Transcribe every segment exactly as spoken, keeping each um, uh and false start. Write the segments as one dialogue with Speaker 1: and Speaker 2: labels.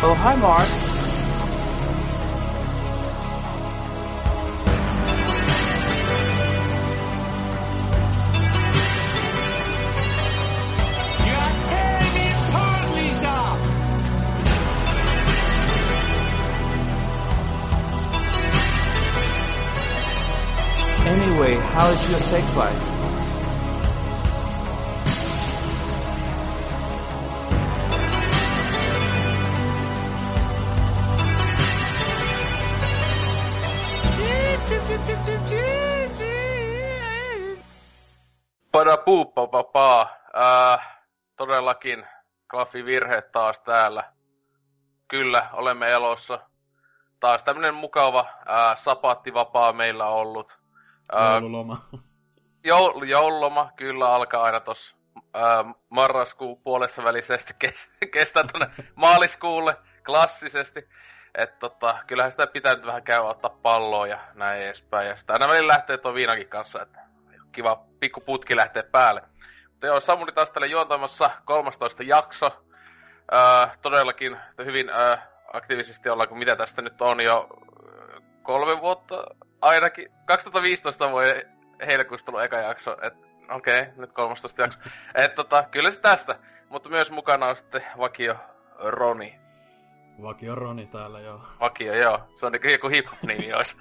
Speaker 1: Oh, hi, Mark.
Speaker 2: You are tearing me apart, Lisa!
Speaker 1: Anyway, how is your sex life?
Speaker 3: Pada puuppa papaa. Äh, todellakin Klaffi virheet taas täällä. Kyllä, olemme elossa. Taas tämmönen mukava äh, sapaattivapaa meillä ollut.
Speaker 4: Äh, joululoma.
Speaker 3: Joul, joululoma, kyllä, alkaa aina tossa äh, marraskuun puolessa välisesti kes- kestää tonne maaliskuulle klassisesti. Että tota, kyllähän sitä pitää nyt vähän käydä ottaa palloa ja näin edespäin. Ja sitä aina välillä lähtee tuon viinakin kanssa, että kiva pikku putki lähtee päälle. Mutta joo, Samuli taas täällä juontamassa kolmastoista jakso. Öö, todellakin hyvin öö, aktiivisesti ollaan, kun mitä tästä nyt on jo kolme vuotta ainakin. kaksituhattaviisitoista voi heinäkuussa tullut eka jakso, että okei, okay, nyt kolmastoista jakso. Että tota, kyllä se tästä. Mutta myös mukana on sitten vakio Roni.
Speaker 4: Vakio Roni täällä, joo.
Speaker 3: Vakio, joo. Se on niinku joku hip-nimi ois.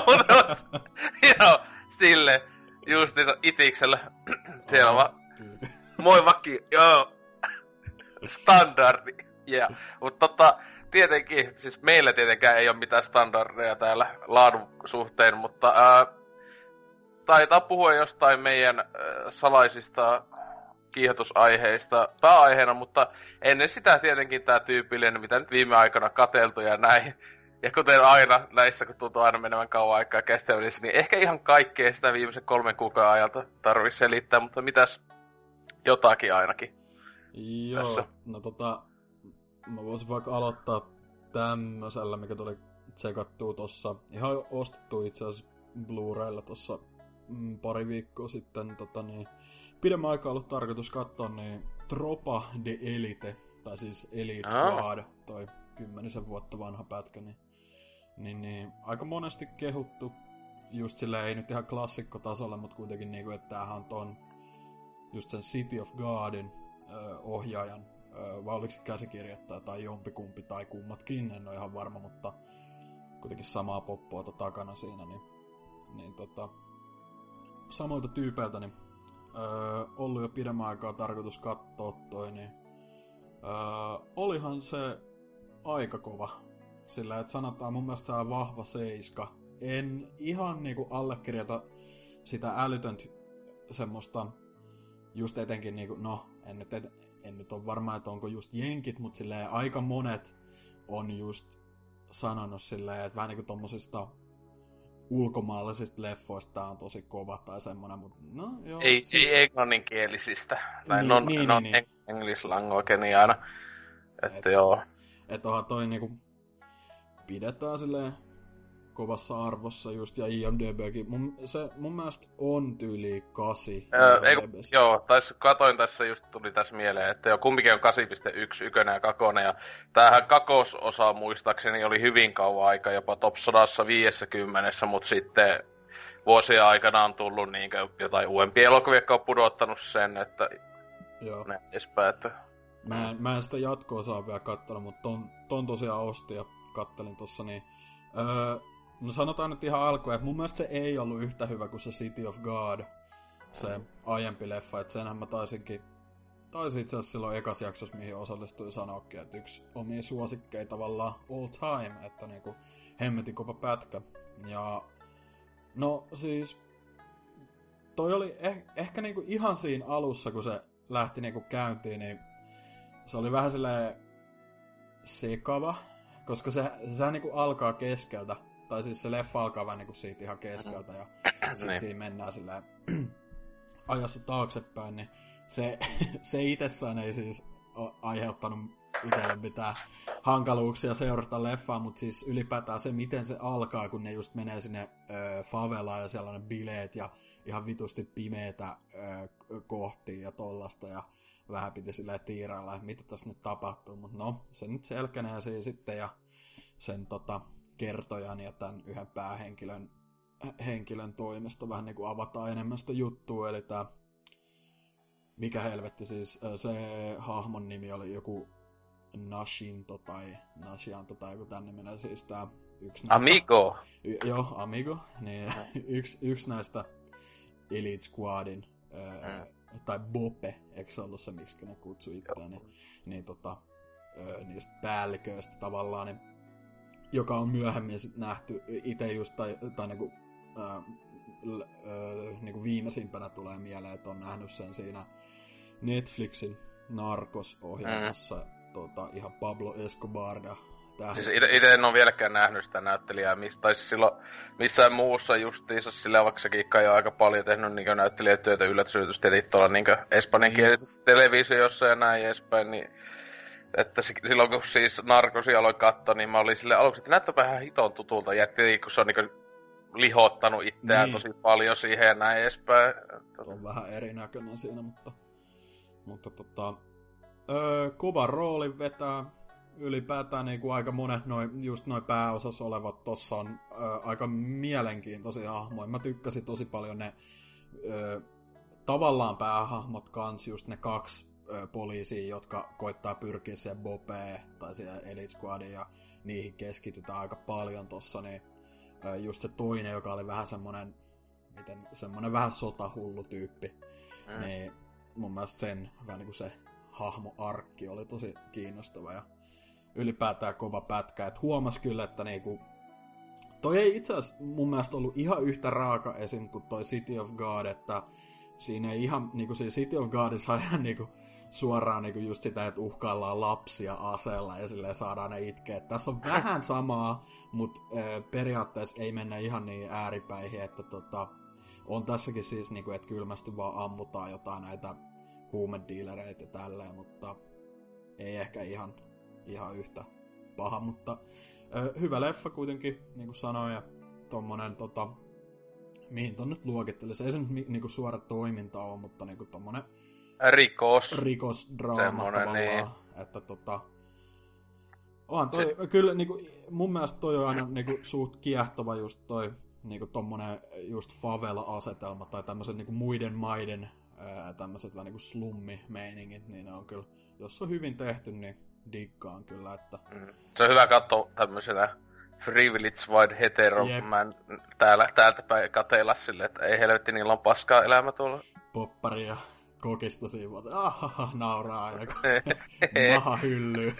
Speaker 3: Joo, silleen. Justiinsa itiksellä. Siellä on vaan. Moi vakio, joo. Standardi. Yeah. Mutta tota, tietenkin, siis meillä tietenkään ei ole mitään standardeja täällä laadun suhteen, mutta ää, taitaa puhua jostain meidän ää, salaisista kiihotusaiheista pääaiheena, mutta ennen sitä tietenkin tää tyypillinen, mitä nyt viime aikoina katseltu ja näin. Ja kuten aina näissä, kun tuntuu aina menevän kauan aikaa kestävyydessä, niin ehkä ihan kaikkea sitä viimeisen kolmen kuukauden ajalta tarvitsisi selittää, mutta mitäs jotakin ainakin.
Speaker 4: Joo,
Speaker 3: tässä.
Speaker 4: No tota, mä voisin vaikka aloittaa tämmösellä, mikä tuli tsekattua tossa. Ihan ostettu itse asiassa Blu-raylla tossa mm, pari viikkoa sitten. Tota, niin, pidemmän aikaa ollut tarkoitus katsoa niin Tropa de Elite, tai siis Elite Squad, ah. toi kymmenisen vuotta vanha pätkä, niin, niin, niin aika monesti kehuttu. Just silleen, ei nyt ihan klassikkotasolla, mutta kuitenkin niinku, että tämähän on ton just sen City of Godin ö, ohjaajan, ö, vai oliko se käsikirjoittaja tai jompikumpi tai kummatkin, en ole ihan varma, mutta kuitenkin samaa poppoota takana siinä, niin, niin tota, samoilta tyypeiltä, niin ö, ollut jo pidemmän aikaa tarkoitus katsoa toi, niin ö, olihan se aika kova. Sillä, että sanotaan mun mielestä se on vahva seiska. En ihan niinku allekirjoita sitä älytöntä semmoista, just etenkin niinku, no, en nyt, et, en nyt ole varma, että onko just jenkit, mutta silleen aika monet on just sanonut silleen, että vähän niinku tommosista ulkomaalaisista leffoista tää on tosi kova tai semmonen, mutta no joo.
Speaker 3: Ei,
Speaker 4: siis
Speaker 3: ei englanninkielisistä. Tai
Speaker 4: niin,
Speaker 3: non,
Speaker 4: niin,
Speaker 3: non
Speaker 4: niin, niin.
Speaker 3: english language aina. Että et, joo.
Speaker 4: Että onhan toi niinku pidetään silleen kovassa arvossa just, ja I M D B:kin. Mun, se mun mielestä on tyyli kasi.
Speaker 3: Öö, ei, joo, tais katoin tässä just tuli tässä mieleen, että jo kumpikin on kahdeksan pilkku yksi, ykkönen ja kakonen, ja tämähän kakososa muistaakseni oli hyvin kauan aika, jopa top sata viisikymmentä, mutta sitten vuosien aikana on tullut niinkö jotain uudempia elokuvia, jotka on pudottanut sen, että
Speaker 4: joo.
Speaker 3: Ne edespäin, että
Speaker 4: Mä en, mä en sitä jatko-osaa vielä kattonut, mutta ton, ton tosiaan ostin ja kattelin tossa, niin öö, no sanotaan nyt ihan alkuun, että mun mielestä se ei ollut yhtä hyvä kuin se City of God, se aiempi leffa, että senhän mä taisinkin, taisin itse asiassa silloin ekas jaksossa, mihin osallistuin sanoakin, että yksi omia suosikkeja tavallaan all time, että niinku hemmetin kova pätkä. Ja no siis, toi oli eh, ehkä niinku ihan siinä alussa, kun se lähti niinku käyntiin, niin se oli vähän silleen sekava, koska se, sehän niinku alkaa keskeltä. Tai siis se leffa alkaa vähän niinku siitä ihan keskeltä ja sit siinä mennään silleen ajassa taaksepäin, niin se, se itsessään ei siis ole aiheuttanut itselle mitään hankaluuksia seurata leffaa, mutta siis ylipäätään se, miten se alkaa, kun ne just menee sinne ö, favelaan ja siellä on ne bileet ja ihan vitusti pimeetä ö, kohti ja tollasta ja vähän piti silleen tiirailla, että mitä tässä nyt tapahtuu. Mutta no, se nyt selkenee siinä sitten ja sen tota, kertojan ja tämän yhden päähenkilön henkilön toimesta vähän niin kuin avataan enemmän sitä juttua. Eli tää, mikä helvetti siis, se hahmon nimi oli joku Nashinto tai Nashianto tai joku tänne menee siis tää yksi näistä...
Speaker 3: Amigo!
Speaker 4: Y- joo, Amigo. Niin, yksi, yksi näistä Elite Squadin, ää, mm. tai Bope, eikö se ollut se, miksi ne kutsui itseään, niin, niin tota, ää, niistä päälliköistä tavallaan, niin, joka on myöhemmin sit nähty itse just, tai, tai niinku, ää, l, ää, niinku viimeisimpänä tulee mieleen, että on nähnyt sen siinä Netflixin Narcos-ohjelmassa, mm. tota, ihan Pablo Escobarda.
Speaker 3: Siis ite en ole vieläkään nähnyt sitä näyttelijää, mistä, tai siis silloin missään muussa justiinsa, sillä vaikka sekin kai on aika paljon tehnyt niin näyttelijätyötä yllätysyritystä tuolla niin espanjankielisessä televisiossa ja näin edespäin, niin että silloin kun siis Narcosia aloin katsoa, niin mä olin silleen aluksi, että näyttäpä ihan hiton tutulta, jätti kun se on niin lihottanut itseään niin tosi paljon siihen ja näin edespäin.
Speaker 4: On vähän erinäköinen siinä, mutta, mutta tota, öö, kova rooli vetää. Ylipäätään niin kuin aika monet noi, just noi pääosassa olevat tossa on ö, aika mielenkiintoisia hahmoja. Mä tykkäsin tosi paljon ne ö, tavallaan päähahmot kans, just ne kaksi ö, poliisia, jotka koittaa pyrkiä siihen Bopeen tai siihen Elite Squadiin ja niihin keskitytään aika paljon tossa. Niin, ö, just se toinen, joka oli vähän semmonen, miten, semmonen vähän sotahullu tyyppi, mm. niin mun mielestä sen vähän niin kuin se hahmoarkki oli tosi kiinnostava ja ylipäätään kova pätkä, että huomas kyllä, että niinku, toi ei itse asiassa mun mielestä ollut ihan yhtä raaka esim. Kuin toi City of God, että siinä ei ihan, niinku siinä City of Godissa ihan niinku suoraan niinku just sitä, että uhkaillaan lapsia aseella ja silleen saadaan ne itkeä. Tässä on vähän samaa, mutta äh, periaatteessa ei mennä ihan niin ääripäihin, että tota, on tässäkin siis niinku, että kylmästi vaan ammutaan jotain näitä huumedealereita ja tälleen, mutta ei ehkä ihan ihan yhtä paha, mutta ö, hyvä leffa kuitenkin, niin kuin sanoin, ja tommonen, tota, mihin ton nyt luokittelisi, ei se nyt mi, niinku suora toiminta ole, mutta niinku tommonen
Speaker 3: rikos,
Speaker 4: rikosdraama tavallaan, niin. Että tota, on toi, se... kyllä niinku, mun mielestä toi on aina niinku suht kiehtova just toi, niinku tommonen just favela-asetelma, tai tämmöset niinku muiden maiden ää, tämmöset vähän niinku slummi-meiningit, niin ne on kyllä, jos on hyvin tehty, niin diggaan kyllä, että... Mm.
Speaker 3: Se on hyvä katsoa tämmöisenä privileged white hetero. Yep. Mä en täällä, täältä päin kateilla silleen, että ei helvetti, niillä on paskaa elämä tuolla.
Speaker 4: Poppari ja kokista siinä vaan, ahaha, nauraa aina, kun maha hyllyy.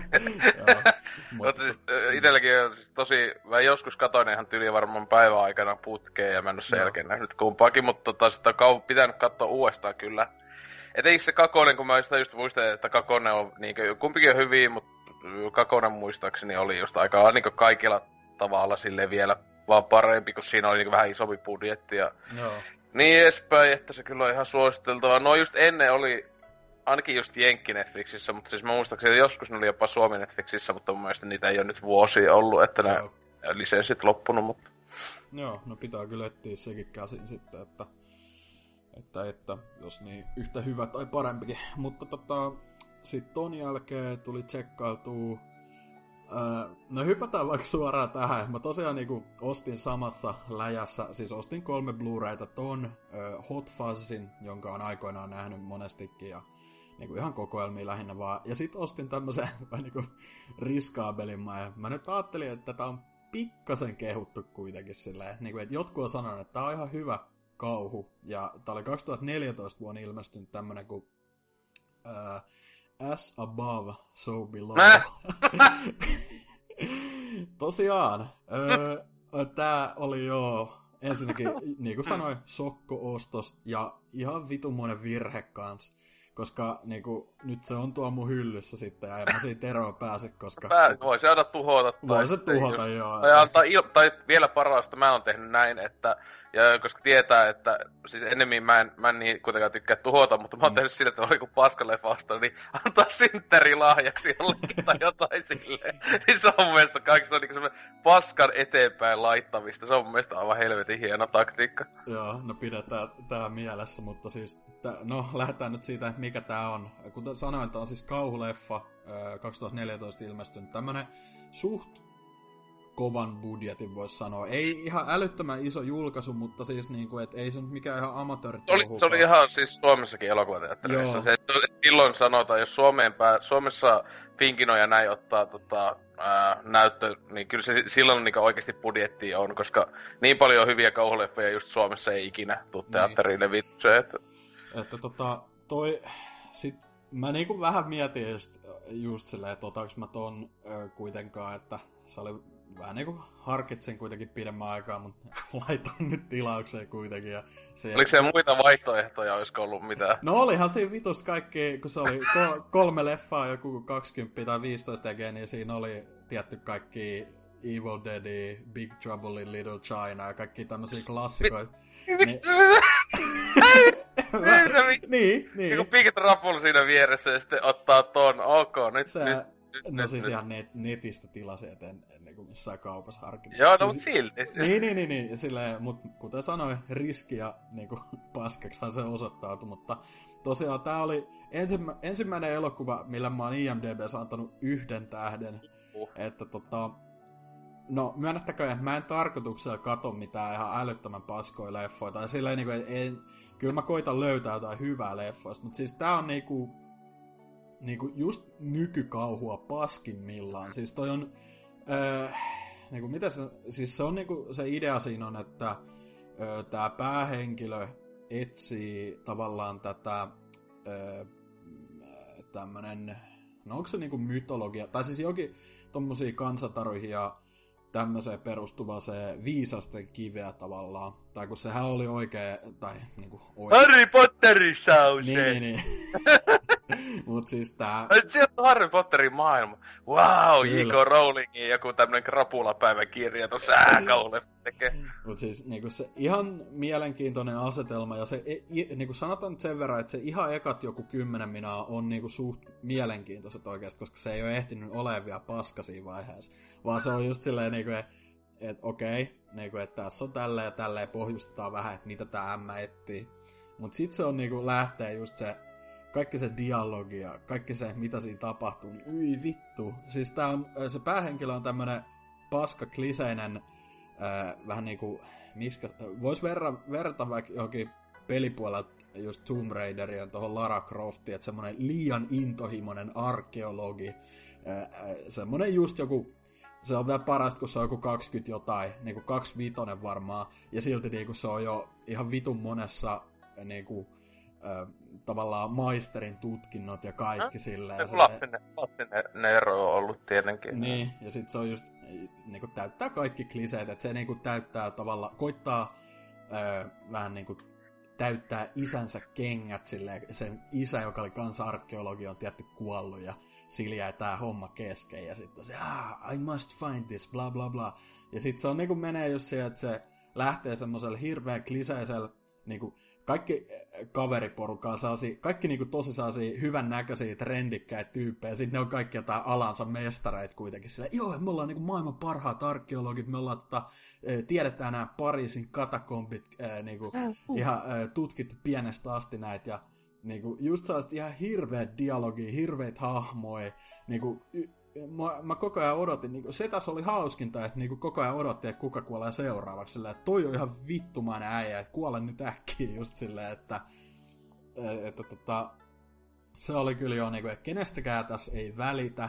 Speaker 3: Mutta siis itselläkin on siis tosi, mä joskus katoin ihan tyli varmaan päivän aikana putkeen ja mä en oo sen jälkeen nähnyt kumpaakin, mutta tota, sitä on pitänyt katsoa uudestaan kyllä. Etenkin se kakonen, kun mä sitä just muistan, että kakonen on niinkö, kumpikin on hyviä, mutta kakonen muistaakseni oli just aika niinkö kaikilla tavalla silleen vielä vaan parempi, kun siinä oli niinkö vähän isompi budjetti ja
Speaker 4: no.
Speaker 3: Niin edespäin, että se kyllä on ihan suositeltavaa. No just ennen oli, ainakin just Jenkki Netflixissä, mutta siis mä muistaakseni, että joskus ne oli jopa Suomi Netflixissä, mutta mun mielestä niitä ei ole nyt vuosia ollut, että ne lisenssit loppunut, mutta...
Speaker 4: Joo, no pitää kyllä etsiä sekin käsin sitten, että... Että, että jos niin yhtä hyvä tai parempikin. Mutta tota, sit ton jälkeen tuli tsekkailtua. Ää, no hypätään vaikka suoraan tähän. Mä tosiaan niinku ostin samassa läjässä, siis ostin kolme Blu-rayta ton äh, Hot Fuzzin, jonka on aikoinaan nähnyt monestikin ja niinku ihan kokoelmia lähinnä vaan. Ja sit ostin tämmösen vähän niinku riskaabelimman ja mä nyt ajattelin, että tätä on pikkasen kehuttu kuitenkin silleen. Niinku, että jotkut on sanonut, että tää on ihan hyvä kauhu. Ja tää oli kaksituhattaneljätoista vuonna ilmestynyt tämmönen kuin uh, As Above, So Below. Tosiaan, uh, tää oli jo ensinnäkin, niin kuin sanoin, sokko-ostos ja ihan vitunmoinen virhe kans. Koska niinku, nyt se on tuo mun hyllyssä sitten ja en mä siitä eroon pääse, koska...
Speaker 3: Pää, voi se aina tuhota.
Speaker 4: Voi se tuhota,
Speaker 3: just,
Speaker 4: joo.
Speaker 3: Tai, antaa il- tai vielä parasta, mä oon tehnyt näin, että Ja koska tietää, että siis ennemmin mä en, mä en niin kuitenkaan tykkää tuhota, mutta mä oon mm. tehnyt sille, että oli joku paskaleffa vastaan, niin antaa synttäri lahjaksi jollekin tai jotain silleen. Niin se on mun mielestä kaikista niinku semmoinen paskan eteenpäin laittamista. Se on mun mielestä aivan helvetin hieno taktiikka.
Speaker 4: Joo, no pidetään tää mielessä, mutta siis, tää, no lähdetään nyt siitä, että mikä tää on. Kuten sanoin, tää on siis kauhuleffa, kaksituhattaneljätoista ilmestynyt, tämmönen suht kovan budjetin voisi sanoa. Ei ihan älyttömän iso julkaisu, mutta siis niinku, et ei se nyt mikään ihan amatöörit.
Speaker 3: Se oli, se oli ihan siis Suomessakin elokuvateatterissa. Se, silloin sanotaan, jos Suomeen pää, Suomessa Finkino ja näin ottaa tota, ää, näyttö, niin kyllä se silloin niin oikeasti budjettia on, koska niin paljon hyviä kauhuleffoja just Suomessa ei ikinä tuu teatteriin levitykseen. Että...
Speaker 4: että tota, toi... Sit mä niinku vähän mietin just, just silleen, että otanko mä ton ö, kuitenkaan, että se oli vähän niinku harkitsin kuitenkin pidemmän aikaa, mutta laitan nyt tilaukseen kuitenkin. Ja se...
Speaker 3: Oliko siellä muita vaihtoehtoja, olisiko ollut mitään?
Speaker 4: No olihan siinä vitus kaikki, kun se oli ko- kolme leffaa, joku kaksikymmentä tai viisitoista tekee, niin siinä oli tietty kaikki Evil Dead, Big Trouble in Little China ja kaikki tämmösiä klassikoita.
Speaker 3: Miksi
Speaker 4: Niin, niin.
Speaker 3: Joku Big Trouble siinä vieressä ja sitten ottaa ton, ok, nyt,
Speaker 4: se...
Speaker 3: nyt, nyt,
Speaker 4: No
Speaker 3: nyt,
Speaker 4: siis
Speaker 3: nyt.
Speaker 4: ihan net, netistä tilasi, et en, en niin kuin missään kaupassa harkinnut.
Speaker 3: Joo, no
Speaker 4: siis,
Speaker 3: mut silti.
Speaker 4: Niin, niin, niin, niin. Silleen, mut kuten sanoin, riski ja niin kuin, paskaksihan se osoittautui, mutta tosiaan tää oli ensimmä, ensimmäinen elokuva, millä mä oon I M D B:ssä antanut yhden tähden. Uh. Että tota... No, myönnettäkö, että mä en tarkoituksella katso mitään ihan älyttömän paskoja leffoja. Tai silleen niinku, en, kyllä mä koitan löytää jotain hyvää leffoista, mutta siis tää on niinku... Niinku just nykykauhua paskimmillaan. Siis toi on... Öö, niinku mitä se... Siis se on niinku... Se idea siinä on, että... Öö, tää päähenkilö etsii tavallaan tätä... Öö, tämmönen... No onko se niinku mytologia? Tai siis jokin tommosia kansantaruihin ja tämmöiseen perustuva se viisasten kiveä tavallaan. Tai kun sehän oli oikee... Tai niinku oikee...
Speaker 3: Harry Potterissa on
Speaker 4: niin,
Speaker 3: se!
Speaker 4: Niin, niin. Mut siis tää...
Speaker 3: Sieltä on Harry Potterin maailma. Wow, J K Rowlingin joku tämmönen krapulapäiväkirja tossa ääkaulle tekee.
Speaker 4: Mut siis niinku se ihan mielenkiintoinen asetelma, ja se niinku sanotaan nyt sen verran, että se ihan ekat joku kymmenen minaa on niinku suht mielenkiintoiset oikeesti, koska se ei oo ehtinyt olemaan vielä paska siinä vaiheessa. Vaan se on just silleen niinku, että et, okei, niinku, että tässä on tälleen ja tälleen, pohjustetaan vähän, että mitä tää ämmä etsii. Mut sit se on niinku lähtee just se kaikki se dialogi ja kaikki se, mitä siinä tapahtuu, niin yi vittu. Siis tää on, se päähenkilö on tämmönen paska, kliseinen, äh, vähän niinku, miskä, vois verra, verrata vaikka johonkin pelipuolelta just Tomb Raideria tohon Lara Croftiin, että semmonen liian intohimoinen arkeologi, äh, semmonen just joku, se on vielä parasta, kun se on joku kaksikymmentä jotain, niinku kaksikymmentäviisi varmaan, ja silti niinku se on jo ihan vitun monessa niinku, Ö, tavallaan maisterin tutkinnot ja kaikki no, silleen.
Speaker 3: Se lapsinen, lapsinen Nero on ollut tietenkin.
Speaker 4: Niin, ja sit se on just, niinku täyttää kaikki kliseet, että se niinku täyttää tavallaan, koittaa ö, vähän niinku täyttää isänsä kengät silleen, sen isä, joka oli kanssa arkeologi, on tietty kuollut ja sillä jäi tää homma kesken ja sitten se, ah, I must find this, bla bla bla. Ja sit se on niinku menee just siihen, että se lähtee semmoselle hirveän kliseiselle, niinku kaikki kaveriporukaa saasi, kaikki niinku tosi saasi hyvän näköisiä trendikkäitä tyyppejä, sitten ne on kaikki jotain alansa mestareita kuitenkin sillä, joo, me ollaan niinku maailman parhaat arkeologit, me ollaan tota, tiedetään nämä Pariisin katakombit niinku, ihan tutkittu pienestä asti näitä, ja niinku, just sellaiset ihan hirveät dialogia, hirveät hahmoja, niinku, Mä, mä koko ajan odotin, niinku, se tässä oli hauskinta, että niinku, koko ajan odotti, että kuka kuolee seuraavaksi, silleen, että toi on ihan vittumainen äijä, että kuole nyt äkkiä just silleen, että, että, että, että se oli kyllä jo, niinku, että kenestäkään tässä ei välitä,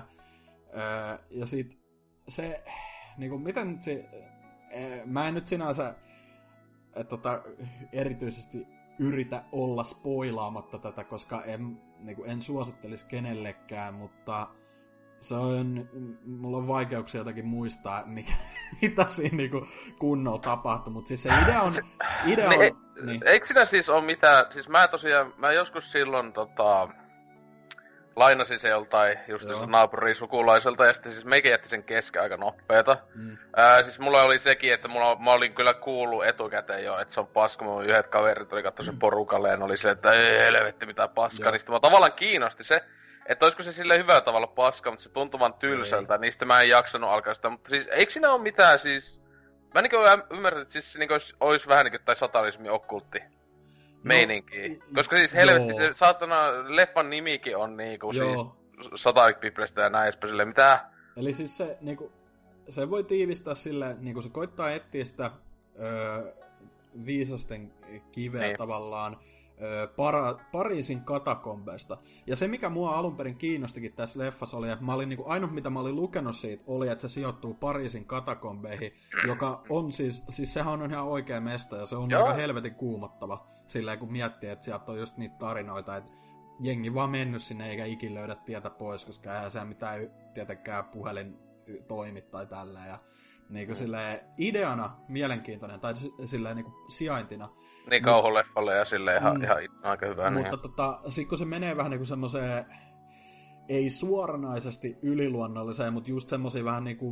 Speaker 4: ja sit se, niinku, miten nyt se, mä en nyt sinänsä, että, tota, erityisesti yritä olla spoilaamatta tätä, koska en, niinku, en suosittelisi kenellekään, mutta se on, mulla on vaikeuksia jotakin muistaa, mikä, mitä siinä niinku kunnolla tapahtui, mutta siis se idea on... Idea on
Speaker 3: niin,
Speaker 4: niin.
Speaker 3: Eikö siinä siis ole mitään, siis mä tosiaan, mä joskus silloin tota, lainasin se joltain just naapurisukulaiselta, ja sitten siis meikä jätti sen kesken aika nopeeta. Mm. Ää, siis mulla oli sekin, että mulla, mä olin kyllä kuullut etukäteen jo, että se on paska. Mun yhdet kaverit oli katsoa sen porukalle, ja ne oli se, että ei helvetti mitään paskaa. Niin sitten mä tavallaan kiinnosti se, että olisiko se silleen hyvällä tavalla paska, mutta se tuntui vaan tylsältä. Niin sitten mä en jaksanut alkaa sitä, mutta siis eikö siinä ole mitään siis... Mä niinku ymmärrän, että siis se niinku ois, ois vähän niinku tai satanismi okkultti. Meininkiä. No, koska siis helvetti, joo. Se saatana leffan nimikin on niinku joo. Siis Satanic Biblesta ja näin edespäin silleen, mitä?
Speaker 4: Eli siis se niinku, se voi tiivistää silleen, niinku se koittaa etsiä sitä öö, viisasten kiveä niin. Tavallaan öö, para, Pariisin katakombeista. Ja se mikä mua alun perin kiinnostikin tässä leffassa oli, että mä olin niinku, ainut mitä mä olin lukenut siitä, oli että se sijoittuu Pariisin katakombeihin, joka on siis, siis sehän on ihan oikea mesta ja se on joo. Aika helvetin kuumottava. Silleen kun miettii, että sieltä on just niitä tarinoita, että jengi vaan mennyt sinne eikä ikin löydä tietä pois, koska eihän se mitään tietenkään puhelin toimi tai tällä. Ja niinku mm. silleen ideana mielenkiintoinen, tai silleen niinku sijaintina.
Speaker 3: Niin kauhuleffalle ja silleen ihan, mm, ihan aika hyvä.
Speaker 4: Mutta niin. tota, sit kun se menee vähän niinku semmoseen, ei suoranaisesti yliluonnolliseen, mutta just semmosia vähän niinku,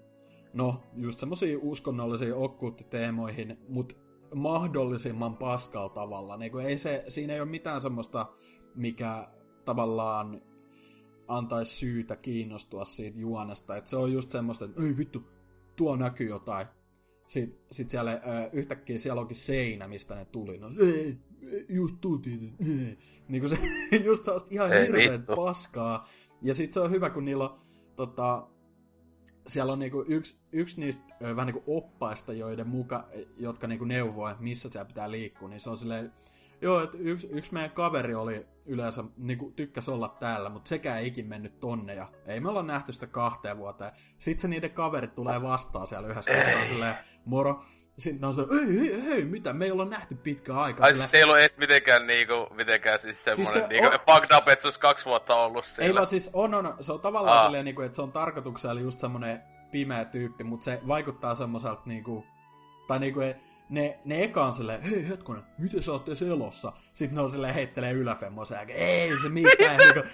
Speaker 4: no just semmosia uskonnollisia okkulttiteemoihin, mutta mahdollisimman paskalla tavalla. Niin ei se, siinä ei ole mitään semmoista, mikä tavallaan antaisi syytä kiinnostua siitä juonesta. Et se on just semmoista, että ei vittu, tuo näkyy jotain. Sitten sit siellä ö, yhtäkkiä siellä onkin seinä, mistä ne tuli. No, ei, just tultiin. Niin kuin se just sellaista ihan hirveän paskaa. Ja sitten se on hyvä, kun niillä on tota, siellä on niinku yksi, yksi niistä ö, vähän niinku oppaista, joiden muka, jotka niinku neuvoo, että missä siellä pitää liikkua, niin se on silleen, joo, että yksi, yksi meidän kaveri oli yleensä, niinku tykkäs olla täällä, mutta sekään ei ikin mennyt tonne, ja ei me olla nähty sitä kahteen vuoteen. Sitten se niiden kaverit tulee vastaan siellä yhdessä, kun se on silleen, moro. Sitten ne on se, ei, ei, ei, mitä, me ei olla nähty pitkään aikaa.
Speaker 3: Ai siis se ei ollut edes mitenkään niinku, mitenkään siis semmonen siis se niinku, on... fucked up, että se olisi kaksi vuotta ollut siellä.
Speaker 4: Ei vaan siis on, on, se on tavallaan Aa. silleen niinku, että se on tarkoituksella just semmonen pimeä tyyppi, mutta se vaikuttaa semmoiselta niinku, tai niinku, ne, ne eka on silleen, hei hetkonen, miten sä ootte elossa? Sitten ne on silleen, heittelee yläfemmoiseen, ei se mitään, niinku,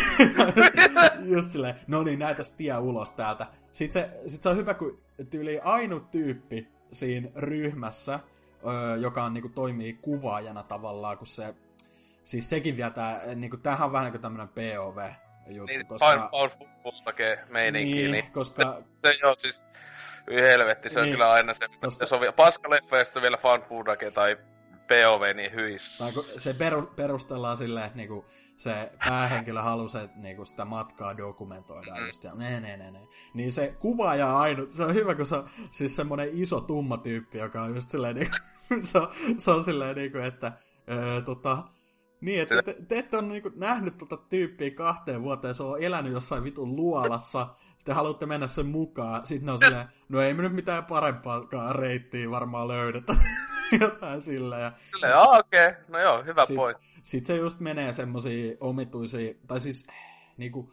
Speaker 4: just silleen, no niin, näytäs tie ulos täältä. Sitten se, sit se on hyvä, kun tyyli ainut tyyppi siinä ryhmässä, öö, joka on, niinku, toimii kuvaajana tavallaan, kun se, siis sekin vielä tää, niinku, tämähän on vähän niin kuin tämmönen P O V. Juttu,
Speaker 3: niin,
Speaker 4: koska...
Speaker 3: Paul meininkiä, niin,
Speaker 4: niin koska...
Speaker 3: Se, se joo, siis helvetti, se niin, on kyllä aina se, koska... jos on vielä paskaleffa, ja se on vielä fan foodake tai P O V, niin hyis.
Speaker 4: Se peru, perustellaan silleen, että niinku, se päähenkilö halusi niinku, sitä matkaa dokumentoida, mm. just ja ne, ne, ne, ne. Niin se kuvaaja ainut, se on hyvä, kun se on siis semmonen iso tumma tyyppi, joka on just silleen, niinku, se, on, se on silleen, niinku, että öö, tota... Niin, että te, te ette ole niinku nähnyt tuota tyyppiä kahteen vuoteen, se on elänyt jossain vitun luolassa, sitten haluatte mennä sen mukaan, sitten on silleen, no ei me nyt mitään parempaa reittiä varmaan löydetä, jotain silleen. Ja...
Speaker 3: Silleen, aah okei, okay. No joo, hyvä
Speaker 4: sit,
Speaker 3: point.
Speaker 4: Sitten se just menee semmosia omituisia, tai siis niinku,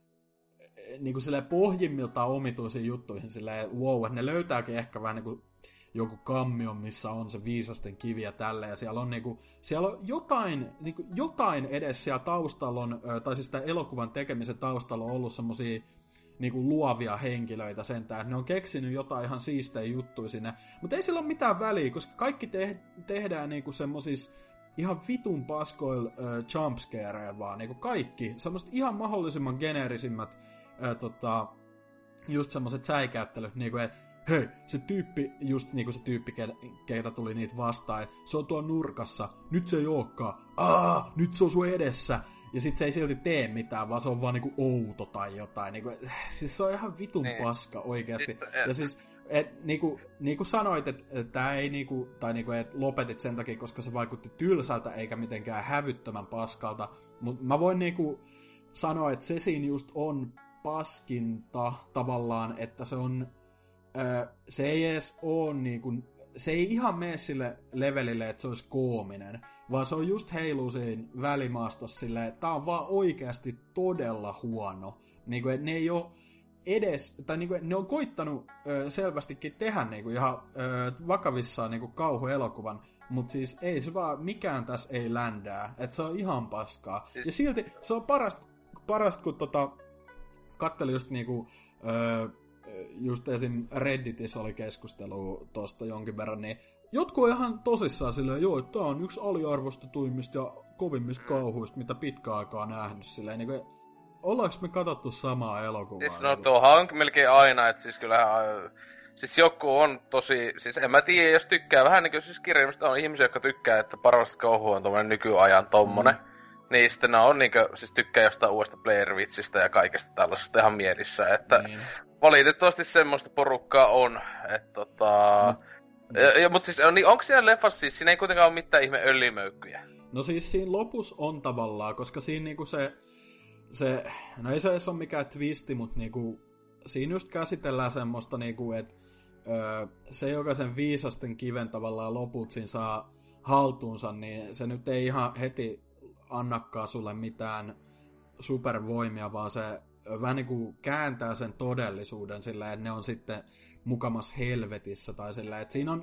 Speaker 4: niinku silleen pohjimmiltaan omituisiin juttuihin, silleen wow, että ne löytääkin ehkä vähän niinku joku kammion, missä on se viisasten kivi ja tälle, ja siellä on niinku, siellä on jotain, niinku, jotain edes siellä taustalla on, tai siis tämän elokuvan tekemisen taustalla on ollut semmosia niinku luovia henkilöitä sentään, että ne on keksinyt jotain ihan siistejä juttuja sinne, mutta ei sillä ole mitään väliä, koska kaikki te- tehdään niinku semmosis ihan vitun paskoilla äh, jumpscareja vaan, niinku kaikki, semmoset ihan mahdollisimman geneerisimmät äh, tota, just semmoset säikäyttelyt, niinku että hei, se tyyppi, just niinku se tyyppi, keitä tuli niitä vastaan, se on tuo nurkassa, nyt se ei ookaan, aa, nyt se on sun edessä, ja sit se ei silti tee mitään, vaan se on vaan niinku outo tai jotain, niinku, siis se on ihan vitun niin. Paska oikeasti, siis, ja siis, et, niinku, niinku sanoit, että et, tää ei niinku, tai niinku, et lopetit sen takia, koska se vaikutti tylsältä, eikä mitenkään hävyttömän paskalta, mut mä voin niinku sanoa, että se siinä just on paskinta tavallaan, että se on se ei edes oo niinku, se ei ihan mene sille levelille, että se olisi koominen, vaan se on just heiluu siinä välimaastossa silleen, että tää on vaan oikeasti todella huono. Niinku, et ne ei oo edes, tai niinku, ne on koittanut ö, selvästikin tehdä niinku ihan ö, vakavissaan niinku kauhuelokuvan, mutta siis ei se vaan, mikään tässä ei ländää, että se on ihan paskaa. Siis... Ja silti se on parasta, parasta, kun tota, kattelin just niinku, öö, just esim. Redditissä oli keskustelu tosta jonkin verran, niin jotkut on ihan tosissaan silleen, joo, tää on yksi aliarvostetuimmista ja kovimmista kauhuista, mitä pitkään aikaa nähnyt silleen, niinku, ollaanko me katsottu samaa elokuvaa?
Speaker 3: Siis no tuohan on melkein aina, että siis kyllähän, siis joku on tosi, siis en mä tiedä, jos tykkää, vähän niinku siis kirjallista on ihmisiä, jotka tykkää, että parasta kauhu on tommonen nykyajan tommonen. Mm. Niin sitten ne on niinkö, siis tykkää jostain uudesta Blair Witchistä ja kaikesta tällaisesta ihan mielissä, että niin. Valitettavasti semmoista porukkaa on, että tota... No. Ja, ja, mut siis, niin onko siellä leffassa siis, siinä ei kuitenkaan ole mitään ihme öljymöykkyjä?
Speaker 4: No siis siinä lopussa on tavallaan, koska siinä niinku se, se, no ei se edes ole mikään twisti, mutta niinku, siinä just käsitellään semmoista niinku, että öö, se, joka sen viisasten kiven tavallaan loput siinä saa haltuunsa, niin se nyt ei ihan heti annakaan sulle mitään supervoimia, vaan se vähän niin kuin kääntää sen todellisuuden sillä, että ne on sitten mukamas helvetissä tai sillä, että siinä on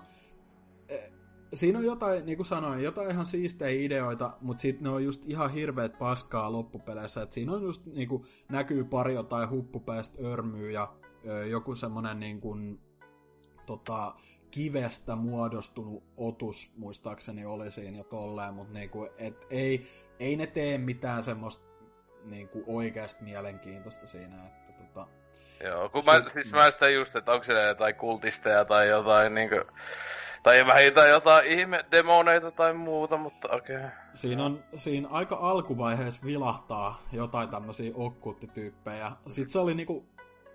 Speaker 4: siinä on jotain, niin kuin sanoin, jotain ihan siistejä ideoita, mutta sitten ne on just ihan hirveät paskaa loppupeleissä, että siinä on just niin kuin, näkyy pari jotain huppupäistä örmyä ja ö, joku semmonen niin kuin tota, kivestä muodostunut otus, muistaakseni oli siinä jo tolleen, mutta niinku, et ei, ei ne tee mitään semmoista niinku oikeasti mielenkiintoista siinä, että tota...
Speaker 3: Joo, kun mä, siis mä sitä just, että onko siellä jotain kultisteja tai jotain niinku... Tai vähintään jotain ihme demoneita tai muuta, mutta okei. Okay.
Speaker 4: Siinä on, siinä aika alkuvaiheessa vilahtaa jotain tämmösiä okkulttityyppejä. Sitten se oli niinku...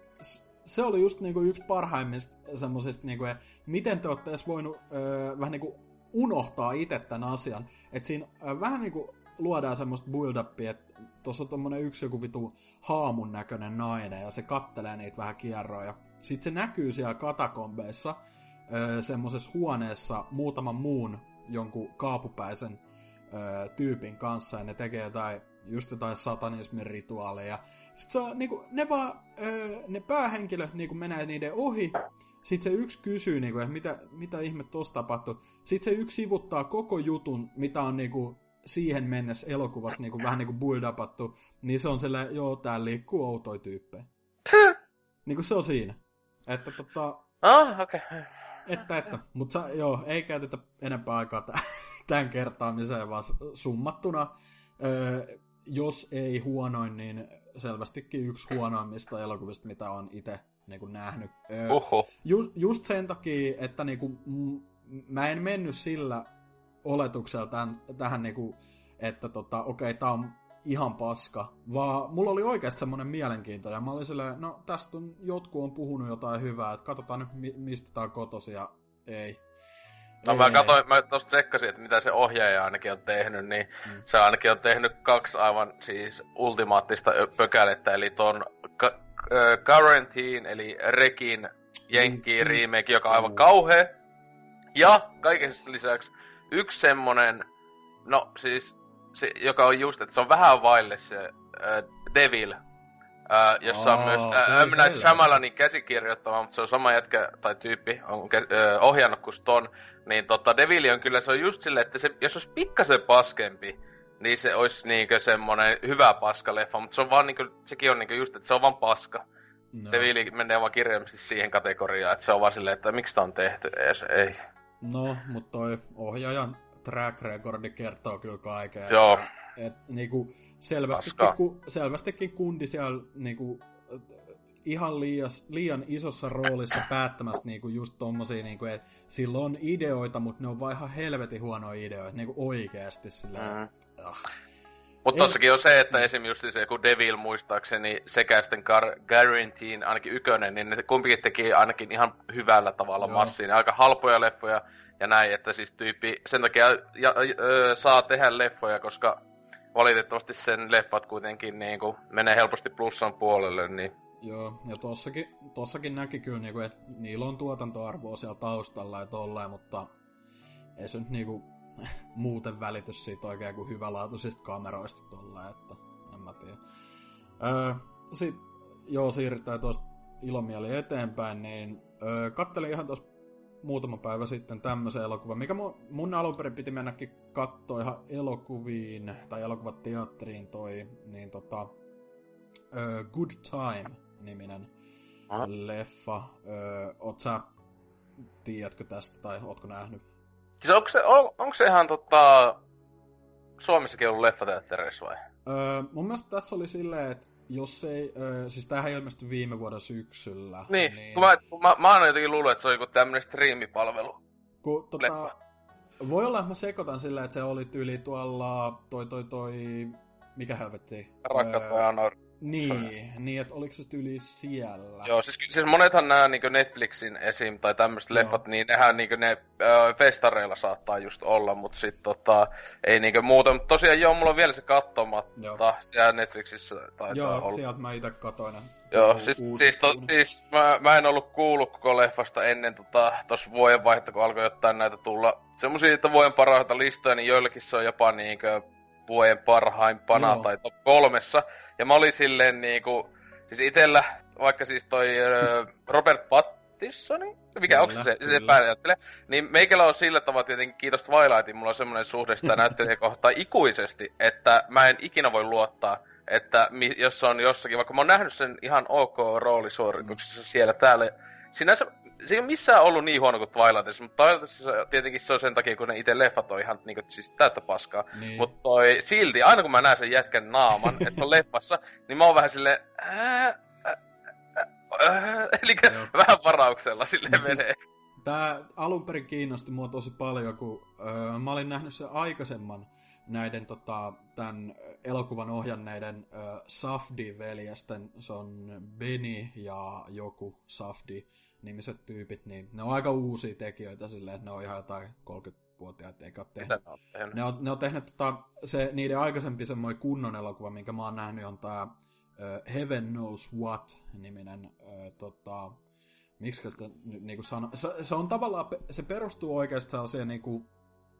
Speaker 4: Se oli just niinku yksi parhaimmista semmosista, niinku, miten te ootte edes voinut öö, vähän niinku unohtaa itse tämän asian. Että siinä öö, vähän niinku luodaan semmoista build-upia, että tuossa on tommonen yksi joku vitu haamun näköinen nainen, ja se kattelee niitä vähän kierroja. Sitten se näkyy siellä katakombeissa, öö, semmosessa huoneessa muutaman muun jonkun kaapupäisen öö, tyypin kanssa, ja ne tekee jotain, just jotain satanismin rituaaleja. Sitten se on, niinku, ne vaan, öö, ne päähenkilöt niinku menee niiden ohi. Sitten se yksi kysyy, niinku, että mitä, mitä ihme tossa tapahtuu. Sitten se yksi sivuttaa koko jutun, mitä on niinku, siihen mennessä elokuvasta niinku, vähän niinku build-upattu. Niin se on silleen, joo, täällä liikkuu outoja tyyppejä. Niinku se on siinä. Että tota...
Speaker 3: Ah, okei. Okay.
Speaker 4: Että, että. Mutta joo, ei käytetä enempää aikaa t- tämän kertaamiseen, vaan summattuna. Öö, jos ei huonoin, niin selvästikin yksi huonoimmista elokuvista, mitä on itse niinku nähnyt. Öö, ju, just sen takia, että niinku, m- mä en mennyt sillä oletuksella tämän, tähän, niinku, että tota, okei, okay, tää on ihan paska, vaan mulla oli oikeasti semmoinen mielenkiinto, ja mä olin silleen, no tästä on, jotkut on puhunut jotain hyvää, että katsotaan nyt mi- mistä tää on kotosi, ja ei.
Speaker 3: No
Speaker 4: ei,
Speaker 3: mä
Speaker 4: ei.
Speaker 3: katsoin, mä tosta tsekkasin, että mitä se ohjaaja ainakin on tehnyt, niin mm. se ainakin on tehnyt kaksi aivan siis ultimaattista pökälettä, eli ton Ka- äh, Quarantine, eli Rekin Jenkkiin mm. remake, joka on aivan kauhea. Ja kaikesta lisäksi yksi semmonen, no siis, se, joka on just, että se on vähän vaille se äh, Devil, äh, jossa
Speaker 4: oh,
Speaker 3: on myös äh, M. Night Shyamalanin käsikirjoittama, mutta se on sama jätkä tai tyyppi, on äh, ohjannut kuin ton. Niin tota, Devil on kyllä, se on just silleen, että se, jos olisi pikkasen paskempi, niin se olisi niinkö semmonen hyvä paskaleffa, mutta se on vaan niinkö, sekin on niinkö just, että se on vaan paska. No. Devil menee vaan kirjaimisesti siihen kategoriaan, että se on vaan silleen, että miksi tää on tehty ees, ei.
Speaker 4: No, mutta toi ohjaajan track recordi kertoo kyllä kaiken.
Speaker 3: Joo.
Speaker 4: Että, et, niinku, selvästikin, ku, selvästikin kundi siellä niinku, ihan liias, liian isossa roolissa päättämässä niinku just tommosia, niinku, että sillä on ideoita, mutta ne on vaan ihan helvetin huonoja ideoita, niinku oikeasti silleen. Mm. Ah.
Speaker 3: Mutta tossakin on se, että esim. Just se, kun Devil muistaakseni sekä sitten Gar- Guarantine, ainakin ykönen, niin ne kumpikin teki ainakin ihan hyvällä tavalla Joo. massiin. Aika halpoja leffoja ja näin, että siis tyyppi sen takia ja, ö, saa tehdä leffoja, koska valitettavasti sen leffat kuitenkin niin kuin, menee helposti plussan puolelle, niin...
Speaker 4: Joo, ja tossakin, tossakin näki kyllä, niin kuin, että niillä on tuotantoarvoa siellä taustalla ja tolleen, mutta ei se nyt niinku muuten välitys siitä oikein kuin hyvälaatuisista kameroista tolleen, että en mä tiedä. Öö, sit, joo, siirrytään tuosta ilomieli eteenpäin, niin öö, kattelin ihan tuossa muutama päivä sitten tämmöisen elokuvan, mikä mun, mun alun perin piti mennäkin katsoa ihan elokuviin, tai elokuvateatteriin toi, niin tota, uh, Good Time-niminen
Speaker 3: Aha.
Speaker 4: leffa. Uh, oot sä, tiedätkö tästä tai ootko nähnyt?
Speaker 3: Siis onko se, on, onko se ihan tota... Suomessakin ollut leffateattereissa vai?
Speaker 4: Öö, mun mielestä tässä oli silleen, että jos ei... Öö, siis tämähän ilmestyi viime vuoden syksyllä.
Speaker 3: Niin,
Speaker 4: niin...
Speaker 3: kun mä, kun mä, mä oon jotenkin luullut, että se on joku tämmönen striimipalvelu.
Speaker 4: Kun, tota,
Speaker 3: Leffa.
Speaker 4: voi olla, että mä sekoitan silleen, että se oli tyyli tuolla... Toi toi toi... Mikä helvetti?
Speaker 3: Rakkaat vai Anor.
Speaker 4: Niin, niin, että oliko se tyyli siellä?
Speaker 3: Joo, siis, siis monethan nää niinku Netflixin esim. Tai tämmöset
Speaker 4: Joo.
Speaker 3: leffat, niin nehän niinku ne ö, festareilla saattaa just olla, mut sit tota, ei niinku muuta. Mut tosiaan joo, mulla on vielä se katsomatta,
Speaker 4: Joo.
Speaker 3: siellä Netflixissä taitaa
Speaker 4: Joo,
Speaker 3: olla.
Speaker 4: sieltä mä ite katoin.
Speaker 3: Joo,
Speaker 4: U-
Speaker 3: siis,
Speaker 4: uusi-
Speaker 3: siis, to, siis mä, mä en ollut kuullut koko leffasta ennen tota, tossa vuodenvaihetta, kun alkoi jotain näitä tulla semmosia, että vuoden parhaita listoja, niin joillekin se on jopa niinkö vuoden parhaimpana
Speaker 4: Joo.
Speaker 3: tai top kolmessa. Ja mä olin silleen niinku, siis itellä, vaikka siis toi ö, Robert Pattinsoni, mikä onko se se, se
Speaker 4: kyllä.
Speaker 3: päänäyttelijä, niin meikällä on sillä tavalla tietenkin, kiitos Twilightin, mulla on semmonen suhde sitä näyttelijäkohtaa ikuisesti, että mä en ikinä voi luottaa, että mi, jos se on jossakin, vaikka mä oon nähnyt sen ihan ok roolisuorituksessa siellä täällä, sinänsä se ei ole missään ollut niin huono kuin Twilightissa, mutta Twilightissa tietenkin se on sen takia, kun ne itse leffat on ihan niinku siis täyttä paskaa.
Speaker 4: Niin.
Speaker 3: Mutta toi silti, aina kun mä näen sen jätkän naaman, että on leffassa, niin mä oon vähän silleen, ää, ää, ää, eli
Speaker 4: Joo.
Speaker 3: vähän varauksella silleen
Speaker 4: Mut siis
Speaker 3: menee.
Speaker 4: Tää alun perin kiinnosti mua tosi paljon, kun öö, mä olin nähnyt sen aikaisemman näiden tota, tämän elokuvan ohjanneiden öö, Safdie-veljesten, se on Benny ja joku Safdie-nimiset tyypit, niin ne on aika uusia tekijöitä silleen, että ne on ihan jotain kolmekymmentävuotiaat eikä ole tehnyt.
Speaker 3: Mitä mä oon tehnyt?
Speaker 4: Ne on, ne on tehnyt tota, se, niiden aikaisempi semmoinen kunnon elokuva, minkä mä oon nähnyt, on tää uh, Heaven Knows What-niminen, uh, tota, miksi sitä nyt niinku sano, se, se on tavallaan, se perustuu oikeastaan sellaiseen niinku, uh,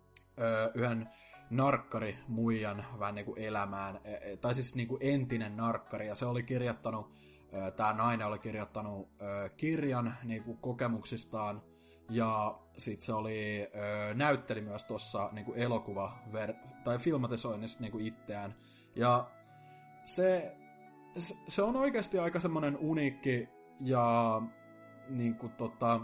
Speaker 4: yhden narkkari muijan vähän niinku elämään, e, tai siis niinku entinen narkkari, ja se oli kirjoittanut, uh, tää nainen oli kirjoittanut uh, kirjan niinku kokemuksistaan, ja sit se oli, ö, näytteli myös tuossa niinku elokuva tai filmatisoinnissa niinku itseään. Ja se, se on oikeasti aika semmonen uniikki ja niinku tota,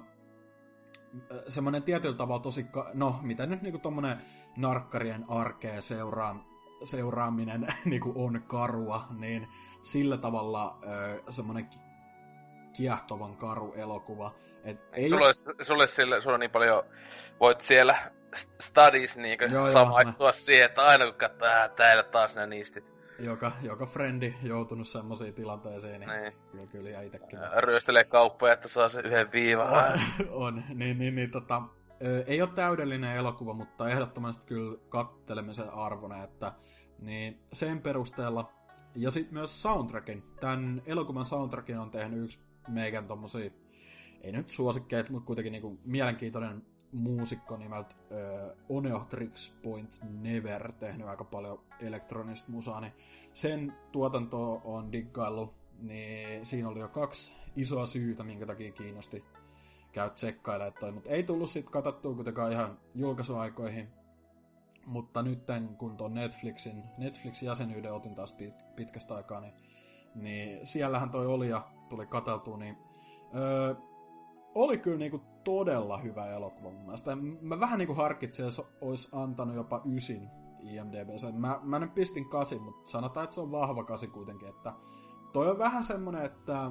Speaker 4: semmonen tietyllä tavalla tosi, no mitä nyt niinku tommonen narkkarien arkea seuraa, seuraaminen niinku on karua, niin sillä tavalla ö, semmonen kiehtovan karu elokuva. Et ei
Speaker 3: Sulle,
Speaker 4: ole...
Speaker 3: sulle, sille, sulla on niin paljon, voit siellä studies niinkö
Speaker 4: Joo, joo,
Speaker 3: samaistua siihen, että aina kun katsoo, äh, täällä taas nää niistit.
Speaker 4: Joka, joka frendi joutunut semmoisiin tilanteisiin, niin,
Speaker 3: Niin.
Speaker 4: kyllä, kyllä ja itekin.
Speaker 3: Ryöstelee kauppoja, että saa sen yhden viivan.
Speaker 4: On, niin, niin, niin tota, ö, ei ole täydellinen elokuva, mutta ehdottomasti kyllä kattelemisen arvoinen, että niin sen perusteella, ja sitten myös soundtrackin, tämän elokuvan soundtrackin on tehnyt yksi meikän tommosia, ei nyt suosikkeet, mutta kuitenkin niinku mielenkiintoinen muusikko nimeltä äh, Oneotrix Point Never, tehnyt aika paljon elektronista musaa, niin sen tuotanto on diggaillut, niin siinä oli jo kaksi isoa syytä, minkä takia kiinnosti käy tsekkailemaan toi, mutta ei tullut sit katsottua kuitenkaan ihan julkaisuaikoihin, mutta nytten kun tuon Netflixin, Netflix-jäsenyyden otin taas pit, pitkästä aikaa, niin, niin siellähän toi oli ja tuli katseltua, niin öö, oli kyllä niinku todella hyvä elokuva mun mielestä. Mä vähän niinku harkitsin, että olisi antanut jopa ysin I M D B:ssä. Mä, mä nyt pistin kasin, mutta sanotaan, että se on vahva kasi kuitenkin. Että toi on vähän semmonen, että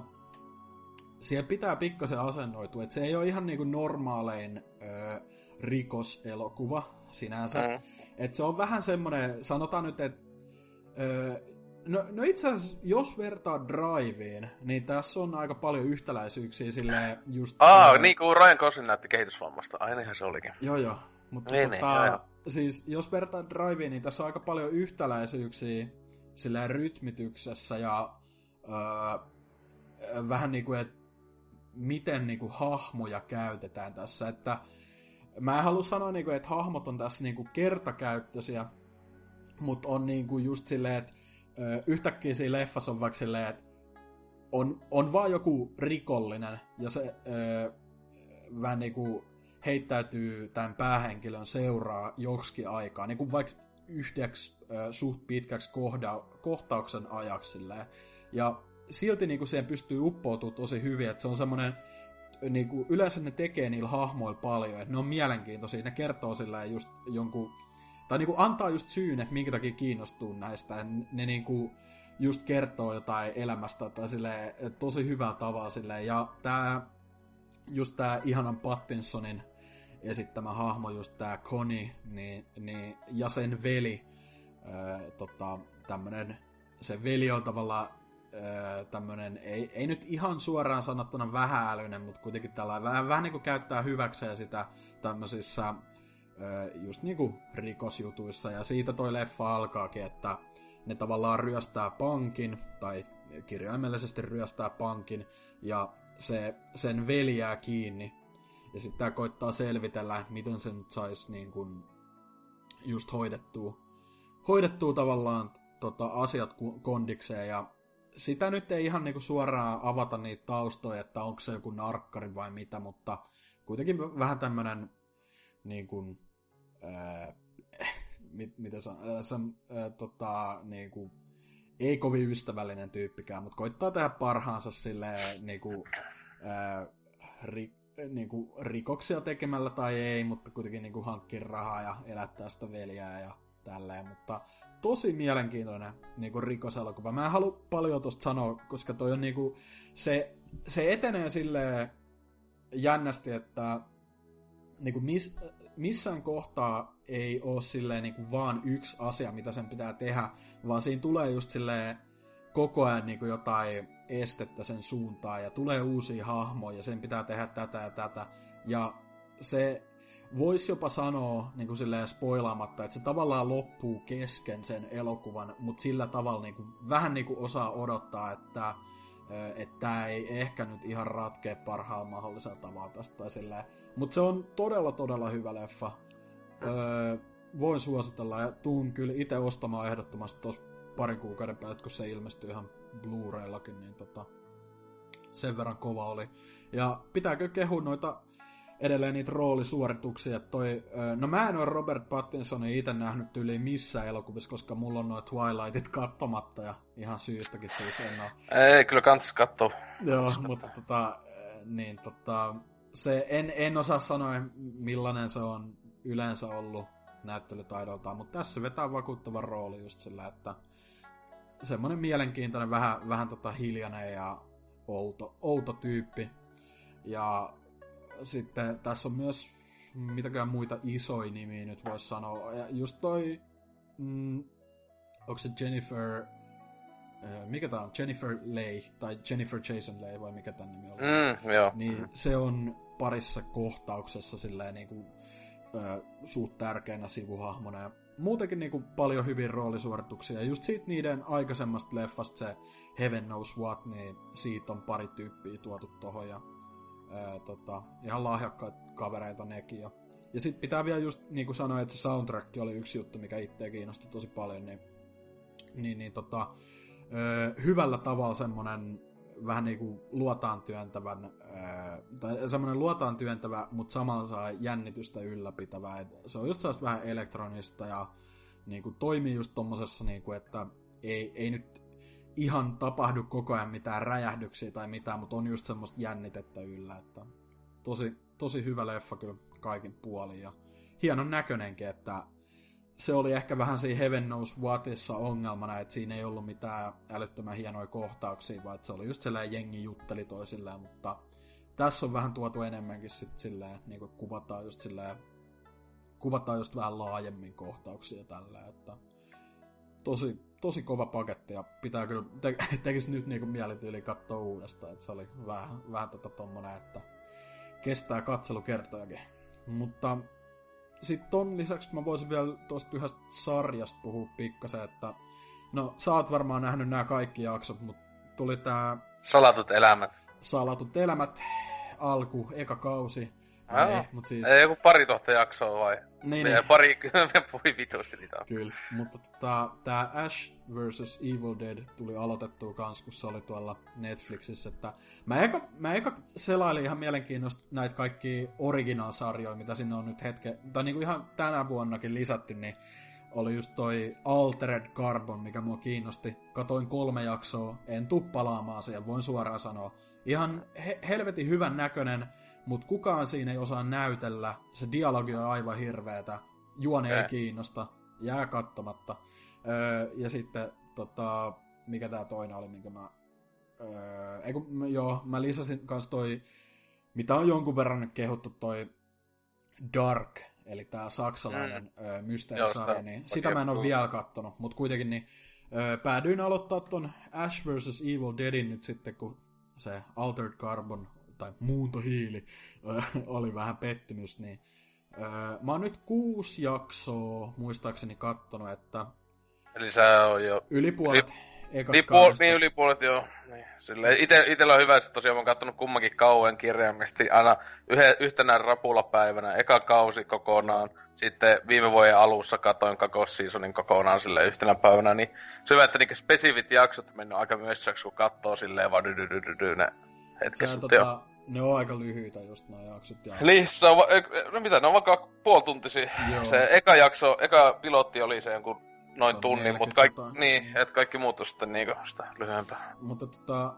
Speaker 4: siihen pitää pikkasen asennoitua. Että se ei ole ihan niinku normaalein ö, rikoselokuva sinänsä. Mm. Että se on vähän semmonen, sanotaan nyt, että ö, No, no itse asiassa, jos vertaa Driveen, niin tässä on aika paljon yhtäläisyyksiä silleen just...
Speaker 3: Aa,
Speaker 4: ää...
Speaker 3: niin kuin Ryan Gosling näytti kehitysvammasta. Ainahan se olikin.
Speaker 4: Joo, joo. Mutta
Speaker 3: niin,
Speaker 4: tota,
Speaker 3: niin, joo, joo.
Speaker 4: siis jos vertaa Driveen, niin tässä on aika paljon yhtäläisyyksiä silleen rytmityksessä ja öö, vähän niinku, että miten niinku hahmoja käytetään tässä. Että mä en halua sanoa, niinku, että hahmot on tässä niinku kertakäyttöisiä, mutta on niinku just silleen, että yhtäkkiä siinä leffassa on vaikka silleen, että on, on vaan joku rikollinen ja se öö, vähän niinku heittäytyy tämän päähenkilön seuraa joksikin aikaa, niinku vaikka yhdeksi öö, suht pitkäksi kohda, kohtauksen ajaksi silleen. ja silti niinku siihen pystyy uppoutumaan tosi hyvin, että se on semmoinen, niinku, yleensä ne tekee niillä hahmoilla paljon, että ne on mielenkiintoisia, ne kertoo sillä just jonkun, tai niinku antaa just syyn, että minkä takia kiinnostuu näistä, ja ne niinku just kertoo jotain elämästä, tai silleen, tosi hyvällä tavalla silleen, ja tää, just tää ihanan Pattinsonin esittämä hahmo, just tää Connie, niin, niin, ja sen veli, ää, tota, tämmönen, se veli on tavallaan ää, tämmönen, ei, ei nyt ihan suoraan sanottuna vähäälyinen, mutta kuitenkin tällainen, vähän, vähän niinku käyttää hyväkseen sitä tämmöisissä ää, just niinku rikosjutuissa, ja siitä toi leffa alkaakin, että ne tavallaan ryöstää pankin, tai kirjaimellisesti ryöstää pankin, ja se, sen veli jää kiinni. Ja sitten tää koittaa selvitellä, miten se nyt saisi niin kun just hoidettua, hoidettua tavallaan tota, asiat kondikseen. Ja sitä nyt ei ihan niin kun suoraan avata niitä taustoja, että onko se joku narkkari vai mitä, mutta kuitenkin vähän tämmönen niin kun, ää, mit, mitä san, ää, san, ää, tota, niin kun, ei kovin ystävällinen tyyppikään, mutta koittaa tehdä parhaansa silleen niin kun, ää, ri, niinku rikoksia tekemällä tai ei, mutta kuitenkin niinku hankkii rahaa ja elättää sitä veljää ja tälleen, mutta tosi mielenkiintoinen niinku rikoselokuva. Mä en halua paljon tosta sanoa, koska toi on niinku, se, se etenee silleen jännästi, että niinku miss, missään kohtaa ei oo silleen niinku vaan yksi asia, mitä sen pitää tehdä, vaan siinä tulee just silleen koko ajan niin kuin jotain estettä sen suuntaan, ja tulee uusia hahmoja, ja sen pitää tehdä tätä ja tätä. Ja se voisi jopa sanoa, niin kuin silleen spoilaamatta, että se tavallaan loppuu kesken sen elokuvan, mutta sillä tavalla niin kuin, vähän niin kuin osaa odottaa, että tämä ei ehkä nyt ihan ratkea parhaalla mahdollisella tavalla tästä tai silleen. Mutta se on todella, todella hyvä leffa. Öö, voin suositella, ja tuun kyllä itse ostamaan ehdottomasti tuossa parin kuukauden päästä, kun se ilmestyi ihan Blu-rayllakin, niin tota, sen verran kova oli. Ja pitääkö kehua noita edelleen niitä roolisuorituksia, että toi, no mä en ole Robert Pattinsonia itse nähnyt yli missään elokuvissa, koska mulla on noita Twilightit kattomatta, ja ihan syystäkin siis en ole.
Speaker 3: Ei, kyllä kans kattoo.
Speaker 4: Joo, mutta tota, niin tota, se, en, en osaa sanoa millainen se on yleensä ollut näyttelytaidoltaan, mutta tässä vetää vakuuttavan rooli just sillä, että semmoinen mielenkiintoinen, vähän, vähän tota hiljainen ja outo, outo tyyppi. Ja sitten tässä on myös mitäkään muita isoja nimiä nyt voisi sanoa. Ja just toi, mm, onko se Jennifer, äh, mikä tää on? Jennifer Leigh, tai Jennifer Jason Leigh, vai mikä tän nimi oli?
Speaker 3: Mm, joo.
Speaker 4: Niin se on parissa kohtauksessa silleen niinku äh, suht tärkeänä sivuhahmona. Ja muutenkin niinku paljon hyvin roolisuorituksia. Ja just siitä niiden aikaisemmasta leffasta se Heaven Knows What, niin siitä on pari tyyppiä tuotu tohon. Ja ää, tota, ihan lahjakkaita kavereita nekin. Ja, ja sit pitää vielä just niinku sanoa, että se soundtrack oli yksi juttu, mikä itseä kiinnosti tosi paljon. Niin, niin, niin tota, ää, hyvällä tavalla semmonen vähän niinku luotaan työntävän, ää, tai semmonen luotaan työntävä, mutta samalla saa jännitystä ylläpitävää. Et se on just sellaista vähän elektronista ja niinku toimii just tommosessa, niinku, että ei, ei nyt ihan tapahdu koko ajan mitään räjähdyksiä tai mitään, mutta on just semmoista jännitettä yllä. Että tosi, tosi hyvä leffa kyllä kaikin puolin ja hienon näköinenkin, että se oli ehkä vähän siinä Heaven Knows Whatissa ongelmana, että siinä ei ollut mitään älyttömän hienoja kohtauksia, vaan että se oli just sellainen jengi jutteli toisilleen, mutta tässä on vähän tuotu enemmänkin sit silleen, niin kuin kuvataan just silleen, kuvataan just vähän laajemmin kohtauksia tällä, että tosi, tosi kova paketti ja pitää kyllä, te, tekisi nyt niin kuin mielityyli katsoa uudestaan, että se oli vähän, vähän tota tommonen, että kestää katselukertojakin, mutta sitten ton lisäksi mä voisin vielä tuosta yhdestä sarjasta puhua pikkasen, että no sä oot varmaan nähnyt nämä kaikki jaksot, mutta tuli tää
Speaker 3: Salatut elämät.
Speaker 4: Salatut elämät alku, eka kausi.
Speaker 3: Ää,
Speaker 4: ei, mut siis
Speaker 3: ei joku pari tuhatta jaksoa vai?
Speaker 4: Niin,
Speaker 3: niin.
Speaker 4: niin.
Speaker 3: Pari, me puhui vitusti niitä.
Speaker 4: Kyllä, mutta tota, tää Ash versus. Evil Dead tuli aloitettua kans, kun se oli tuolla Netflixissä, että mä eka, mä eka selailin ihan mielenkiinnosta näitä kaikkia original-sarjoja, mitä sinne on nyt hetke, tai niinku ihan tänä vuonnakin lisätty, niin oli just toi Altered Carbon, mikä mua kiinnosti. Katoin kolme jaksoa, en tuu palaamaan siihen, voin suoraan sanoa. Ihan he- helvetin hyvän näköinen, mut kukaan siinä ei osaa näytellä. Se dialogi on aivan hirveetä. Juone ei kiinnosta, jää kattomatta. Öö, ja sitten, tota, mikä tää toinen oli, minkä mä... Öö, ei kun, joo, mä lisäsin kans toi, mitä on jonkun verran kehuttu toi Dark, eli tää saksalainen mm. öö, mysteerisarja, niin sitä mä en oo vielä kattonut, mut kuitenkin niin öö, päädyin aloittaa ton Ash versus. Evil Deadin nyt sitten, kun se Altered Carbon, tai muuntohiili, öö, oli vähän pettymys, niin öö, mä oon nyt kuusi jaksoa muistaakseni kattonut, että
Speaker 3: eli sä on jo...
Speaker 4: Yli puolet
Speaker 3: yli, ekasta yli puol- Niin, yli puolet joo. Niin, silleen, ite, itellä on hyvä, että tosiaan mä oon kattonut kummankin kauan kirjaimesti aina yhden, yhtenä rapulapäivänä, eka kausi kokonaan. Sitten viime vuoden alussa katoin kakosseasonin kokonaan silleen yhtenä päivänä, niin se hyvä, että niinku spesifit jaksot on mennyt aika mössäksi, kun kattoo silleen vaan dy ne hetkessä.
Speaker 4: Tota, ne on aika lyhyitä just nää jaksot. Ja...
Speaker 3: Niin, se on va- no mitä, ne on vaikka puolituntisia. Se eka jakso, eka pilotti oli se jonkun noin tunnin, mutta kaikki, tota, niin, niin. Et kaikki muutu sitten niinku sitä lyhyempää.
Speaker 4: Mutta tota,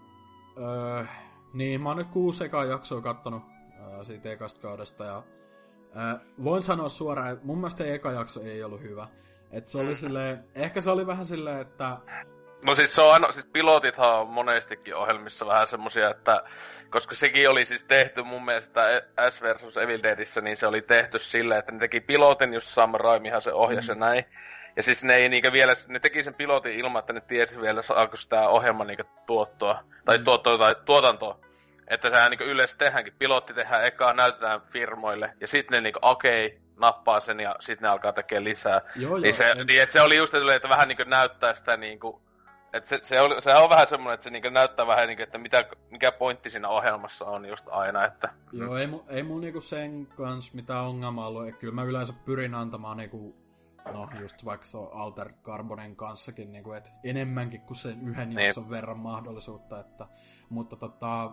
Speaker 4: öö, niin mä oon nyt kuusi ekaa jaksoa kattonut öö, siitä ekasta kaudesta ja öö, voin sanoa suoraan, että mun mielestä se eka jakso ei ollut hyvä. Et se oli silleen, ehkä se oli vähän silleen, että...
Speaker 3: No siis se on aina, siis pilotithan on monestikin ohjelmissa vähän semmosia, että koska sekin oli siis tehty mun mielestä Ash versus. Evil Deadissä, niin se oli tehty silleen, että ne teki pilotin, just Sam Raimihan se ohjasi mm. ja näin. Ja siis ne ei niinkö vielä, ne teki sen pilotin ilman, että ne tiesi vielä, saako sitä ohjelma niinkö tuottoa, tai mm. tuottoa tai tuotantoa. Että sehän niinkö yleensä tehdäänkin, pilotti tehdään ekaa, näytetään firmoille, ja sitten ne niinkö okei, okay, nappaa sen, ja sitten ne alkaa tekemään lisää.
Speaker 4: Joo,
Speaker 3: niin
Speaker 4: joo,
Speaker 3: se,
Speaker 4: en...
Speaker 3: niin, että se oli just, että vähän niinkö näyttää sitä niinkö, että se, se, oli, sehän on vähän semmoinen, että se niinkö näyttää vähän niinkö, että mitä, mikä pointti siinä ohjelmassa on just aina, että...
Speaker 4: Joo, ei, ei mun niinku sen kans mitään ongelmaa ollut, että kyllä mä yleensä pyrin antamaan niinku... No just vaikka se on Altered Carbonin kanssakin, niin kuin, että enemmänkin kuin sen yhden niin. jakson verran mahdollisuutta. Että, mutta tota,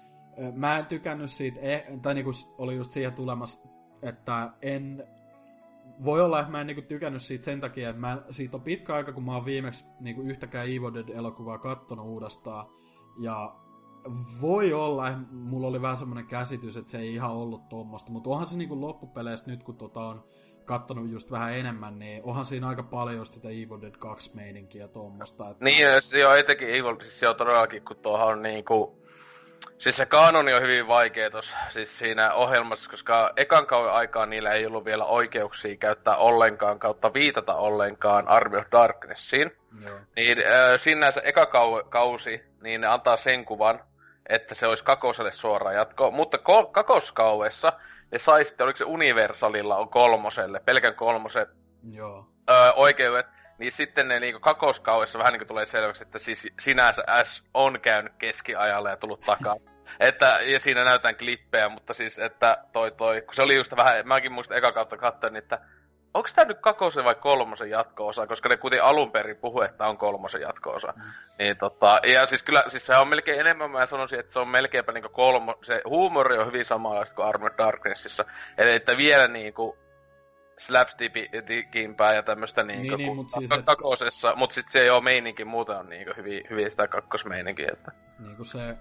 Speaker 4: mä en tykännyt siitä, tai niin kuin oli just siihen tulemassa, että en... Voi olla, että mä en niin kuin tykännyt siitä sen takia, että mä, siitä on pitkä aika, kun mä oon viimeksi niin kuin yhtäkään Evil Dead-elokuvaa kattonut uudestaan. Ja voi olla, että mulla oli vähän semmoinen käsitys, että se ei ihan ollut tommoista. Mutta onhan se niin kuin loppupeleissä nyt, kun tota on... kattonut just vähän enemmän, niin onhan siinä aika paljon just sitä Evil Dead kaksi meininkiä tuommoista. Että...
Speaker 3: Niin, se on etenkin Evil, siis se on todellakin, kun tuohon on niinku... Siis se kanoni on hyvin vaikea tossa, siis siinä ohjelmassa, koska ekan kauden aikaan niillä ei ollut vielä oikeuksia käyttää ollenkaan, kautta viitata ollenkaan Army of Darknessiin. Joo. Niin äh, siinä se eka kau- kausi, niin ne antaa sen kuvan, että se olisi kakoselle suoraan jatko, mutta ko- kakoskaudessa ne sai sitten, oliko se Universalilla on kolmoselle, pelkän kolmosen
Speaker 4: Joo.
Speaker 3: Öö, oikeudet, niin sitten ne niinku kakoskaudessa vähän niinku tulee selväksi, että siis sinänsä Ash on käynyt keskiajalle ja tullut takaa. Että, ja siinä näytään klippejä, mutta siis, että toi toi, kun se oli just vähän, mäkin muistan eka kautta katsoin, että onks tää nyt kakosen vai kolmosen jatko-osa, koska ne kuitenkin alun perin puhuu, että on kolmosen jatko-osa. Mm. Niin tota, ja siis kyllä, siis se on melkein enemmän, mä sanoisin, että se on melkeinpä niinku kolmo, se huumori on hyvin samanlaista kuin Armored Darknessissa. Eli että vielä niinku slapstickimpää ja tämmöstä niinku
Speaker 4: niin, niin, mut siis,
Speaker 3: kakosessa, et... mut sit se ei oo meininki, muuten on niinku hyvin, hyvin sitä kakkosmeininkiä, että...
Speaker 4: Niinku se...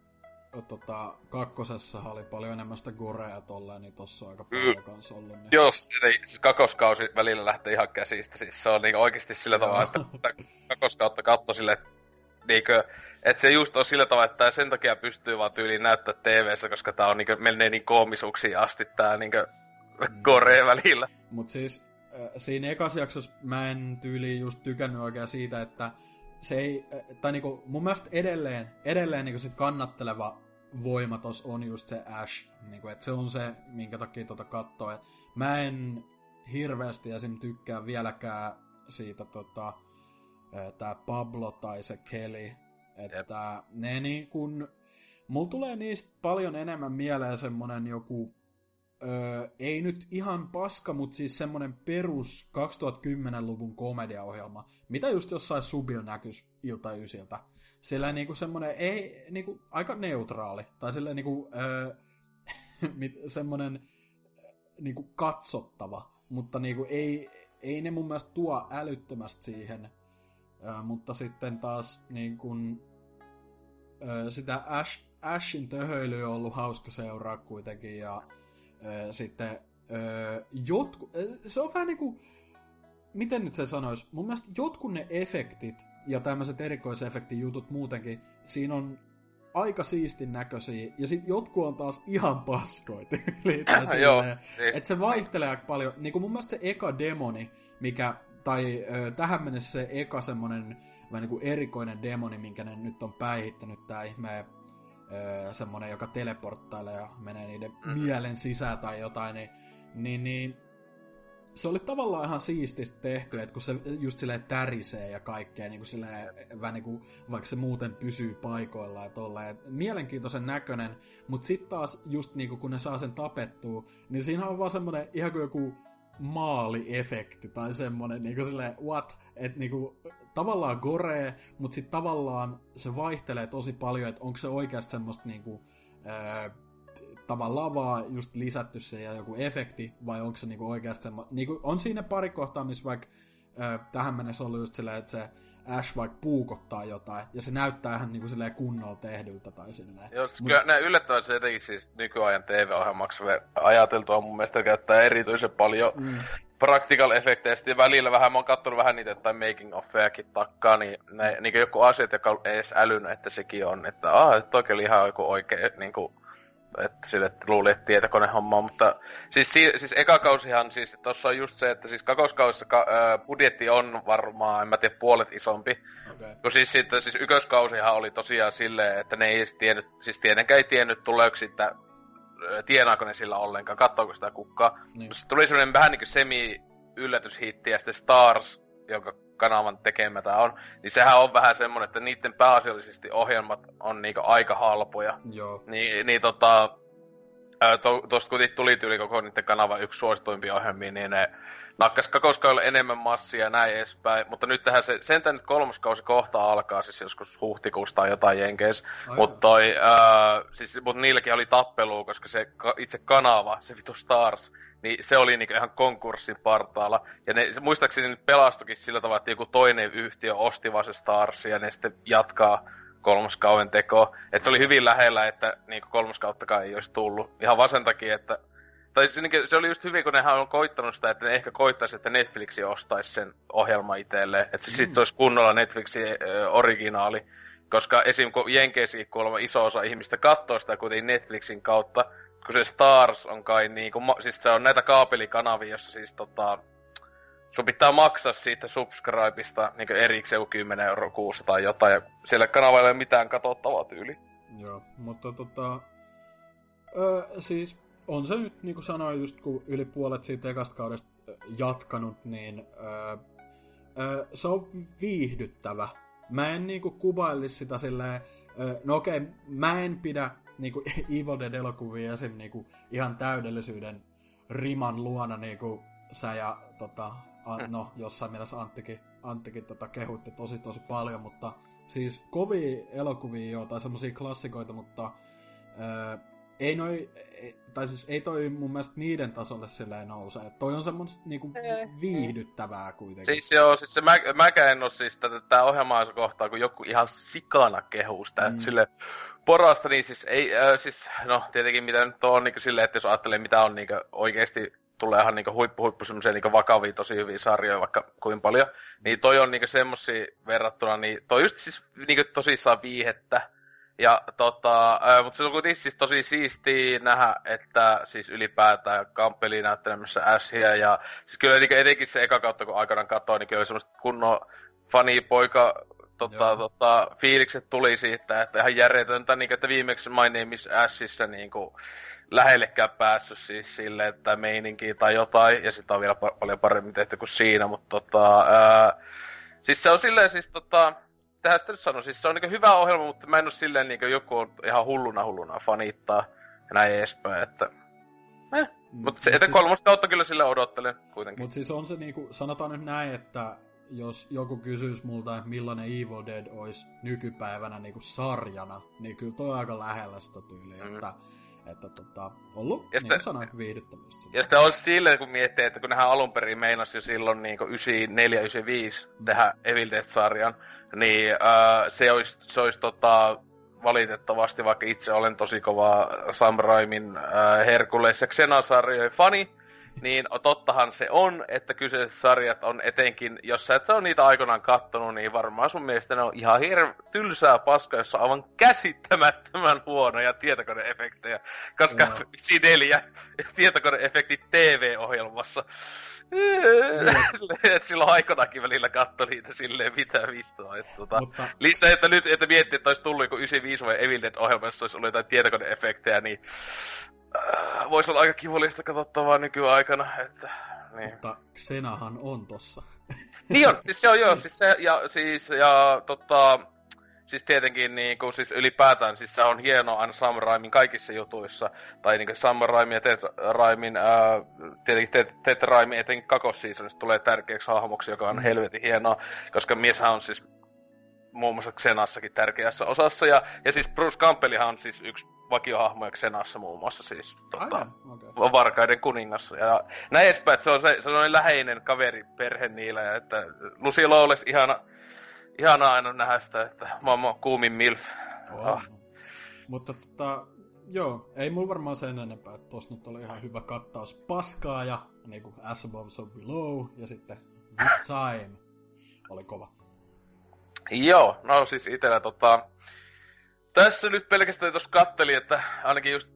Speaker 4: Tota, kakkosessahan oli paljon enemmän sitä gorea tolleen, niin tossa on aika paljon kans ollut. Niin...
Speaker 3: Joo, siis kakoskausi välillä lähtee ihan käsistä, siis se on niinku oikeesti sillä tavalla, että kakoskautta katto silleen, niinkö, että se just on sillä tavalla, että sen takia pystyy vaan tyyliin näyttää T V:ssä, koska tää on niinkö, menee niin koomisuuksiin asti tää niinkö mm. gorea välillä.
Speaker 4: Mut siis, äh, siinä ekas jaksossa mä en tyyliin just tykännyt oikein siitä, että se ei, tai niinku mun mielestä edelleen, edelleen niinku se kannatteleva voima tossa on just se Ash, niinku, että se on se, minkä takia tota kattoo. Et mä en hirveästi esim. Tykkää vieläkään siitä tota, tää Pablo tai se Kelly, että Jep. ne niin kun, mulla tulee niistä paljon enemmän mieleen semmonen joku, öö, ei nyt ihan paska, mut siis semmonen perus kaksituhattakymmenluvun komediaohjelma, mitä just jossain Subil näkys iltaysiltä. Sillä niinku semmonen, ei, niinku aika neutraali, tai silleen niinku, öö, semmonen niinku katsottava, mutta niinku ei, ei ne mun mielestä tuo älyttömästi siihen, äh, mutta sitten taas niin kun, äh, sitä Ash, Ashin töhöilyä on ollut hauska seuraa kuitenkin, ja äh, sitten äh, jotku, äh, se on vähän niinku, miten nyt se sanois, mun mielestä jotkut ne efektit, ja tämmöiset erikoisefektijutut muutenkin, siinä on aika siistin näköisiä, ja sit jotkut on taas ihan paskoita. Että se vaihtelee aika paljon. Niin kuin mun mielestä se eka demoni, mikä, tai ö, tähän mennessä se eka semmonen vähän niin kuin erikoinen demoni, minkä ne nyt on päihittänyt, tää ihme ö, semmonen, joka teleporttailee ja menee niiden mm-hmm. mielen sisään tai jotain, niin, niin, niin se oli tavallaan ihan siististi tehty, että kun se just silleen tärisee ja kaikkea, niin kuin silleen, vähän niin kuin, vaikka se muuten pysyy paikoillaan ja tolleen. Mielenkiintoisen näköinen, mutta sitten taas just niin kuin, kun ne saa sen tapettua, niin siinä on vaan semmoinen ihan kuin joku maaliefekti tai semmoinen niin kuin silleen, what? Että niin kuin, tavallaan goree, mutta sitten tavallaan se vaihtelee tosi paljon, että onko se oikeasti semmoista niin kuin, ää, tavallaan vaan just lisätty se ja joku efekti, vai onko se niinku oikeasti semmo... Niinku, on siinä pari kohtaa, missä vaikka äh, tähän mennessä ollut just silleen, että se Ash vaikka puukottaa jotain, ja se näyttää ihan niinku silleen kunnolla tehdyltä tai silleen.
Speaker 3: Jos Mut... kyllä näin yllättävän se siis nykyajan T V-ohjelmaksi ajateltua mun mielestä käyttää erityisen paljon mm. practical effektejä, sitten välillä vähän, mä oon kattonut vähän niitä jotain making offejakin takkaa, niin ne, niinku joku asiat, joka ei edes älynyt, että sekin on, että aah, toki oli ihan joku oikee, niinku että sille luuli, että tietokonehommaa, mutta siis, si, siis eka kausihan, siis tossa on just se, että siis kakoskausissa ka, ää, budjetti on varmaan, en mä tiedä, puolet isompi. Okay. Kun siis, sitten, siis ykköskausihan oli tosiaan silleen, että ne ei edes tiennyt, siis tietenkään ei tiennyt tuleeko sitä, tienaako ne sillä ollenkaan, katsoako sitä kukkaa. Niin. Sitten tuli semmoinen vähän niin kuin semi-yllätyshitti ja sitten Stars, jonka kanavan tekemä tää on, niin sehän on vähän semmonen, että niitten pääasiallisesti ohjelmat on niinku aika halpoja.
Speaker 4: Joo.
Speaker 3: Ni, niin tota, to, tosta kun tuli tyyli koko niitten kanavan yksi suosituimpia ohjelmia, niin ne nakkas kakoskaudella enemmän massia ja näin edespäin. Mutta nyt tähän se, sentään nyt kolmas kausi kohta alkaa, siis joskus huhtikuussa tai jotain jenkeis. Mutta toi, ää, siis, mut niilläkin oli tappelua, koska se itse kanava, se vitu Stars, niin se oli niinku ihan konkurssin partaalla. Ja ne, se, muistaakseni ne pelastukin sillä tavalla, että joku toinen yhtiö osti vaan se Starsin ja ne sitten jatkaa kolmoskauden tekoa. Että se oli hyvin lähellä, että niinku kolmoskauttakaan ei olisi tullut. Ihan vaan sen takia, että... Tai se, niinku, se oli just hyvin, kun nehän on koittanut sitä, että ne ehkä koittaisi, että Netflixi ostaisi sen ohjelman itselleen. Että se mm. sitten olisi kunnolla Netflixin äh, originaali. Koska esim. Kun Jenkeisiin kuulemma iso osa ihmistä katsoo sitä kuitenkin Netflixin kautta, kun se Stars on kai niinku, siis se on näitä kaapelikanavia, jossa siis tota, sun pitää maksaa siitä subscribeista niinku erikseen joku kymmenen euroa kuussa tai jotain, ja siellä kanavalla ei ole mitään katsottavaa tyyli.
Speaker 4: Joo, mutta tota, öö, siis on se nyt, niinku sanoin, just kun yli puolet siitä ekasta kaudesta jatkanut, niin öö, öö, se on viihdyttävä. Mä en niinku kuvailisi sitä silleen, öö, no okei, okay, mä en pidä niinku Evil Dead-elokuvia esim. Niinku ihan täydellisyyden riman luona niinku sä ja tota, an, no jossain mielessä Anttikin, Anttikin tota, kehuitte tosi tosi paljon, mutta siis kovia elokuvia joo, tai semmosia klassikoita, mutta ää, ei noi, tai siis ei toi mun mielestä niiden tasolle silleen nouse, että toi on semmoista niinku viihdyttävää kuitenkin.
Speaker 3: Siis joo, siis se mä, mäkään en oo siis tätä tää ohjelmaa kohtaa, kun joku ihan sikana kehuu sitä, mm. silleen porasta, niin siis ei, äh, siis, no tietenkin mitä nyt on niinku silleen, että jos ajattelee mitä on niinku oikeesti tulee ihan niinku huippu huippu semmosia niinku vakavia tosi hyviä sarjoja vaikka kuin paljon, niin toi on niinku semmosia verrattuna, niin toi just siis niinku tosissaan viihettä. Ja tota, äh, mutta se on kuitenkin siis tosi siistiä nähdä, että siis ylipäätään Kampeli näyttelemässä Ashia ja siis kyllä niinku etenkin se eka kautta kun aikanaan katsoin, niin kyllä oli semmoista kunnon fanipoika Tota, tota, fiilikset tuli siitä, että ihan järjetöntä, niin, että viimeksi My Name is Ashissa niin kuin, lähellekään päässyt siis silleen, että meininkiä tai jotain, ja sitä on vielä pa- paljon paremmin tehty kuin siinä, mutta tota, ää, siis se on silleen siis tota, tähän sitä nyt sanon, siis se on niin hyvä ohjelma, mutta mä en oo silleen niin joku on ihan hulluna hulluna fanittaa ja näin edespäin, että eh. Mm, mutta se, että siis, kolmosta kautta kyllä sille odottelen kuitenkin.
Speaker 4: Mutta siis on se niinku, sanotaan nyt näin, että jos joku kysyisi multa, että millainen Evil Dead olisi nykypäivänä niinku sarjana, niin kyllä toi on aika lähellä sitä tyyliä. Mm. Että, Että tota, ollut,
Speaker 3: ja
Speaker 4: niin
Speaker 3: sitten,
Speaker 4: kuin sanoin, viihdyttämistä.
Speaker 3: Ja sitten on silleen, kun miettii, että kun nehän alun perin meinasi jo silloin niin yhdeksänkymmentäneljä yhdeksänkymmentäviisi mm. tehdä Evil Dead-sarjan, niin äh, se olisi, se olisi tota, valitettavasti, vaikka itse olen tosi kova Sam Raimin äh, Herkules ja Xena-sarjojen fani, niin tottahan se on, että kyseiset sarjat on etenkin, jos sä et ole niitä aikoinaan kattonut, niin varmaan sun mielestä ne on ihan hirveän tylsää paskaa, jossa on aivan käsittämättömän huonoja tietokoneefektejä, koska
Speaker 4: no.
Speaker 3: Sidelia tietokoneefektit T V-ohjelmassa. Et silloin aikoinakin välillä katso niitä silleen mitä vittua. Et, tota, Mutta... Lisää, että nyt että miettii, että olisi tullut joku yhdeksänkymmentäviisi vai Evil Dead-ohjelmassa, olisi ollut jotain tietokoneefektejä, niin äh, voisi olla aika kivullista katsottavaa nykyaikana. Että, niin.
Speaker 4: Mutta Xenahan on tossa.
Speaker 3: Niin on, siis se on joo, siis se, ja siis, ja tota, siis tietenkin niinku, siis ylipäätään, siis se on hienoa aina Sam Raimin kaikissa jutuissa, tai niinku Sam Raimin ja Ted Raimin, ää, tietenkin Ted, Ted Raimin etenkin kakosseasonissa tulee tärkeäksi hahmoksi, joka on helvetin hienoa, koska mieshän on siis muun muassa Xenassakin tärkeässä osassa, ja, ja siis Bruce Campbellihan on siis yksi vakiohahmoja Xenassa muun muassa siis, tota, okay. Varkaiden kuningas, ja näin edespäin, että se on se, se on läheinen kaveriperhe niillä, ja että Lucy Lawless ihana, ihanaa aina nähdä sitä, että maailman kuumin milf.
Speaker 4: Oh. Ah. Mutta tota, joo, ei mulla varmaan sen enempää, että tossa nyt oli ihan hyvä kattaus paskaa ja niinku As Above So Below ja sitten Good Time oli kova.
Speaker 3: Joo, no siis itellä tota, tässä nyt pelkästään tuossa kattelin, että ainakin just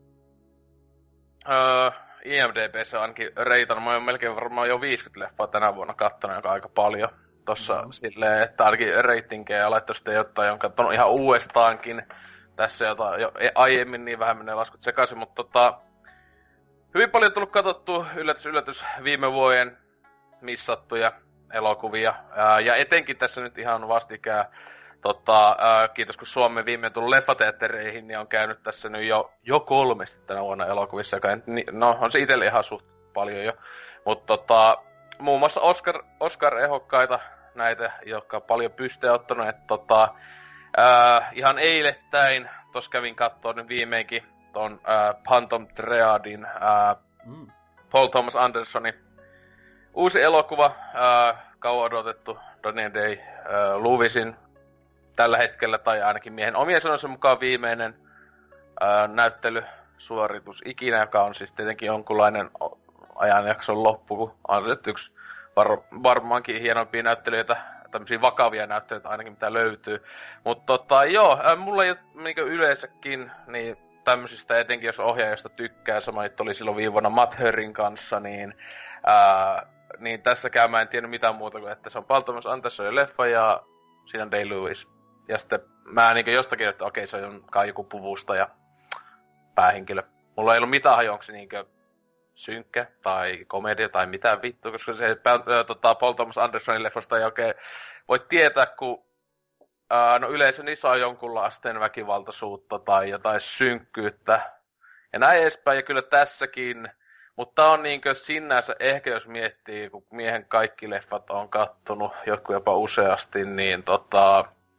Speaker 3: öö, I M D B:ssä on ainakin reitannut, mä oon melkein varmaan jo viisikymmentä leffaa tänä vuonna kattonut, joka on aika paljon. Tossa mm. silleen, että ainakin reitingejä ja laittaa sitten jotain, jonka on kattonut ihan uudestaankin. Tässä jotain, jo aiemmin niin vähän menee laskut sekaisin, mutta tota, hyvin paljon tullut katsottua, yllätys, yllätys, viime vuoden missattuja elokuvia. Ää, ja etenkin tässä nyt ihan vastikään, tota, ää, kiitos kun Suomen viimein tullut leffateattereihin, niin on käynyt tässä nyt jo, jo kolmesti tänä vuonna elokuvissa, joka en, no on se itselle ihan suht paljon jo. Mutta tota, muun muassa Oscar, Oscar-ehokkaita näitä, jotka on paljon pystyä ottanut, että tota, ää, ihan eilettäin, tossa kävin kattoo nyt viimeinkin ton ää, Phantom Threadin, ää, mm. Paul Thomas Andersonin uusi elokuva, ää, kauan odotettu Daniel Day-Lewisin tällä hetkellä, tai ainakin miehen omien sanonsa mukaan viimeinen ää, näyttelysuoritus ikinä, joka on siis tietenkin jonkunlainen ajanjakson loppu, kun on se yksi var- varmaankin hienompia näyttelijöitä, tämmöisiä vakavia näyttelijöitä ainakin mitä löytyy. Mutta tota, joo, äh, mulla ei niin yleensäkin niin tämmöisistä, etenkin jos ohjaajasta tykkää, sama että oli silloin viime vuonna Matt Hörin kanssa, niin, ää, niin tässäkään mä en tiennyt mitään muuta kuin, että se on Paul Thomas Andersonin leffa ja siinä on Day-Lewis. Ja sitten mä niin jostakin, että okei, se on kai joku puvusta ja päähenkilö. Mulla ei ollut mitään hajoa, onko se niinkö synkkä tai komedia tai mitään vittua, koska se äh, tota, Paul Thomas Andersonin leffasta ei oikein voi tietää, kun äh, no yleensä niissä on jonkunlaisten väkivaltaisuutta tai jotain synkkyyttä ja näin edespäin, ja kyllä tässäkin, mutta on niinkö sinänsä ehkä jos miettii, kun miehen kaikki leffat on kattonut, jotkut jopa useasti, niin tota,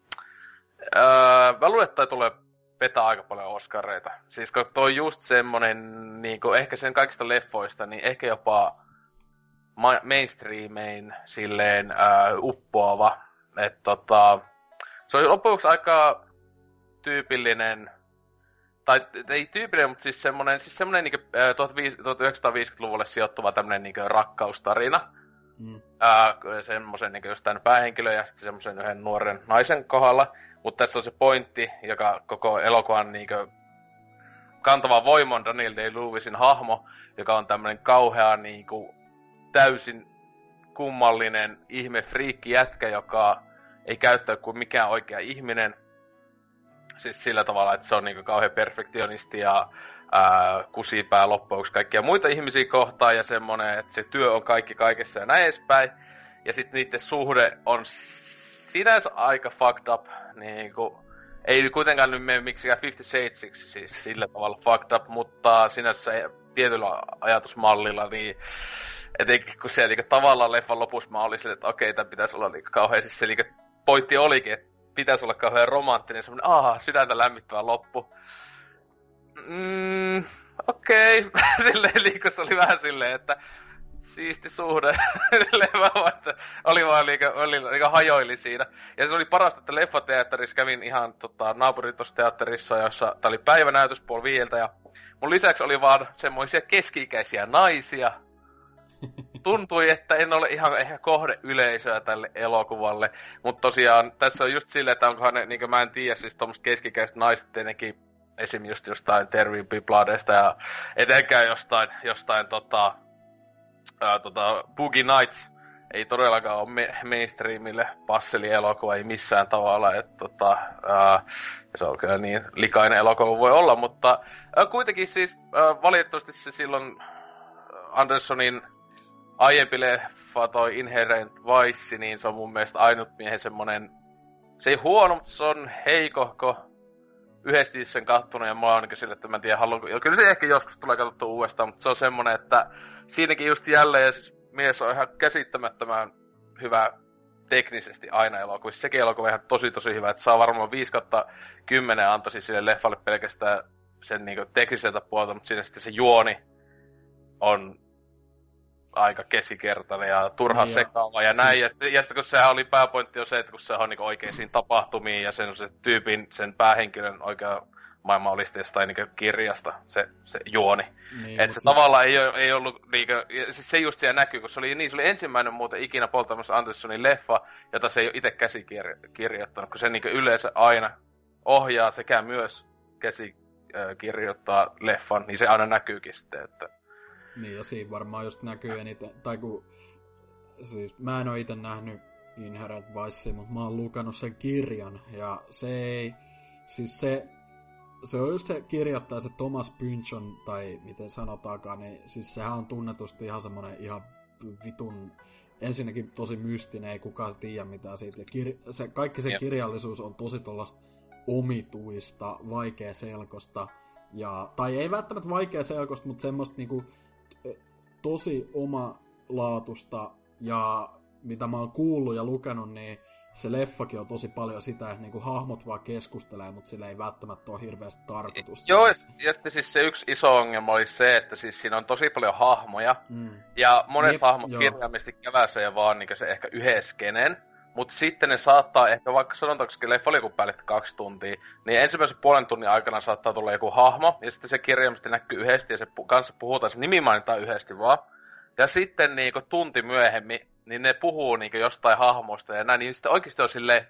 Speaker 3: äh, mä luulen, että tulee vetää aika paljon Oscareita. Siis kun toi just semmonen, niinku, ehkä sen kaikista leffoista, niin ehkä jopa ma- mainstreamein silleen ää, uppoava. Että tota, se on lopuksi aika tyypillinen, tai ei tyypillinen, mutta siis semmonen, siis semmonen niinku, ää, tuhatyhdeksänsataaviisikymmentäluvulle sijoittuva tämmönen niinku rakkaustarina. Mm. Ää, semmosen niinku just tän päähenkilön ja sitten semmosen yhden nuoren naisen kohdalla. Mutta tässä on se pointti, joka koko elokuvan niinkö kantava voima on Daniel Day-Lewisin hahmo, joka on tämmönen kauhea niinku täysin kummallinen ihme friikki jätkä, joka ei käyttäydy kuin mikään oikea ihminen. Siis sillä tavalla, että se on niinku kauhean perfektionisti ja ää, kusipää loppuksi kaikkia muita ihmisiä kohtaan ja semmonen, että se työ on kaikki kaikessa ja näin edespäin. Ja sit niitten suhde on sinänsä aika fucked up, niinku, ei kuitenkaan nyt mene miksikään Fifty Shadesiksi, siis sillä tavalla fucked up, mutta sinänsä tietyllä ajatusmallilla, niin etenkin kun se niinku, tavallaan leffan lopussa mä olin sille, että okei, tän pitäisi olla niinku, kauhean, siis se niinku, pointti olikin, että pitäisi olla kauhean romanttinen, semmonen aah, sydäntä lämmittävä loppu. Mm, okei. Okay. Silleen liiku se oli vähän silleen, että siisti suhde. Leffa, että oli vaan liikaa, oli liikaa hajoili siinä. Ja se oli parasta, että leffateatterissa kävin ihan tota, naapuritosteatterissa, jossa tää oli päivänäytös puoli viieltä. Ja mun lisäksi oli vaan semmoisia keski-ikäisiä naisia. Tuntui, että en ole ihan ehkä kohdeyleisöä tälle elokuvalle. Mutta tosiaan tässä on just silleen, että onkohan ne, niin mä en tiedä, siis tommoset keski-ikäiset naiset tietenkin esim. Just jostain There Be Bloodista ja etenkään jostain, jostain tota, ää, tota Boogie Nights ei todellakaan ole me- mainstreamille passeli-elokuva, ei missään tavalla, että tota, ää, se on kyllä niin likainen elokuva voi olla, mutta ää, kuitenkin siis ää, valitettavasti se silloin Andersonin aiempi leffa, toi Inherent Vice, niin se on mun mielestä ainut miehen semmonen, se ei huono, mutta se on heikohko. Yhdesti sen kattonut ja mä oon niin sille, että mä en tiedä haluanko. Ja kyllä se ehkä joskus tulee katsottua uudestaan, mutta se on semmonen, että siinäkin just jälleen, ja siis mies on ihan käsittämättömän hyvä teknisesti aina elokuvissa. Sekin elokuva on ihan tosi tosi hyvä, että saa varmaan viisi kautta kymmenen antaisin sille leffalle pelkästään sen niin tekniseltä puolta, mutta siinä sitten se juoni on aika keskikertainen ja turha niin sekaava ja, ja näin. Siis... Ja, ja sitten kun sehän oli pääpointti on se, että kun se on niin oikeisiin tapahtumiin ja sen, se tyypin, sen päähenkilön oikea maailma olisi jostain niin kirjasta, se, se juoni. Niin, että se siis... tavallaan ei, ei ollut niin kuin, siis se just siellä näkyy, kun se oli, niin, se oli ensimmäinen muuten ikinä poltamassa Andersonin leffa, jota se ei ole itse käsikirjoittanut, kun se niin yleensä aina ohjaa sekä myös käsikirjoittaa leffan, niin se aina näkyykin sitten, että
Speaker 4: niin, ja siinä varmaan just näkyy eniten, tai kun, siis mä en oo ite nähnyt Inherent Vicea, mutta mä oon lukenut sen kirjan, ja se ei, siis se, se on just se kirjoittaja, se Thomas Pynchon, tai miten sanotaankaan, niin siis sehän on tunnetusti ihan semmonen ihan vitun, ensinnäkin tosi mystinen, ei kukaan tiedä mitään siitä, ja kir- se, kaikki se yep. kirjallisuus on tosi tollasta omituista, vaikeaselkosta, ja, tai ei välttämättä vaikeaselkosta, mutta semmoista niinku tosi omalaatusta, ja mitä mä oon kuullut ja lukenut, niin se leffakin on tosi paljon sitä, että niinku hahmot vaan keskustelee, mutta sillä ei välttämättä ole hirveästi tarkoitusta.
Speaker 3: Joo, ja sitten siis se yksi iso ongelma oli se, että siis siinä on tosi paljon hahmoja, mm. ja monet Jep, hahmot kirjaimellisesti käväsee vaan niin se ehkä yhden skenen, mutta sitten ne saattaa ehkä, vaikka sanotaanko leffa oli joku päälle kaksi tuntia, niin ensimmäisen puolen tunnin aikana saattaa tulla joku hahmo, ja sitten se kirjaimellisesti näkyy yhdesti, ja se pu- kanssa puhutaan, se nimi mainitaan yhdesti vaan. Ja sitten niinku tunti myöhemmin, niin ne puhuu niinku jostain hahmosta ja näin, niin sitten oikeesti on silleen,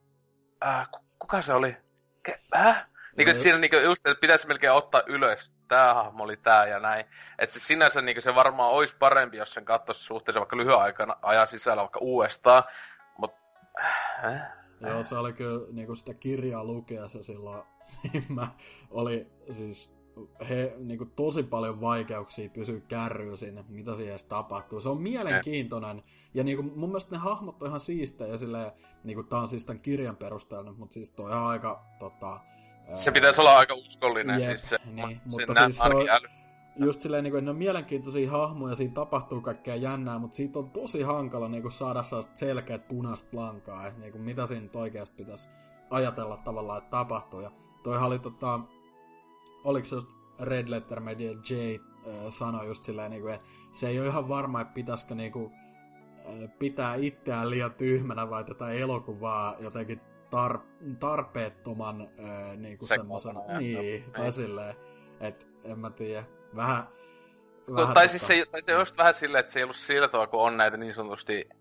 Speaker 3: äh, kuka se oli? Ke- äh? Niinku, että siinä niinku just, että pitäisi melkein ottaa ylös, tää hahmo oli tää ja näin. Että se sinänsä niinku se varmaan olisi parempi, jos sen katsoisi suhteessa vaikka lyhyen aikana ajan sisällä vaikka uudestaan. Mut, äh,
Speaker 4: Joo, se oli kyllä niinku sitä kirjaa lukeessa silloin, niin mä oli siis he niinku tosi paljon vaikeuksia pysyä kärryä sinne, mitä siihen edes tapahtuu. Se on mielenkiintoinen, ja niinku mun mielestä ne hahmot on ihan siistejä, silleen, niinku tää on siis tämän kirjan perusteella, mutta siis toi on ihan aika tota...
Speaker 3: Se pitäisi olla aika uskollinen
Speaker 4: jep,
Speaker 3: siis se.
Speaker 4: Niin, mutta siis se on äly. Just silleen, niinku, ne on mielenkiintoisia hahmoja, siinä tapahtuu kaikkea jännää, mutta siitä on tosi hankala niinku saada sellaista selkeät punaista lankaa, että niinku, mitä siinä nyt oikeasti pitäisi ajatella tavallaan, että tapahtuu. Ja toihan oli tota... Oliko se just Red Letter Media J äh, sanoi just silleen, niinku, että se ei ole ihan varma, että pitäisikö niinku, äh, pitää itseään liian tyhmänä vai tätä elokuvaa jotenkin tar- tarpeettoman äh, niinku semmoisen, niin, tai silleen, että en mä tiedä, vähän... vähän
Speaker 3: tai siis se, tai se on just vähän silleen, että se ei ollut sillä tavalla, kun on näitä niin sanotusti...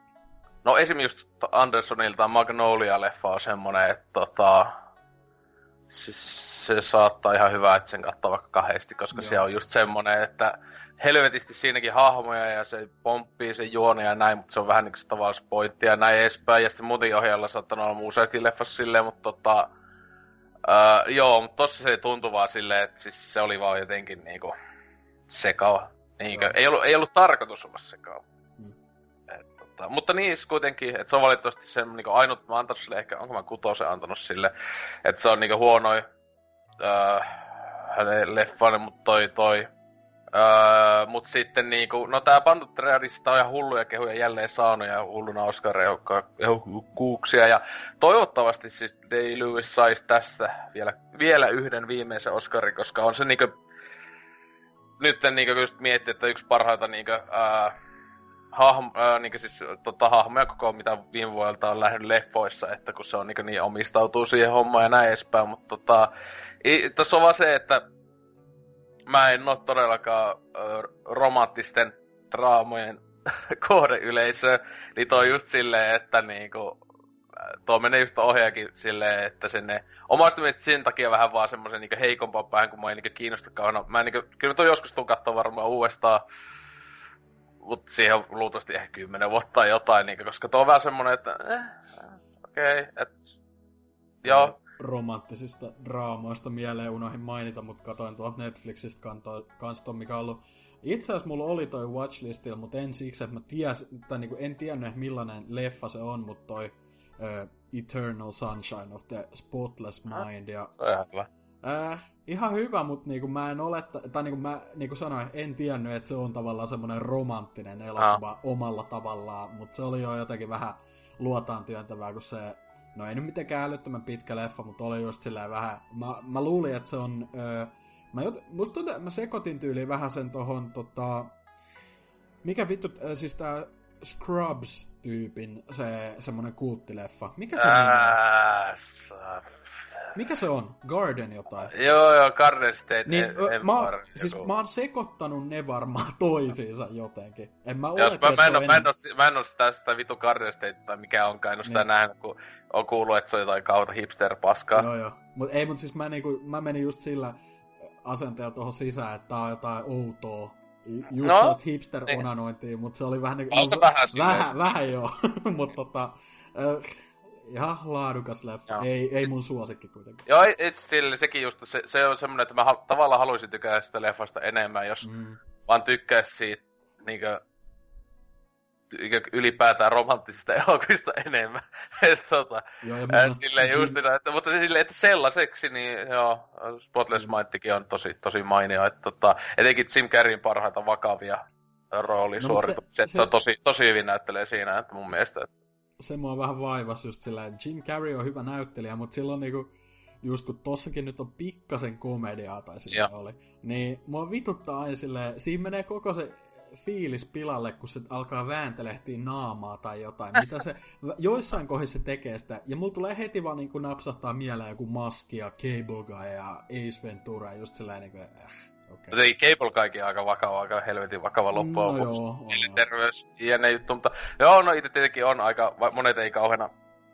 Speaker 3: No esimerkiksi just Andersonilta Magnolia-leffa on semmonen, että tota... Siis se saattaa ihan hyvä, että sen katsoo vaikka kahdesti, koska se on just semmonen, että helvetisti siinäkin hahmoja ja se pomppii sen juoni ja näin, mutta se on vähän niinku se tavallaan pointti ja näin edespäin. Ja sitten muuten ohjaajalla saattanut olla museakin leffassa silleen, mutta tota... Öö, joo, mutta tossa se tuntui vaan silleen, että siis se oli vaan jotenkin niinku sekava. Niinkö? Ei ollut, ei ollut tarkoitus olla sekava. Hmm. Et, tota, mutta niin kuitenkin, että se on valitettavasti se niinku ainut, mä antanut sille ehkä, onko mä kutosen antanut sille, että se on niinku huonoin öö, hänen leffainen, mutta toi toi Öö, mut sitten niinku, no tää Pantuttreadista on ihan hulluja kehuja jälleen saanut ja hulluna Oscar-ehdokkuuksia ja toivottavasti siis Day-Lewis sais tästä vielä, vielä yhden viimeisen Oscarin, koska on se niinku, nyt niinku just miettii, että yksi parhaita niinku, öö, hahmo, öö, niinku siis tota, hahmoja koko mitä viime vuodelta on lähdnyt leffoissa, että kun se on niinku niin omistautuu siihen hommaan ja näin edespäin, mutta tota, i, tossa on vaan se, että mä en oo todellakaan ö, romanttisten draamojen kohdeyleisö, niin toi just silleen, että niinku, tuo menee just ohjaakin silleen, että sinne omasta mielestä sen takia vähän vaan semmosen niinku heikompaan päähän, kun mä en niinku kiinnosta kauheena. Mä niinku, kyllä mä tuon joskus tuun kattoo varmaan uudestaan, mut siihen on luultavasti ehkä kymmenen vuotta tai jotain, niinku, koska tuo on vähän semmonen, että eh, okei, okay, et joo.
Speaker 4: Romanttisista draamoista mieleen unohin mainita, mutta katoin tuolta Netflixistä kanssa ton, mikä on ollut. Itse asiassa mulla oli toi watchlistilla, mutta en siksi, että mä ties, tai niinku en tiennyt, millainen leffa se on, mutta toi uh, Eternal Sunshine of the Spotless Mind. Ja,
Speaker 3: ihan hyvä.
Speaker 4: Äh, ihan hyvä, mutta niinku mä en ole, tai niinku mä niinku sanoin, en tiennyt, että se on tavallaan semmoinen romanttinen elokuva ah. omalla tavallaan, mutta se oli jo jotenkin vähän luotaan työntävää, kun se no ei nyt mitenkään älyttömän pitkä leffa, mutta oli just silleen vähän. Mä, mä luulin, että se on öö, mä, jot, musta tuntuu, mä sekoitin tyyliin vähän sen tohon tota mikä vittu, äh, siis tää Scrubs-tyypin se semmonen kulttileffa. Mikä se on?
Speaker 3: Ää,
Speaker 4: mikä se on? Garden jotain.
Speaker 3: Joo joo, Garden State.
Speaker 4: Niin,
Speaker 3: en,
Speaker 4: mä,
Speaker 3: var,
Speaker 4: siis mä oon sekoittanut ne varmaan toisiinsa jotenkin. En mä
Speaker 3: Jos
Speaker 4: oleta,
Speaker 3: mä, mä, en
Speaker 4: oo
Speaker 3: mä, en oo, mä en oo sitä, sitä vitu Garden State tai mikä onkaan, en oo sitä niin nähnyt, kun on kuullut, että se on jotain kautta hipster-paskaa.
Speaker 4: Joo joo. Mut ei, mut siis mä, niinku, mä menin just sillä asenteella tuohon sisään, että tää on jotain outoa. Just no, sellaista hipster-onanointia, niin mutta se oli vähän niinku...
Speaker 3: No, vähän
Speaker 4: Vähän, vähän joo. Mut tota... Äh, ihan laadukas leffa. Ei, ei mun suosikki kuitenkin.
Speaker 3: Joo, itse sille, sekin just, se, se on semmonen, että mä ha- tavallaan haluaisin tykätä sitä leffasta enemmän, jos mm. vaan tykkäis siitä niinkö, niinkö ylipäätään romanttisista elokuvista enemmän. Et tota, joo, ja äh, silleen just, Jim... että, mutta silleen, että sellaiseksi, niin joo, Spotless mm. Mindkin on tosi, tosi mainio, että tota, etenkin Jim Carreyn parhaita vakavia roolisuorituksia, no, se, se... se on tosi, tosi hyvin näyttelee siinä, että mun mielestä, että
Speaker 4: se mua vähän vaivasi just sillä, että Jim Carrey on hyvä näyttelijä, mutta silloin niinku, just kun tossakin nyt on pikkasen komediaa tai sillä oli, niin mua vituttaa aina silleen, siinä menee koko se fiilis pilalle, kun se alkaa vääntelehtiä naamaa tai jotain, mitä se joissain kohdissa se tekee sitä, ja mulla tulee heti vaan niinku napsahtaa mieleen joku Maski ja Cable Guy ja Ace Ventura, just silleen niinku, äh.
Speaker 3: Okay. Ei Cable kaikki aika vakava, aika helvetin vakava loppujen
Speaker 4: no
Speaker 3: lopuksi. Terveys, jne juttu, mutta joo, no itse tietenkin on aika, monet ei kauheena,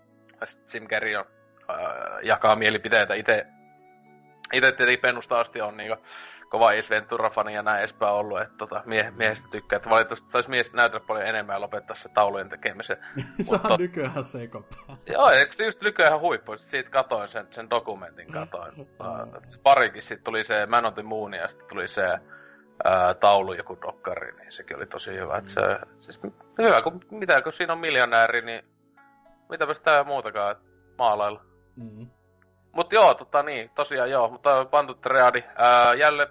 Speaker 3: Jim Carrey on, äh, jakaa mielipiteitä itse, itse tietenkin pennusta asti on niinku kova Ace Ventura-fani ja näin edespäin ollut, että tota, mie- miehestä tykkää, että valitettavasti saisi miestä näytellä paljon enemmän ja lopettaa se taulujen tekemisen.
Speaker 4: Se on nykyään sekopää.
Speaker 3: Joo, eikö se just nykyään ihan huippu, siitä katoin sen, sen dokumentin katoin. uh, parikin sit tuli se Man on the Moon ja sitten tuli se ää, taulu joku dokkari, niin sekin oli tosi hyvä. Mm. Se, siis, hyvä, kun, mitä, kun siinä on miljonääri, niin mitäpä sitä muutakaan maalailla. Mm. Mut joo, tota niin, tosiaan joo, mutta Pantuttreadi, ää, jälleen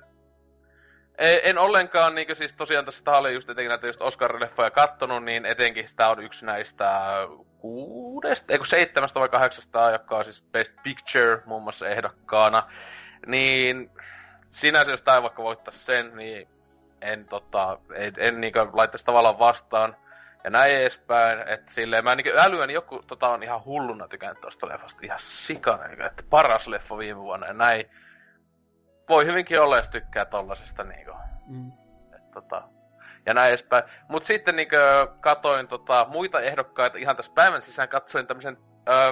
Speaker 3: en, en ollenkaan, niinku siis tosiaan tässä tahalle just etenkin näitä just Oscar-leffoja kattonut, niin etenkin sitä on yksi näistä kuudesta, eikö seitsemästä vai kahdeksasta, joka on siis Best Picture muun muassa ehdokkaana, niin sinänsä jos tää vaikka voittaisi sen, niin en tota, en, en niinku laittaisi tavallaan vastaan. Ja näin edespäin, että silleen mä niinku älyäni joku tota on ihan hulluna tykännyt tosta leffasta, ihan sikana, että paras leffa viime vuonna ja näin. Voi hyvinkin olla, jos tykkää tollasesta niinku. Mm. Et, tota, ja näin edespäin. Mut sitten niinku katoin tota muita ehdokkaita, ihan tässä päivän sisään katsoin tämmösen öö,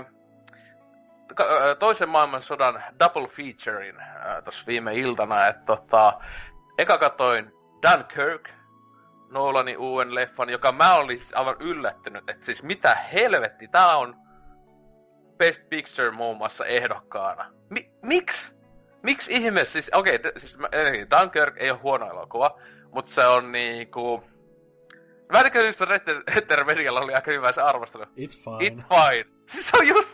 Speaker 3: toisen maailmansodan double featurein öö, tossa viime iltana, että tota, eka katoin Dunkirk, Nolanin uuden leffan, joka mä olin siis aivan yllättynyt, että siis mitä helvetti, tää on Best Picture muun muassa ehdokkaana. Mi- miksi? Miksi ihmeessä? Siis okei, okay, siis Dunkirk ei ole huono elokuva, mutta se on niinku... Vähän niin kuin just Red Medialla oli aika hyvä se arvostelu.
Speaker 4: It's fine.
Speaker 3: It's fine. Siis se on just...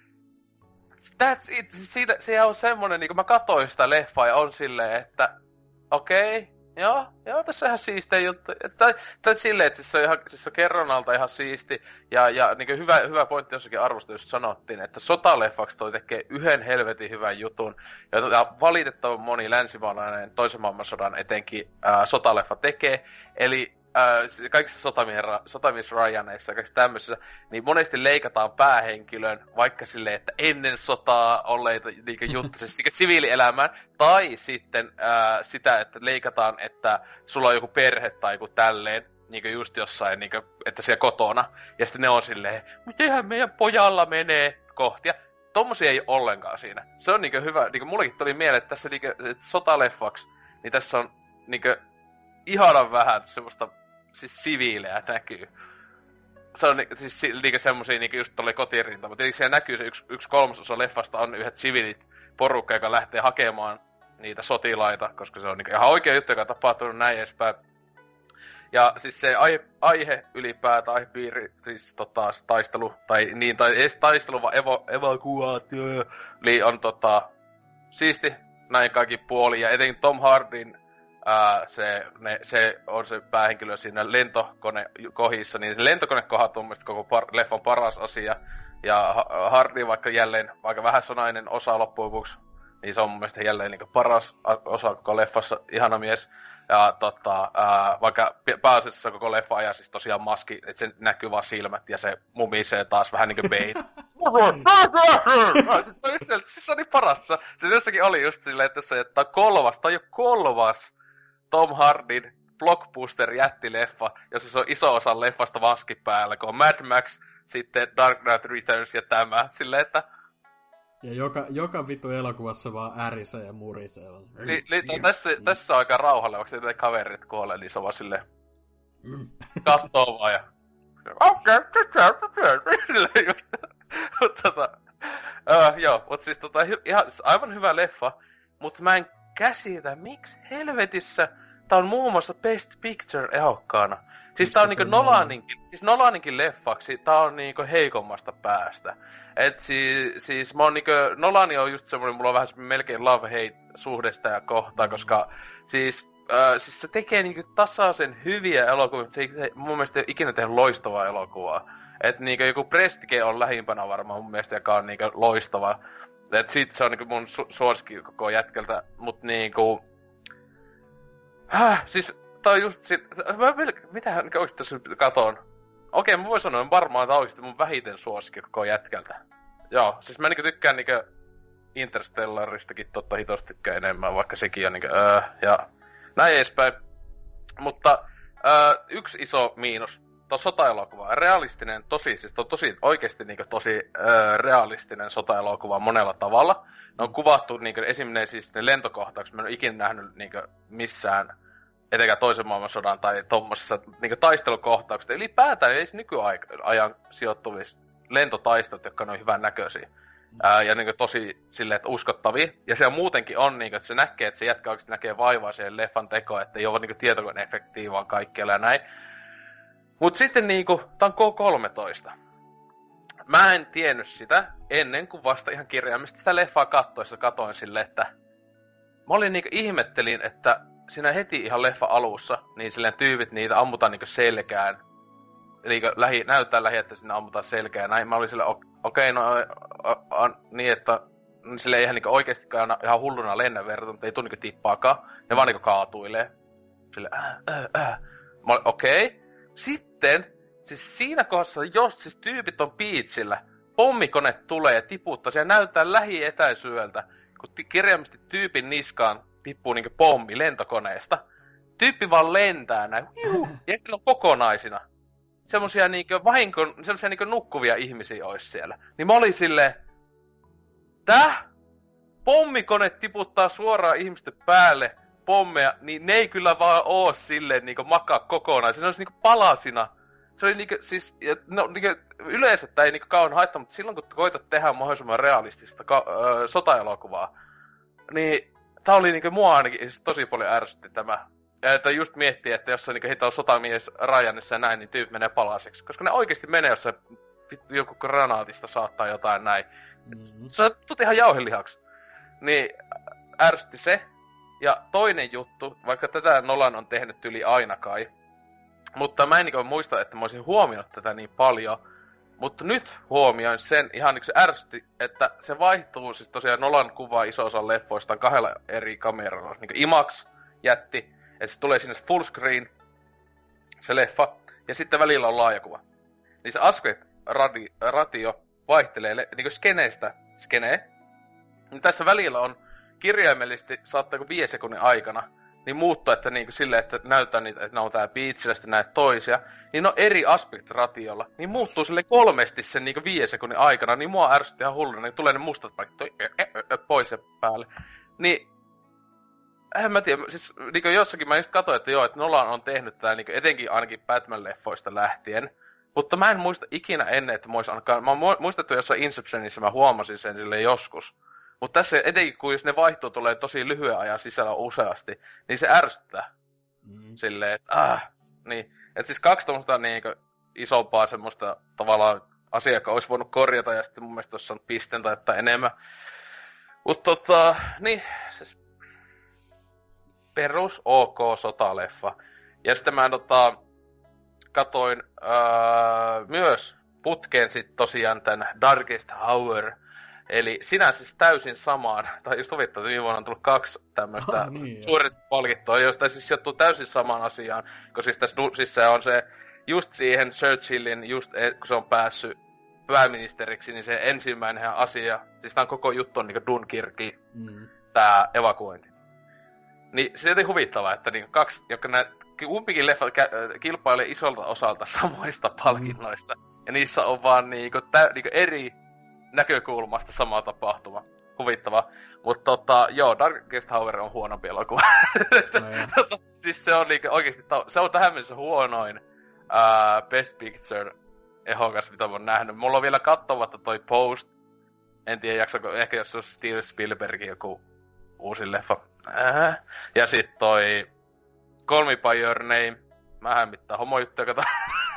Speaker 3: That's it. Siitä, se on semmonen, niinku mä katsoin sitä leffaa ja on silleen, että... Okei, okay, Joo, joo, tässä on ihan siistejä juttu. Tai, tai silleen, että siis se on, ihan, siis se on kerronnalta ihan siisti. Ja, ja niin hyvä, hyvä pointti jossakin arvostelussa sanottiin, että sotaleffaksi toi tekee yhden helvetin hyvän jutun. Ja, ja valitettavan moni länsimaalainen toisen maailmansodan etenkin ää, sotaleffa tekee. Eli ää, kaikissa sotamies Ryaneissa ja kaikissa tämmöisissä, niin monesti leikataan päähenkilön vaikka silleen, että ennen sotaa olleita niin juttu, siis siviilielämään, tai sitten ää, sitä, että leikataan, että sulla on joku perhe tai joku tälleen, niin just jossain, niin kuin, että siellä kotona, ja sitten ne on silleen, mitenhän meidän pojalla menee kohtia. Tommosia ei ole ollenkaan siinä. Se on niin hyvä, niin mullekin tuli mieleen, että tässä niin kuin, että sotaleffaksi, niin tässä on niin kuin, ihanan vähän semmoista siis siviilejä näkyy. Se on siis niinku semmosia niinku just tolle kotirinta, mutta siellä näkyy se yksi, yksi kolmasosa leffasta on yhdet siviilit porukka, joka lähtee hakemaan niitä sotilaita, koska se on niinku ihan oikea juttu, joka on tapahtunut näin edespäin. Ja siis se aihe, aihe ylipäätään, aihepiiri, siis tota, taistelu, tai niin, tai edes taistelu, vaan evo, evakuaatio, eli on tota, siisti näin kaikki puoli, ja etenkin Tom Hardin Ää, se, ne, se on se päähenkilö siinä lentokonekohissa, niin se lentokonekohat on mielestäni koko par, leffan paras asia. Ja Hardy, vaikka jälleen aika vähäsanainen osa loppujen lopuksi, niin se on mun mielestä jälleen niin paras osa koko leffassa, ihana mies. Ja tota, ää, vaikka pääasiassa koko leffa ajan siis tosiaan maski, että se näkyy vaan silmät ja se mumisee taas vähän niinku Bane. siis, se on just, siis se on niin parasta. Se jossakin oli just silleen, että se että kolmas, tai jo kolmas Tom Hardin blockbuster jättileffa, jossa se on iso osa leffasta maski päällä, kun on Mad Max, sitten Dark Knight Returns ja tämä. Silleen, että
Speaker 4: ja joka, joka vitu elokuvassa vaan ärisee ja murisee.
Speaker 3: Li, li, tässä, tässä on aika rauhalle, vaikka se kaverit kuolee, niin se on vaan silleen kattoo vaan ja okei, silleen just. tota, uh, joo, mut siis tota, ihan, aivan hyvä leffa, mut mä en käsitä, miksi helvetissä tää on muun muassa Best Picture ehokkaana. Siis tää on niinku Nolaninkin, siis Nolaninkin leffaksi, tää on niinku heikommasta päästä. Et siis, siis mä oon niinku, Nolani on just semmonen, mulla on vähän melkein love-hate suhdesta ja kohtaa, koska siis, äh, siis se tekee niinku tasaisen hyviä elokuvia, mutta se ei mun mielestä ei ikinä tehnyt loistavaa elokuvaa. Et niinku joku Prestige on lähimpänä varmaan mun mielestä, joka on niinku loistava. Et sit se on niinku mun su- suosikki koko jätkältä, mut niinku Häh, siis tää on just sit, mä melkein, mitähän niinku oikeesti tässä nyt katon? Okei, mä voin sanoa, että varmaan tää on oikeesti mun vähiten suosikki koko jätkältä. Joo, siis mä niinku tykkään niinku Interstellaristakin totta hitosti tykkään enemmän, vaikka sekin on niinku öö, ja näin edespäin. Mutta öö, yksi iso miinus, tuo sota-elokuva, realistinen, tosi, siis on tosi, oikeesti niinku tosi öö, realistinen sota-elokuva monella tavalla. Ne on kuvattu niinku esimerkiksi siis ne lentokohtaukset, mä en ole ikinä nähnyt niinku missään, etenkään toisen maailmansodan tai tommosessa niinku taistelukohtaukset. Ylipäätään ei nykyajan sijoittuvissa lentotaistelut, jotka on hyvän näköisiä. Ää, ja niinku tosi silleen, että uskottavia. Ja siellä muutenkin on niinku, että se näkee, että se jätkä oikeesti näkee vaivaa siihen leffan tekoon, että ei ole niinku tietokone-efektiä vaan kaikkialla ja näin. Mut sitten niinku, tää on K kolmetoista. Mä en tiennyt sitä ennen kuin vasta ihan kirjaimisesti sitä leffaa kattoessa katoin silleen, että mä olin niinku ihmettelin, että siinä heti ihan leffa alussa, niin silleen tyypit niitä ammutaan niinku selkään. Eli lähi, näyttää lähi, että sinne ammutaan selkään ja näin. Mä olin silleen, okei, okay, no a, a, a, niin, että silleen ihan niinku oikeestikaan ihan hulluna lennä verran, mutta ei tuu niinku tippaakaan. Ne vaan niinku kaatuilee. Silleen, äh, äh, äh. Mä olin, okei. Okay. Sitten, siis siinä kohdassa, jos siis tyypit on piitsillä, pommikone tulee ja tiputtaa, siellä näyttää lähietäisyydeltä, kun t- kirjaimisesti tyypin niskaan tippuu niinku pommi lentokoneesta. Tyyppi vaan lentää näin, ja on kokonaisina. Semmosia niinku vahinko, semmosia niinku nukkuvia ihmisiä ois siellä. Niin mä olin silleen, täh? Pommikone tiputtaa suoraan ihmisten päälle pommeja, niin ne ei kyllä vaan oo silleen niinku makaa kokonaisina. Ne ois niinku palasina. Se oli niinku, siis, no niinku, yleensä tää ei niinku kauan haittaa, mutta silloin kun koitat tehdä mahdollisimman realistista ka- ö, sota-elokuvaa, niin tää oli niinku mua ainakin tosi paljon ärsytti tämä. Ja että just miettii, että jos on niinku hito sotamies Ryanissa ja näin, niin tyyppi menee palaseksi. Koska ne oikeesti menee, jos se joku granaatista saattaa jotain näin. Mm-hmm. Se on tut ihan jauhelihaksi. Niin ärsytti se. Ja toinen juttu, vaikka tätä Nolan on tehnyt yli aina kai, mutta mä en niin muista, että mä olisin huomioinut tätä niin paljon. Mutta nyt huomioin sen ihan niin se ärsytti, että se vaihtuu siis tosiaan Nolan kuvaa iso-osan leffoistaan kahdella eri kameralla. Niin kuin IMAX jätti, että se tulee sinne full screen, se leffa, ja sitten välillä on laajakuva. Niin se aspect radi, ratio vaihtelee niin kuin skeneestä skenee. Niin tässä välillä on kirjaimellisesti, saattaa viiden sekunnin aikana, niin muuttuu, että niin kuin silleen, että näyttää niitä, että ne on tää biitsillä, sitten näet toisia. Niin ne on eri aspect-ratiolla. Niin muuttuu sille kolmesti sen niin kuin viiden sekunnin aikana, niin mua ärsytti ihan hulluna, niin tulee ne mustat paikat pois ja päälle. Niin, en mä tiedä, siis niin kuin jossakin mä just katsoin, että joo, että Nolan on tehnyt tää niin kuin etenkin ainakin Batman-leffoista lähtien. Mutta mä en muista ikinä ennen, että mä ois ainakaan, mä oon muistettu jossain Inceptionissa, mä huomasin sen silleen joskus. Mutta tässä etenkin, kun jos ne vaihtuu tulee tosi lyhyen ajan sisällä useasti, niin se ärsyttää. Mm. Silleen, että ah, niin. Että siis kaksi tommoista niinku isompaa semmoista tavallaan asiaa, joka olisi voinut korjata, ja sitten mun mielestä tuossa on pisteen tai että enemmän. Mutta tota, niin, siis perus OK sotaleffa. Ja sitten mä tota, katoin öö, myös putkeen sit tosiaan tän Darkest Hour. Eli sinänsä siis täysin samaan, tai just huvittaa, että viime vuonna on tullut kaksi tämmöistä ah, niin, suurista palkittua, josta siis sijoittuu täysin samaan asiaan, kun siis tässä siis se on se, just siihen Churchillin, just kun se on päässyt pääministeriksi, niin se ensimmäinen asia, siis tämän koko juttu on niinku Dunkirkin, mm. tää evakuointi. Niin se on huvittavaa, että niinku kaksi, jotka näet, kumpikin leffa kä- kilpailee isolta osalta samoista palkinnoista, mm. ja niissä on vaan niinku, tä- niinku eri näkökulmasta sama tapahtuma. Huvittava. Mutta tota, joo, Darkest Hour on huonompi elokuva. No, siis se on niinku oikeesti, se on tähän mennessä huonoin ää, Best Picture ehokas, mitä mä oon nähnyt. Mulla on vielä katsomatta toi Post. En tiedä jaksako, ehkä jos se on Steven Spielbergin joku uusi leffa. Äh. Ja sit toi Call Me By Your Name. Mähän mitään homojuttuja kato.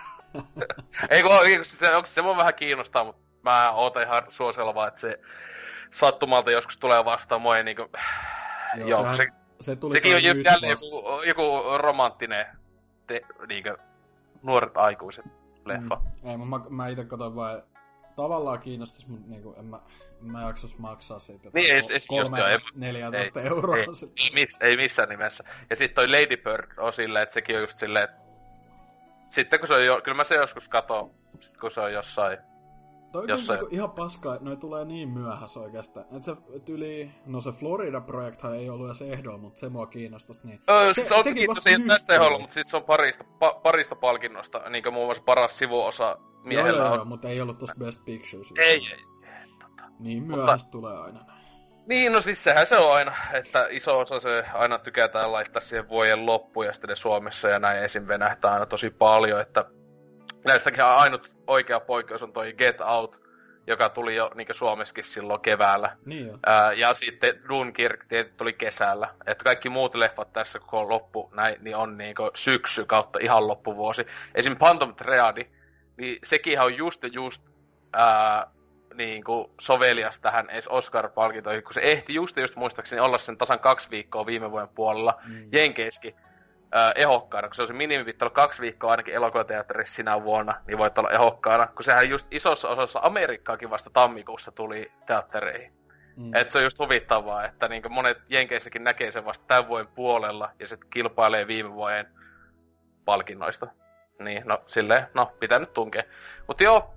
Speaker 3: Ei kun, se, se mua vähän kiinnostaa, mutta mä ootan ihan suoselvaa, että se sattumalta joskus tulee vastaan. Mua ei niinku... Joo, joo se, se tuli sekin on just jälleen joku, joku romanttinen te, niinku, nuoret aikuiset leffa.
Speaker 4: Mm. Ei, mä, mä ite katsoin vaan... Tavallaan kiinnostais, mutta niinku, en mä, en mä jaksas maksaa siitä.
Speaker 3: Niin, ei, ei,
Speaker 4: kolmetoista neljätoista euroa.
Speaker 3: Ei, ei, ei, ei missään nimessä. Ja sit toi Lady Bird on silleen, että sekin on just silleen, että... Sitten kun se on jo... Kyllä mä se joskus katon, sit kun se on jossain...
Speaker 4: Toi on jossain... niinku ihan paskaa, että noi tulee niin myöhässä oikeastaan. Et se tyli... No se Florida-projekthan ei ollut edes ehdolla, mutta se mua kiinnostais niin.
Speaker 3: Öö, se, se on kiitos, ei tästä ehdolla, mutta siis se on parista, pa, parista palkinnosta. Niinkö muun muassa paras sivuosa miehellä
Speaker 4: joo, joo,
Speaker 3: on.
Speaker 4: Joo, mutta ei ollut tosta Best Pictures.
Speaker 3: Ei, ei. Tota.
Speaker 4: Niin myöhässä mutta... tulee aina näin.
Speaker 3: Niin, no siis sehän se on aina, että iso osa se aina tykätään laittaa siihen vuoden loppuun ja sitten ne Suomessa ja näin esim. Venähtää aina tosi paljon, että näistäkin ainut oikea poikkeus on toi Get Out, joka tuli jo niin Suomessakin silloin keväällä.
Speaker 4: Niin jo.
Speaker 3: Ää, ja sitten Dunkirk tietysti tuli kesällä. Että kaikki muut leffat tässä, kun on loppu, näin, niin on niin syksy kautta ihan loppuvuosi. Esim. Phantom Thread, niin sekin on just ja just ää, niin kuin sovelias tähän edes Oscar-palkintoihin, kun se ehti just ja just muistaakseni olla sen tasan kaksi viikkoa viime vuoden puolella mm. Jenkeiskin äh, ehokkaana, kun se on se minimivittelu kaksi viikkoa ainakin elokuvateatterissa sinä vuonna, niin voit olla ehokkaana, kun sehän just isossa osassa Amerikkaakin vasta tammikuussa tuli teattereihin. Mm. Et se on just huvittavaa, että niin monet Jenkeissäkin näkee sen vasta tämän vuoden puolella ja se kilpailee viime vuoden palkinnoista. Niin, no silleen, no pitää nyt tunkea. Mut joo,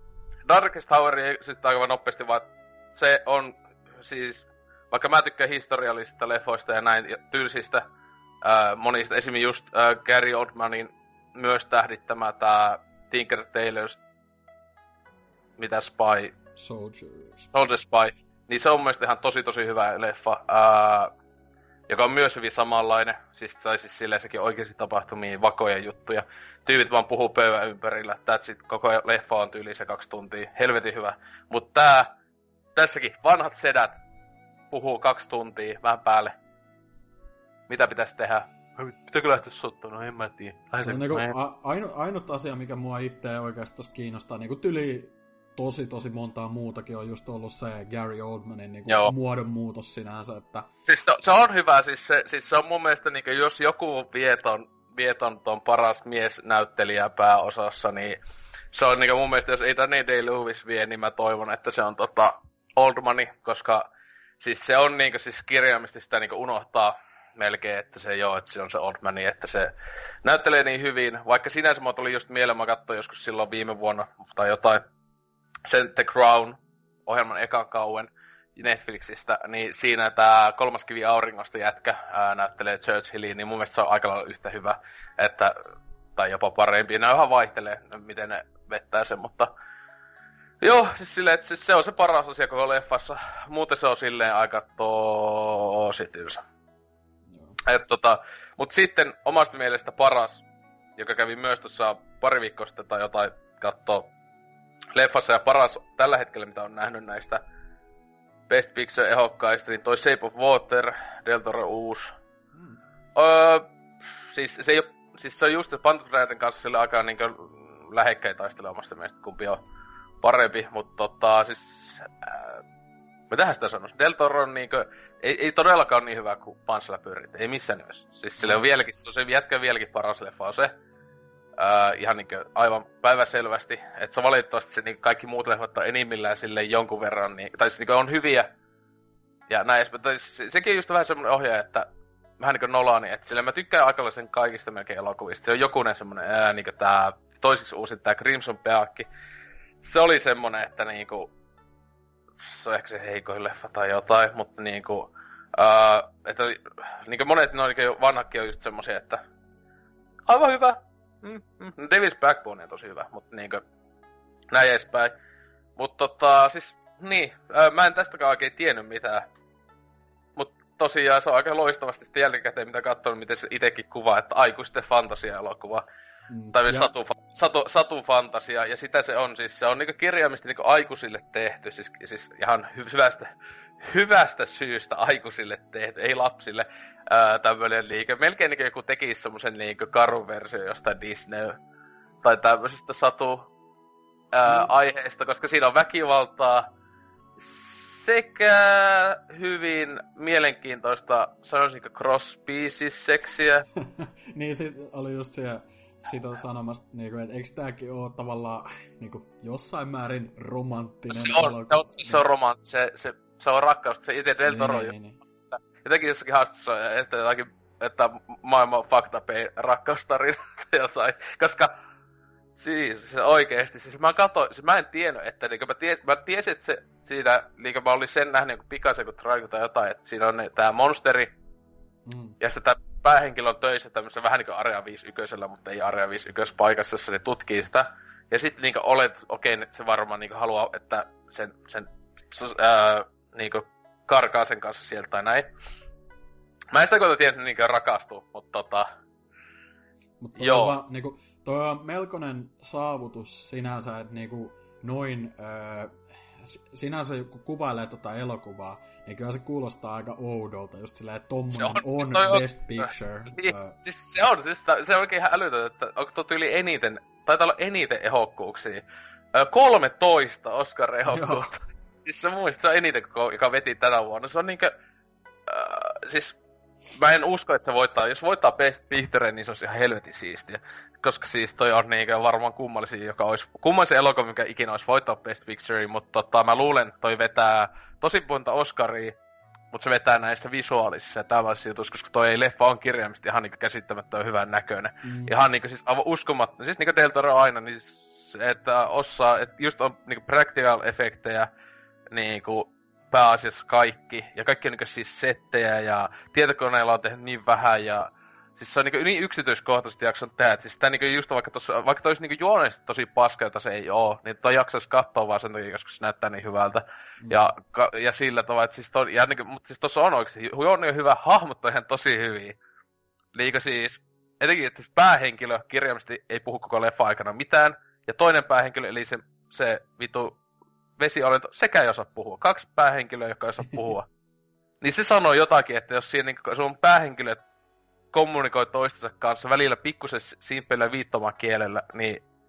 Speaker 3: Darkest Hour ei sitten aika nopeasti, vaan se on siis, vaikka mä tykkään historiallisista leffoista ja näin tylsistä ää, monista, esimerkiksi just ää, Gary Oldmanin myös tähdittämä tää Tinker Tailor's, mitä Spy?
Speaker 4: Soldier.
Speaker 3: Soldier Spy. Niin se on mun mielestä ihan tosi tosi hyvä leffa, ää, joka on myös hyvin samanlainen, siis, tai siis silleen sekin oikeasti tapahtumia, vakoja juttuja. Tyypit vaan puhuu pöydän ympärillä, that's it, koko leffa on tyyli se kaksi tuntia, helvetin hyvä. Mut tää, tässäkin, vanhat sedät puhuu kaksi tuntia, vähän päälle. Mitä pitäisi tehdä? Pitääkö lähteä sottoon? No en mä tiedä.
Speaker 4: Se on niinku a- ainu- ainut asia, mikä mua itse oikeasti tossa kiinnostaa, niinku tyli tosi tosi montaa muutakin on just ollut se Gary Oldmanin niinku muodonmuutos sinänsä, että...
Speaker 3: Siis se, se on hyvä, siis se, siis se on mun mielestä niinku, jos joku vieton, vieton ton paras miesnäyttelijä pääosassa, niin se on niinku mun mielestä, jos ei Danny Day-Lewis vie, niin mä toivon, että se on tota Oldmani, koska siis se on niinku siis kirjaimisesti sitä niinku unohtaa melkein, että se joo, että se on se Oldmani, että se näyttelee niin hyvin, vaikka sinänsä mä tuli just mieleen, mä katsoin joskus silloin viime vuonna tai jotain, sen The Crown-ohjelman ekan kauen Netflixistä, niin siinä tää Kolmas kivi auringosta jätkä ää, näyttelee Churchilliin, niin mun mielestä se on aika lailla yhtä hyvä, että, tai jopa parempi. Ne ihan vaihtelee, miten ne vettää sen, mutta joo, siis silleen, että siis se on se paras asia koko leffassa. Muuten se on silleen aika tosi tylsä. Et tota, mut sitten omasta mielestä paras, joka kävi myös tuossa pari viikkoa sitten tai jotain kattoo leffassa ja paras tällä hetkellä, mitä on nähnyt näistä Best Picture-ehokkaista, niin toi Shape of Water, Del Toro uusi. Hmm. Öö, siis, se ei oo, siis se on just Pantokraiden kanssa sille aikaan niinkö lähekkäin taistella omasta mielestä, kumpi on parempi, mutta tota siis... Ää, mitähän sitä sanois? Del Toro on niinkö... Ei, ei todellakaan niin hyvä kuin Pan's Labyrinth, ei missään nimessä. Siis sille on vieläkin, se on se jätkä vieläkin paras leffa on se. Ää, ihan niinkö aivan päiväselvästi, että se valitettavasti se niinkö kaikki muut leffat on enimmillään silleen jonkun verran, niin, tai siis niinkö on hyviä. Ja näin, se, sekin on just vähän semmonen ohjaaja, että vähän niinkö Nolani, että sille mä tykkään aika sen kaikista melkein elokuvista. Se on jokunen semmonen, ää, niinkö tää toisiksi uusin tää Crimson Peakki. Se oli semmonen, että niinku... Se on ehkä se heikoin leffa tai jotain, mutta niinku... Uh, että niinku monet noin niinku vanhakki on just semmosia, että... Aivan hyvä! Mm, mm. Devil's Backbone on tosi hyvä, mutta niinkö... Näin edespäin. Mut tota, siis... Niin, uh, mä en tästäkään oikein tiennyt mitään. Mut tosiaan se on aika loistavasti sitten jälkikäteen, mitä katsonut, miten se itekin kuvaa, että aikuisten fantasia-elokuva. Mm, tai ja... satu, satu, satu fantasia, ja sitä se on siis, se on niinku kirjaimisesti niinku aikuisille tehty, siis, siis ihan hy- hyvästä, hyvästä syystä aikuisille tehty, ei lapsille, ää, tämmönen liike. Melkein niinku joku tekisi semmosen niinku karun versio jostain Disney, tai tämmöisestä satu ää, mm. aiheesta, koska siinä on väkivaltaa, sekä hyvin mielenkiintoista, sanoisinko cross-species-seksiä.
Speaker 4: Niin, sit oli just siellä... Siitä on sanomasta, niinku, että eikö tääkin oo tavallaan niinku, jossain määrin romanttinen
Speaker 3: se on, se on, se on romant, se, se, se on rakkaus, se itse Del Toro niin, niin, niin. Jotenkin jossakin haastattelussa, että jotakin, että maailman faktapei rakkaustarina tai jotain, koska siis se oikeesti, siis mä katsoin, siis mä en tiennyt, että niinku, mä, ties, mä tiesin, että se siinä, niinku mä olin sen nähnyt joku pikaisen kuin traiku tai jotain, että siinä on ne, tää monsteri, mm. ja sitten tää päähenkilö on töissä tämmöisessä vähän niinku Area viisikymmentäyksi, mutta ei Area viisikymmentäyksi paikassa, jossa ne tutkii sitä. Ja sitten niinku olet, okei, okay, se varmaan niinku haluaa, että sen, sen ää, niinku karkaa sen kanssa sieltä tai näin. Mä en sitä koeta tiedä, että niinku rakastuu, mutta tota...
Speaker 4: Mutta joo. Vaan, niinku, toi on melkoinen saavutus sinänsä, että niinku noin... Ää... Sinänsä kun kuvailee tota elokuvaa, niin kyllä se kuulostaa aika oudolta, just silleen, että tommonen on, on, on Best Picture. Niin, uh.
Speaker 3: siis se on, siis se on oikein ihan älytön, että onko tuo tyyli eniten, taitaa olla eniten ehokkuuksia. kolmetoista Oscar-ehokkuutta. Siis se muista, se on eniten, joka veti tänä vuonna. Se on niinkö, äh, siis mä en usko, että se voittaa, jos voittaa Best Picture, niin se on ihan helvetin siistiä. Koska siis toi on niinkö varmaan kummallisin, joka olisi, kummallisin elokuva, mikä ikinä olisi voittaa Best Picture, mutta tota, mä luulen, että toi vetää tosi monta Oscaria, mutta se vetää näistä visuaalisissa ja tällaisissa jutuissa, koska toi ei leffa on kirjaimisesti ihan niinkö käsittämättömän hyvän näköinen. Mm. Ihan niinkö siis aivan uskomatta, siis niinkö Del Toro aina, niin että osaa, että just on niinkö practical efektejä, niinku pääasiassa kaikki, ja kaikki on niinkö siis settejä, ja tietokoneella on tehnyt niin vähän, ja siis se on niinku niin yksityiskohtaisesti jakson tehdä, että siis sitä niinku just vaikka tossa, vaikka toi olisi niinku juonesti tosi paska, jota se ei oo, niin toi jaksaisi katsoa vaan sen takia, koska se näyttää niin hyvältä. Mm. Ja, ka, ja sillä tavalla, että siis toi, ja niinku, mutta siis tossa on oikeesti, juoni on hyvä, hahmot on ihan tosi hyviä. Liika siis, etenkin, että päähenkilö kirjaimisesti ei puhu koko leffa aikana mitään, ja toinen päähenkilö, eli se, se vitu vesiolento, sekä ei osaa puhua. Kaksi päähenkilöä, jotka ei osaa puhua. Niin se sanoo jotakin, että jos siinä niinku, sun päähenkilö kommunikoi toistensa kanssa välillä pikkusen simppeillä viittomakielellä, niin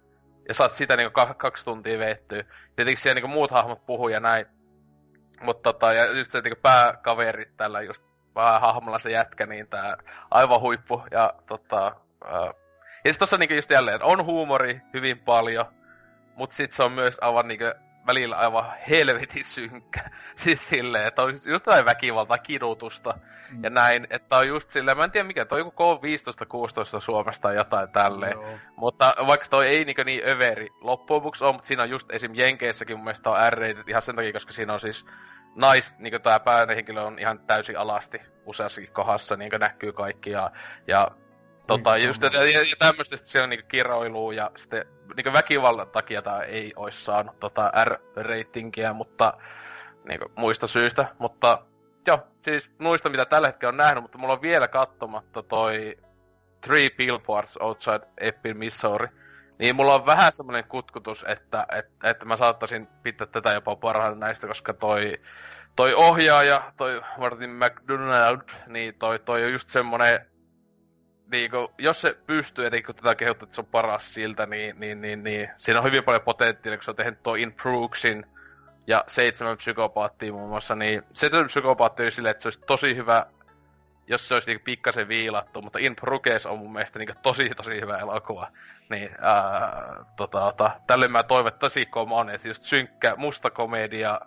Speaker 3: ja saat sitä niinku k- kaksi tuntia veettyä. Tietenkin siellä niinku muut hahmot puhuu ja näin. Mutta tota, ja just se niinku pääkaveri tällä just päähahmolla se jätkä, niin tää aivan huippu. Ja tota... Ää, ja sit tossa niinku just jälleen, on huumori hyvin paljon, mut sit se on myös aivan niinku välillä aivan helvetin synkkä. Siis silleen, että on just, just jotain väkivaltaa, kidutusta mm. ja näin. Että on just silleen, mä en tiedä mikä, toi joku K viisitoista kuusitoista Suomesta tai jotain tälleen. Joo. Mutta vaikka toi ei niinku niin överi loppujen lopuksi on, mutta siinä on just esim. Jenkeissäkin mun mielestä on R-rated ihan sen takia, koska siinä on siis nais, niinku tää päähenkilö on ihan täysin alasti useassakin kohdassa, niinku näkyy kaikki ja... ja Tota, just, ja, ja, ja tämmöstä siellä on niinku kiroilua ja sitten niinku väkivallan takia tää ei ois saanut tota R-ratingia, mutta niinku muista syistä, mutta joo, siis muista mitä tällä hetkellä on nähnyt, mutta mulla on vielä katsomatta toi Three Billboards Outside Ebbing, Missouri, niin mulla on vähän semmonen kutkutus, että, että, että mä saattaisin pitää tätä jopa parhaana näistä, koska toi, toi ohjaaja, toi Martin McDonald, niin toi, toi on just semmonen niinku, jos se pystyy, eli kun tätä kehuttaa, että se on paras siltä, niin, niin, niin, niin siinä on hyvin paljon potentiaalia, kun se on tehnyt tuo In Bruxin ja Seitsemän psykopaattia muun muassa, niin Seitsemän psykopaatti on silleen, että se olisi tosi hyvä, jos se olisi niinku pikkasen viilattu, mutta In Bruges on mun mielestä niinku tosi, tosi hyvä elokuva. Niin, ää, tota, tota, tälle mä toivon tosi komonen, että just synkkä, musta komedia,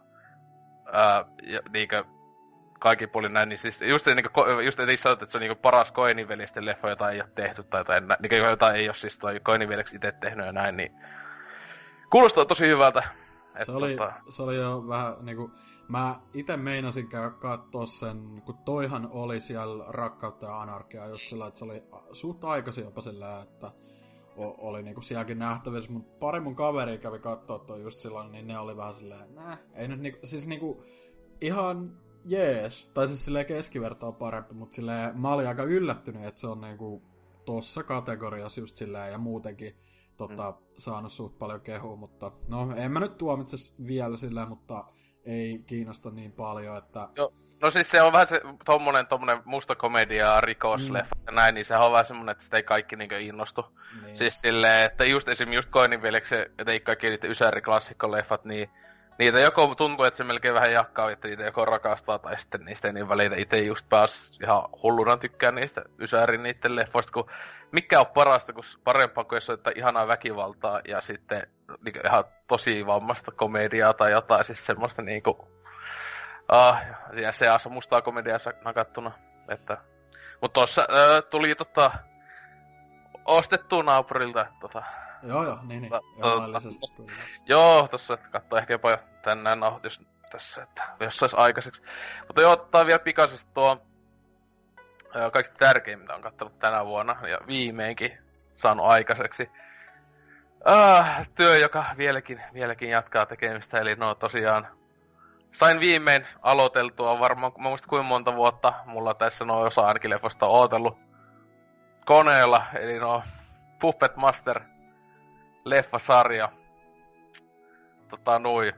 Speaker 3: ää, ja niinku, kaikin puolin näin, niin siis just, niin kuin, just edes sanot, että se on niin paras Coenin-veljesten leffa, jota ei ole tehty, tai, tai niin jota ei ole siis toi Coenin-veljeksi itse tehnyt ja näin, niin kuulostaa tosi hyvältä.
Speaker 4: Et, se, oli, tota... se oli jo vähän niinku, mä ite meinasin katsoa sen, kun toihan oli siellä Rakkautta ja Anarkiaa just sillä, että se oli suht aikaisin jopa sillä, että o, oli niinku sielläkin nähtävissä, mutta pari mun kaveri kävi kattoo toi just silloin, niin ne oli vähän silleen, nää, ei nyt niinku, siis niinku ihan jees, tai siis silleen keskivertaa parempi, mutta silleen mä olin aika yllättynyt, että se on niinku tossa kategoriassa just silleen ja muutenkin tota, mm. saanut suht paljon kehua, mutta no en mä nyt tuomitse vielä silleen, mutta ei kiinnosta niin paljon, että...
Speaker 3: Joo. No siis se on vähän se tommonen, tommonen musta komedia, rikosleffa mm. ja näin, niin se on vähän semmonen, että sitä ei kaikki niinkö innostu. Niin. Siis silleen, että just esim. Just Coenin veljeksi, että ei kaikki niitä ysäriklassikkoleffat, niin niitä joko tuntuu, että se melkein vähän jakkaa, että niitä joko rakastaa, tai sitten niistä ei niin välitä. Itse just pääs ihan hulluna tykkään niistä ysärin niitten leffoista, kun mikä on parasta, kun parempaa kuin jos on ihanaa väkivaltaa ja sitten niin ihan tosi vammasta komediaa tai jotain, siis semmoista niinku... Ah, siinä seassa mustaa komediaa nakattuna, että... Mut tossa äh, tuli tota... ostettua naapurilta, tota...
Speaker 4: Joo joo, niin niin, joo laillisesti tuli.
Speaker 3: Joo, tossa, että kattoo ehkä jopa jo tänään nauhoitus tässä, että jos sais aikaiseksi. Mutta joo, ottaa vielä pikaisesti tuo... Kaikista tärkein, mitä on kattonut tänä vuonna, ja viimeinkin saanut aikaiseksi. Ah, työ, joka vieläkin, vieläkin jatkaa tekemistä, eli no tosiaan... Sain viimein aloiteltua varmaan, mä muistan kuinka monta vuotta mulla tässä no osa ainakin leffosta on ootellut koneella, eli no Puppet Master leffasarja. Tota nui.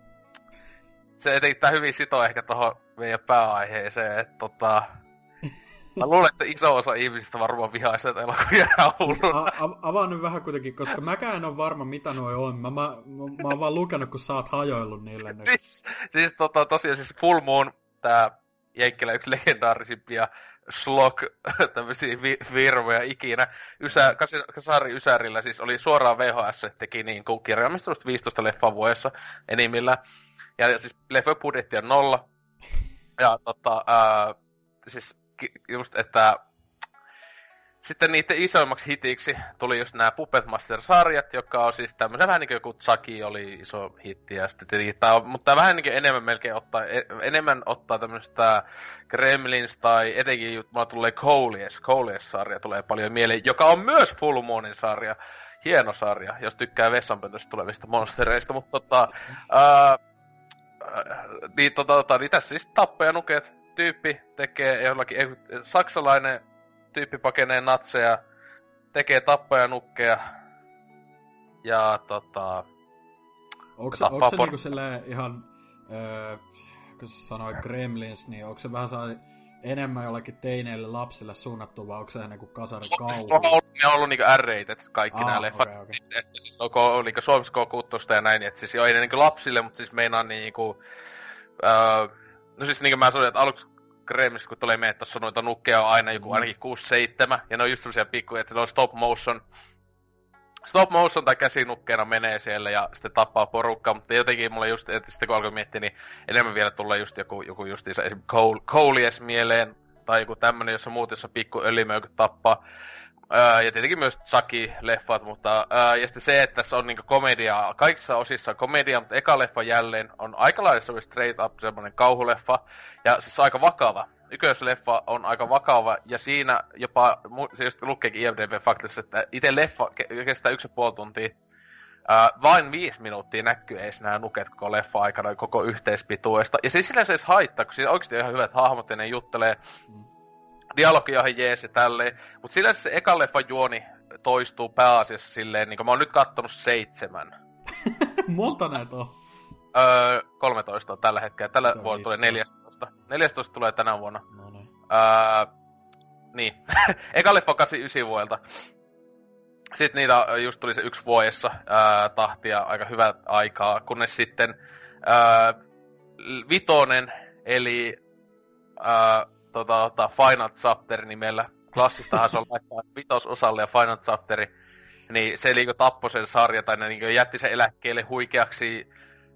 Speaker 3: Se etenkin tää hyvin sitoo ehkä tohon meidän pääaiheeseen, että tota... Mä luulen, että iso osa ihmisistä varmaan vihaisi näitä elokuvia
Speaker 4: siis a- avaan nyt vähän kuitenkin, koska mäkään en ole varma, mitä noi on. Mä, mä, mä, mä oon vaan lukenut, kun sä oot hajoillut niille nyt.
Speaker 3: siis, siis tota, tosiaan siis Full Moon, tää Jenkkilä yksi legendaarisimpia slog tämmösiä vi- virvoja ikinä. Ysä, Kasari Ysärillä siis oli suoraan V H S, teki niin kuin kirjaimistelusta viisitoista leffaa vuodessa enimmillään. Ja siis leffojen budjetti on nolla. Ja tota, ää, siis just, että sitten niiden isoimmaksi hitiksi tuli just nämä Puppet Master-sarjat, joka on siis tämmöisen vähän niin kuin joku Chucky oli iso hitti, ja sitten tietenkin tää on, mutta tää vähän niin kuin enemmän melkein ottaa, enemmän ottaa tämmöistä Gremlins tai etenkin mulla tulee Coleus, Coleus-sarja tulee paljon mieleen, joka on myös Full Moonin sarja, hieno sarja, jos tykkää vessanpöntöstä tulevista monstereista, mutta tota, ää, niin, tota, tota, niin tässä siis tappajanukeet. Tyyppi tekee jollakin, ei, saksalainen tyyppi pakenee natseja, tekee tappajanukkeja ja tota...
Speaker 4: Onko se, onko se niinku silleen ihan, öö, kun sä sanoit Gremlins, niin onko se vähän sellainen enemmän jollekin teineille lapsille suunnattu, vai onko se enemmän kuin kasari kauhu?
Speaker 3: Ne on ollut niinku R-rated kaikki
Speaker 4: ah,
Speaker 3: nää leffat.
Speaker 4: Okay, okay.
Speaker 3: Että siis on niinku Suomessa K kuusitoista ja näin, että siis jo ei ne niinku lapsille, mutta siis meinaan niinku... Öö, no siis niinku mä sanoin, että aluksi Kremissa, kun tulee meitä, tossa noita nukkeja on aina joku ainakin kuusi seitsemän, ja ne on just semmosia pikkuja, että ne on stop motion. Stop motion tai käsinukkeena menee siellä ja sitten tappaa porukkaa, mutta jotenkin mulle just, että sitten kun alkoi miettiä, niin enemmän vielä tulee just joku, joku justiinsa esimerkiksi Coolies mieleen, tai joku tämmönen, jossa muut, jossa pikku öljymöykyt tappaa. Öö, ja tietenkin myös Chucky-leffat, mutta öö, ja sitten se, että tässä on niinku komediaa, kaikissa osissa on komedia, mutta eka leffa jälleen on aika lailla semmoinen straight up semmoinen kauhuleffa, ja siis aika vakava. Ykkösleffa on aika vakava, ja siinä jopa, se just lukeekin I M D B-faktissa, että itse leffa kestää yksi ja puoli tuntia. Ää, vain viisi minuuttia näkyy ees nää nuket koko leffa aikana, koko yhteispituudesta. Ja siis silleen se edes haittaa, kun siinä oikeesti on ihan hyvät hahmot, ja ne juttelee. Dialogi on ihan jees ja tälleen. Mut silleen se ekan leffan juoni toistuu pääasiassa silleen, niin kuin mä oon nyt kattonut seitsemän.
Speaker 4: Monta näitä on?
Speaker 3: Öö, kolmetoista on tällä hetkellä. Tällä Tämä vuonna tulee neljätoista. neljätoista tulee tänä vuonna.
Speaker 4: No niin.
Speaker 3: Öö, niin. Eka leffa kahdeksankymmentäyhdeksän vuodelta. Sitten niitä just tuli se yksi vuodessa öö, tahtia aika hyvät aikaa, kunnes sitten öö, vitonen, eli öö, tota, tota, Final Chapter nimellä. Klassistahan se on laittaa vitososalle ja Final Chapteri. Niin se liiko tappoi sen sarja, tai ne niin jätti sen eläkkeelle huikeaksi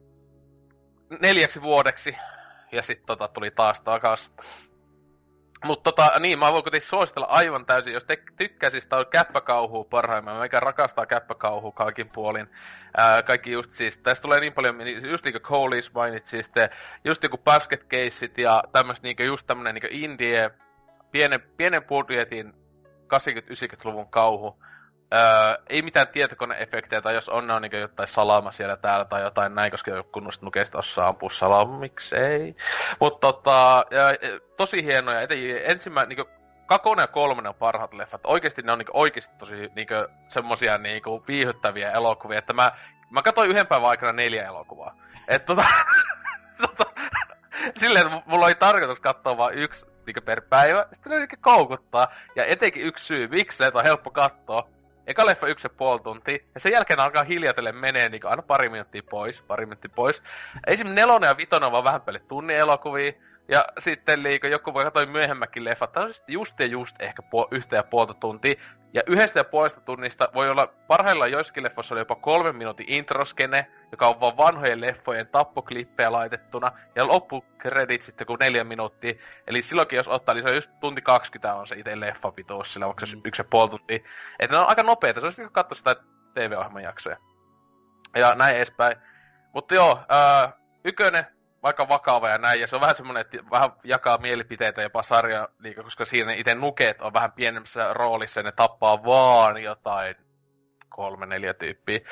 Speaker 3: neljäksi vuodeksi, ja sit tota tuli taas takas. Mut tota, niin, mä voin kuitenkin suositella aivan täysin, jos te tykkäsis, tää on käppäkauhua parhaimman, meikä rakastaa käppäkauhua kaikin puolin. Ää, kaikki just siis, tästä tulee niin paljon, just niinku Coolies mainitsi sitten, just niinku basket caseit ja tämmöset niinku just tämmönen niinku indie, pienen, pienen budjetin kahdeksankymmentä-yhdeksänkymmentäluvun kauhu. Öö, ei mitään tietokoneefektejä, tai jos on, ne on niinku jotain salama siellä täällä tai jotain näin, koska joku kunnosta nukeista osaa ampua salama, miksei. Mut tota, ja, tosi hienoja, etenkin ensimmäinen, niinku kakonen ja kolmonen on parhaat leffat. Oikeesti ne on niinku oikeesti tosi niinku semmosia niinku viihyttäviä elokuvia, että mä, mä katsoin yhden päivän aikana neljä elokuvaa. Et tota, tota silleen, että mulla oli tarkoitus katsoa vaan yksi niinku per päivä, sitten ne niinku koukuttaa. Ja etenkin yksi syy, miksi se on helppo katsoa. Eka leffa yksi ja puoli tuntia, ja sen jälkeen alkaa hiljatellen menee niin aina pari minuuttia pois, pari minuuttia pois. Esimerkiksi nelonen ja vitonen on vaan vähän päälle tunnin elokuvia, ja sitten liiko, joku voi katsoa myöhemmäkin leffat, tai just ja just ehkä puol- yhtä ja puolta tuntia. Ja yhdestä ja puolesta tunnista voi olla, parhaillaan joissakin leffoissa oli jopa kolmen minuutin introskene, joka on vaan vanhojen leffojen tappoklippejä laitettuna, ja loppukredit sitten kun neljä minuuttia. Eli silloinkin jos ottaa, niin se on just tunti kaksikymmentä on se itse leffapituus, sillä onko se mm. yksi ja puoli tuntia. Että ne on aika nopeita, se olisi niin katsoa sitä T V-ohjelman jaksoja. Ja näin edespäin. Mutta joo, ää, ykönen, vaikka vakava ja näin, ja se on vähän semmonen, että vähän jakaa mielipiteitä jopa sarja, koska siinä itse nuket on vähän pienemmässä roolissa, ja ne tappaa vaan jotain kolme, neljä tyyppiä.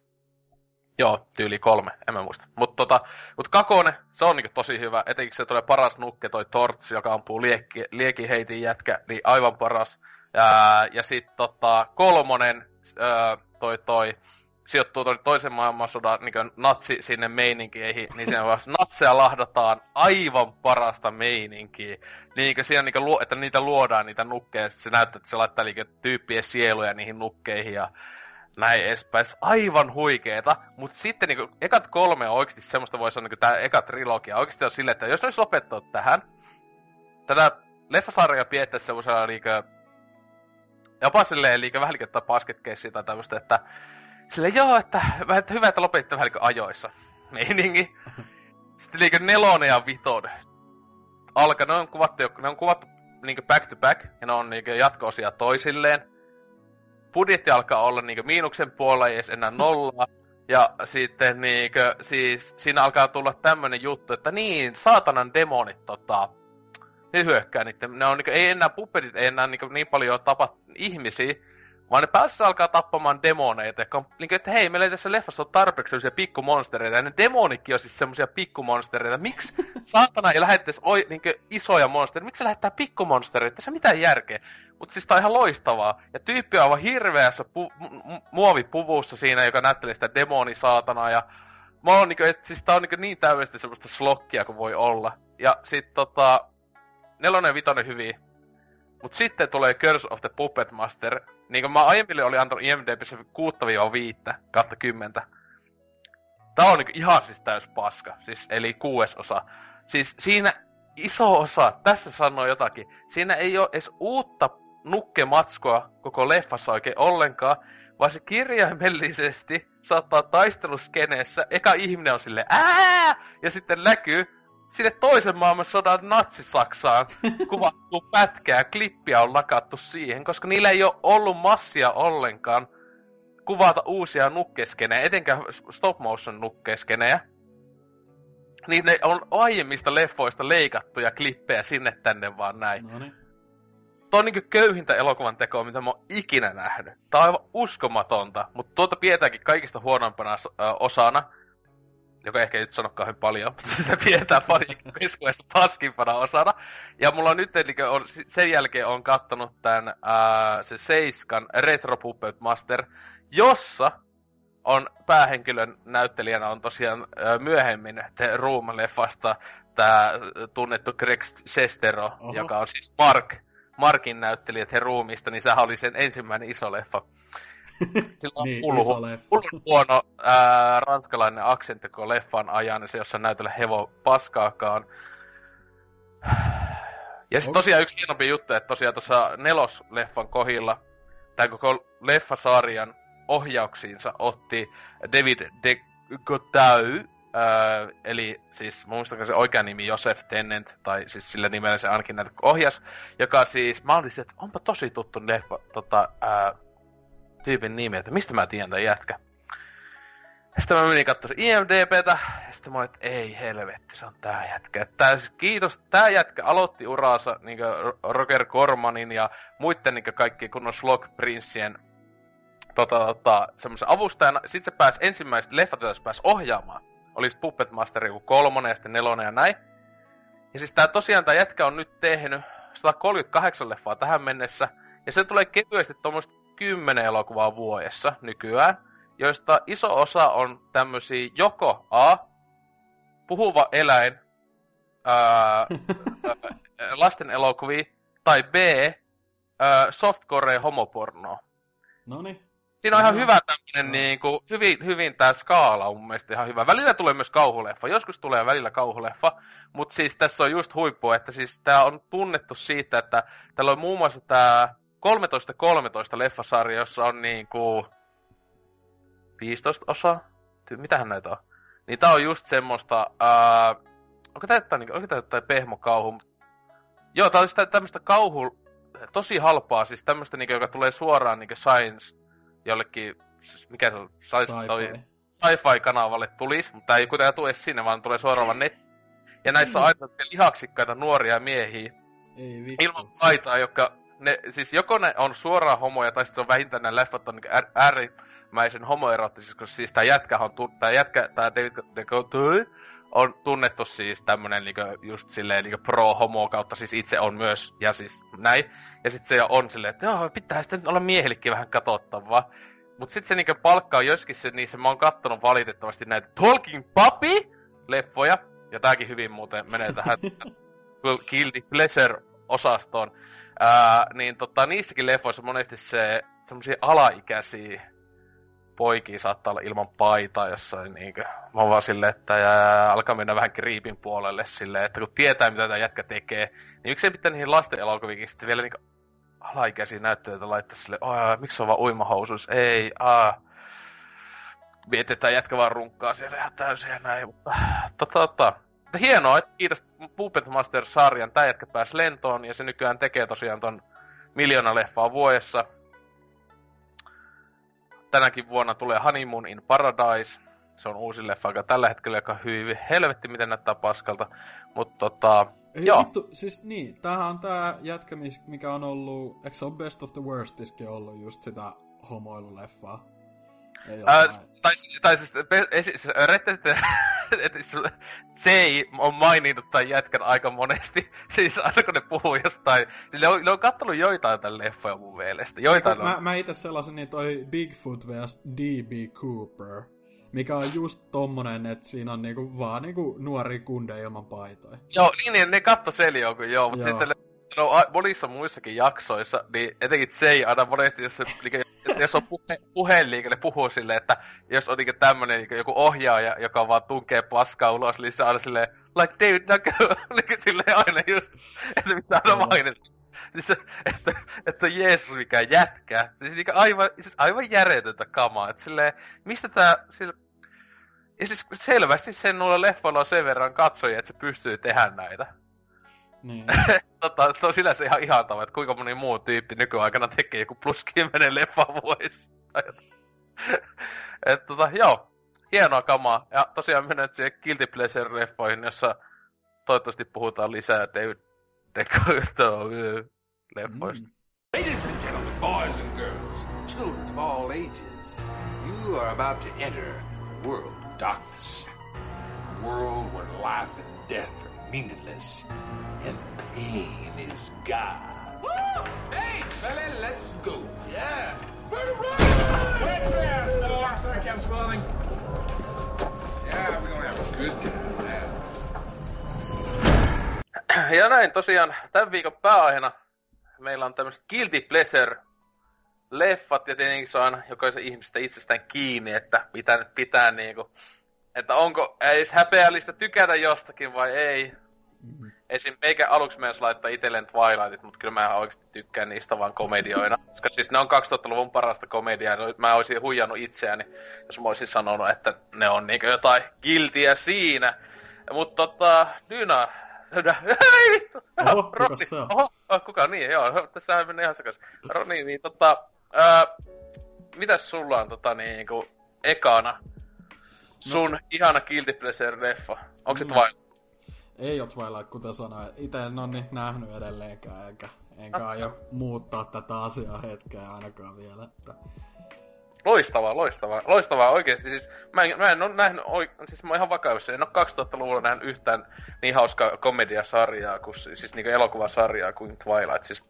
Speaker 3: Joo, tyyli kolme, en mä muista. Mutta tota, mut kakone, se on niinku tosi hyvä, etenkin se tulee paras nukke, toi Torts, joka ampuu liekki, liekiheitin jätkä, niin aivan paras. Ää, ja sit tota, kolmonen, ää, toi toi, sijoittuu toisen maailmansodan niin natsi sinne meininkeihin, niin siinä vasta natseja lahdataan aivan parasta meininkiä. Niin siinä niin luo, että niitä luodaan niitä nukkeja, ja se näyttää, että se laittaa niin tyyppien sieluja niihin nukkeihin ja näin edespäin. Aivan huikeeta, mutta sitten niin ekat kolme on oikeasti semmoista, voi sanoa, niin tämä eka trilogia oikeasti on silleen, että jos ne olisi lopettanut tähän, tätä leffasarjaa piettäisi semmoisella liikaa, jopa silleen liikaa vähän liikaa basket casea tai tämmöistä, että silleen joo, että hyvä, että lopetitte vähän niin ajoissa. Meininki. Sitten liikaa nelonen ja vitonen. Alka, ne on kuvattu, ne on kuvattu niinku back to back, ja ne on niinku jatko-osia toisilleen. Budjetti alkaa olla niinku miinuksen puolella, ei edes enää nollaa. Ja sitten niinku, siis siinä alkaa tulla tämmönen juttu, että niin, saatanan demonit tota, ne hyökkää niitten, ne on niinku, ei enää puppetit, ei enää niinku niin paljon tapa ihmisiä, vaan ne päässä alkaa tappamaan demoneita, jotka on niinku, että hei, meillä ei tässä leffassa ole tarpeeksi sellaisia pikkumonstereita, ja ne demonikin on siis semmosia pikkumonstereita. Miksi saatana ei lähettäisi oi, niinku, isoja monstereita? Miksi se lähettää pikkumonstereita? Tässä ei mitään järkeä. Mut siis tää on ihan loistavaa. Ja tyyppi on aivan hirveässä pu- mu- muovipuvussa siinä, joka näyttelee sitä demonisaatanaa, ja mä oon niinku, että siis tää on niinku niin täydellisesti semmoista slokkia kuin voi olla. Ja sit tota, nelonen ja vitonen hyviä. Mut sitten tulee Curse of the Puppet Master. Niinku mä aiemmin olin antanut I M D B:ssä kuusi viisi kautta kymmentä. Tää on niinku ihan siis täys paska. Siis, eli kuudes osa. Siis siinä iso osa, tässä sanoo jotakin. Siinä ei oo edes uutta nukkematskoa koko leffassa oikein ollenkaan. Vaan se kirjaimellisesti saattaa taisteluskeneessä. Eka ihminen on silleen ää! Ja sitten näkyy sinne toisen maailmansodan natsi-Saksaan kuvattu pätkää, klippiä on lakattu siihen, koska niillä ei ole ollut massia ollenkaan kuvata uusia nukkeskenejä, etenkään stop-motion nukkeskenejä. Niin ne on aiemmista leffoista leikattuja klippejä sinne tänne vaan näin.
Speaker 4: Noniin.
Speaker 3: Tuo on niinku köyhintä elokuvan tekoa, mitä mä oon ikinä nähnyt. Tää on aivan uskomatonta, mutta tuota pidetäänkö kaikista huonompana ö, osana. Joka ehkä ei nyt sano kauhean paljon, mutta sitä pidetään paljon keskuudessa paskimpana osana. Ja mulla on nyt, eli on, sen jälkeen on kattonut tän ää, se Seiskan Retro Puppet Master, jossa on päähenkilön näyttelijänä on tosiaan ää, myöhemmin The Room-leffasta tää tunnettu Greg Sestero, Oho. joka on siis Mark, Markin näyttelijä The Roomista, niin sehän oli sen ensimmäinen iso leffa. Sillä on
Speaker 4: niin,
Speaker 3: hullu, hullu huono ää, ranskalainen aksentti koko leffan ajan, ja se jossa näytellä hevo paskaakaan. Ja sitten tosiaan yksi hienompi juttu, että tosiaan tuossa nelosleffan kohdilla tämän koko leffasarjan ohjauksiinsa otti David de Gotau, ää, eli siis mun muistan se oikea nimi Joseph Tennant, tai siis sillä nimellä se ainakin näitä ohjas, joka siis, mä olisin, että onpa tosi tuttu leffa, tota, ää, tyypin nimi, että mistä mä tiedän tän jätkä. Sitten mä menin katsomaan I M D B:tä, ja sitten mä olin, että ei helvetti, se on tää jätkä. Tää, siis kiitos, tää jätkä aloitti uraansa niinkö Roger Cormanin ja muitten niinkö kaikkien kunnon Slog Princeen tota, tota, semmosen avustajana. Sitten se pääsi ensimmäiset leffat, joita se pääsi ohjaamaan. Oli Puppet Master joku kolmonen ja sitten nelonen ja näin. Ja siis tää tosiaan tää jätkä on nyt tehnyt sata kolmekymmentäkahdeksan leffaa tähän mennessä. Ja se tulee kevyesti tommoista kymmenen elokuvaa vuodessa nykyään, joista iso osa on tämmösiä joko A, puhuva eläin, ää, lasten elokuvia, tai B, ää, softcore homopornoa.
Speaker 4: Noniin.
Speaker 3: Siinä on ihan hyvä tämmönen niinku, hyvin, hyvin tää skaala on mun mielestä ihan hyvä. Välillä tulee myös kauhuleffa, joskus tulee välillä kauhuleffa, mut siis tässä on just huippu, että siis tää on tunnettu siitä, että täällä on muun muassa tää kolmetoista kolmetoista leffasarja, jossa on niinku viisitoista osaa. Mitähän näitä on? Niin tää on just semmoista, ää, onko tää jotain, onko tää jotain pehmokauhu? Joo, tää on sitä tämmöstä kauhu, tosi halpaa, siis tämmöstä niinku, joka tulee suoraan niinku Science jollekin, siis mikä se on,
Speaker 4: Sci-fi.
Speaker 3: Sci-fi-kanavalle tulis, mutta tää ei kuitenkaan tule sinne, vaan tulee suoraan vaan net. Ja näissä on aina lihaksikkaita nuoria miehiä.
Speaker 4: Ei vittu.
Speaker 3: Ilman paitaa, jotka ne, siis joko ne on suoraan homoja, tai sitten on vähintään nämä leffat on niin äärimmäisen homoerottisissa, koska siis tää jätkä on, tää jätkä, tää David Duchovny on tunnettu siis tämmönen niinku just silleen niinku pro-homo kautta, siis itse on myös, ja siis näin. Ja sit se on silleen, että joo, pitää sitten olla miehillekin vähän katsottavaa. Mut sit se niinku palkkaa joskin se, niin se mä oon kattonut valitettavasti näitä Talking Puppy-leffoja, ja tääkin hyvin muuten menee tähän Guilty Pleasure-osastoon. Ää, niin tota, niissäkin leffoissa monesti se semmosia alaikäisiä poikia saattaa olla ilman paitaa jossain niinkö. Mä oon vaan silleen, että jää, alkaa mennä vähän kriipin puolelle silleen, että kun tietää mitä tää jätkä tekee, niin yksi ei pitää niihin lasten elokuvikin sitten vielä niinkö alaikäisiä näyttelijöitä laittaa silleen, aah, miksi se on vaan uimahousuissa, ei, aah. Mietin, että jätkä vaan runkkaa siellä ihan täysin ja näin, mutta tota, tota. Hienoa, että kiitos Puppet Master-sarjan, tää jätkä pääsi lentoon, ja se nykyään tekee tosiaan ton miljoona leffaa vuodessa. Tänäkin vuonna tulee Honeymoon in Paradise. Se on uusi leffa, joka tällä hetkellä joka hyvin helvetti, miten näyttää paskalta. Mutta tota,
Speaker 4: ei,
Speaker 3: joo.
Speaker 4: Vittu, siis niin, tämähän on tää jätkä, mikä on ollut, eikö se on Best of the Worstiskin ollut just sitä homoiluleffaa?
Speaker 3: Ää, tai, tai siis, siis Jay on maininnut tämän jätkän aika monesti. Siis aina kun ne puhuu jostain, siis ne on, ne on kattonut joitain tämän leffoja mun mielestä. Joitain
Speaker 4: mä, mä ite sellaisin, niin toi Bigfoot vs. D B. Cooper. mikä on just tommonen, että siinä on niinku vaan niinku nuoria kundeja ilman paitoja.
Speaker 3: Joo, niin, niin ne katto Selio, kun joo, mutta
Speaker 4: Joo.
Speaker 3: sitten no, a- monissa muissakin jaksoissa, niin etenkin Jay aina monesti, jos, se, niinku, jos on puhe, puheenliikenne, puhuu silleen, että jos on niinku tämmönen niinku, joku ohjaaja, joka vaan tunkee paskaa ulos, niin se aina silleen, like David Nuckel, niinku silleen aina just, että mitä aina mainita. Siis se, että, että Jeesus mikä jätkä. Siis niinku aivan, siis aivan järjetöntä kamaa, että silleen, mistä tää, sillä... Ja siis selvästi sen nuilla leffoilla on sen verran katsojia, että se pystyy tehdä näitä.
Speaker 4: Niin.
Speaker 3: tota, to sillä se ihan ihantava, että kuinka moni muu tyyppi nykyaikana tekee joku plus kymmenen leffa vuodessa. Et tota, joo, hienoa kamaa. Ja tosiaan mennään siihen Guilty Pleasure-leffoihin, jossa toivottavasti puhutaan lisää David Decoto leffoista.
Speaker 4: Mm.
Speaker 2: Ladies and gentlemen, boys and girls, children of all ages, you are about to enter a world of darkness. A world where life and death are meaningless, and pain is God. Woo! Hey, fella, let's go. Yeah. We're right! Wait fast, Noah. Sorry, Captain Spaulding. Yeah, we're gonna have a good time now.
Speaker 3: Ja näin tosiaan tämän viikon pääaiheena meillä on tämmöiset Guilty Pleasure-leffat, ja tietenkin se on aina jokaisen ihmistä itsestään kiinni, että mitä nyt pitää niinku, että onko edes häpeällistä tykätä jostakin vai ei. Mm-hmm. Esim. Meikä aluksi mennessä laittaa itselleen Twilightit, mutta kyllä mä oikeesti tykkään niistä vaan komedioina. Koska siis ne on kaksituhattaluvun parasta komediaa, niin mä olisin huijannut itseäni, jos mä olisin sanonut, että ne on niinku jotain guiltyä siinä. Mutta tota, Dyna... Ei vittu!
Speaker 4: Oho, kuka se on?
Speaker 3: Oho, oh, kuka niin, joo, tässähän menee ihan sekas. Roni, niin tota, ää, mitäs sulla on tota niinku ekana sun no. ihana Guilty Pleasure-leffa? Onko se
Speaker 4: Mm.
Speaker 3: Twilight?
Speaker 4: Ei oo Twilight, kuten sanoin. Ite en oo niin nähnyt edelleenkään, enkä, enkä aio muuttaa tätä asiaa hetkeä ainakaan vielä. Että...
Speaker 3: Loistavaa, loistavaa, loistavaa oikeesti. Siis mä en, mä en oo nähnyt, oik- siis mä oon ihan vakavissa, en oo kaksituhattaluvulla nähnyt yhtään niin hauskaa komediasarjaa, kuin, siis niinku elokuvasarjaa kuin Twilight. Siis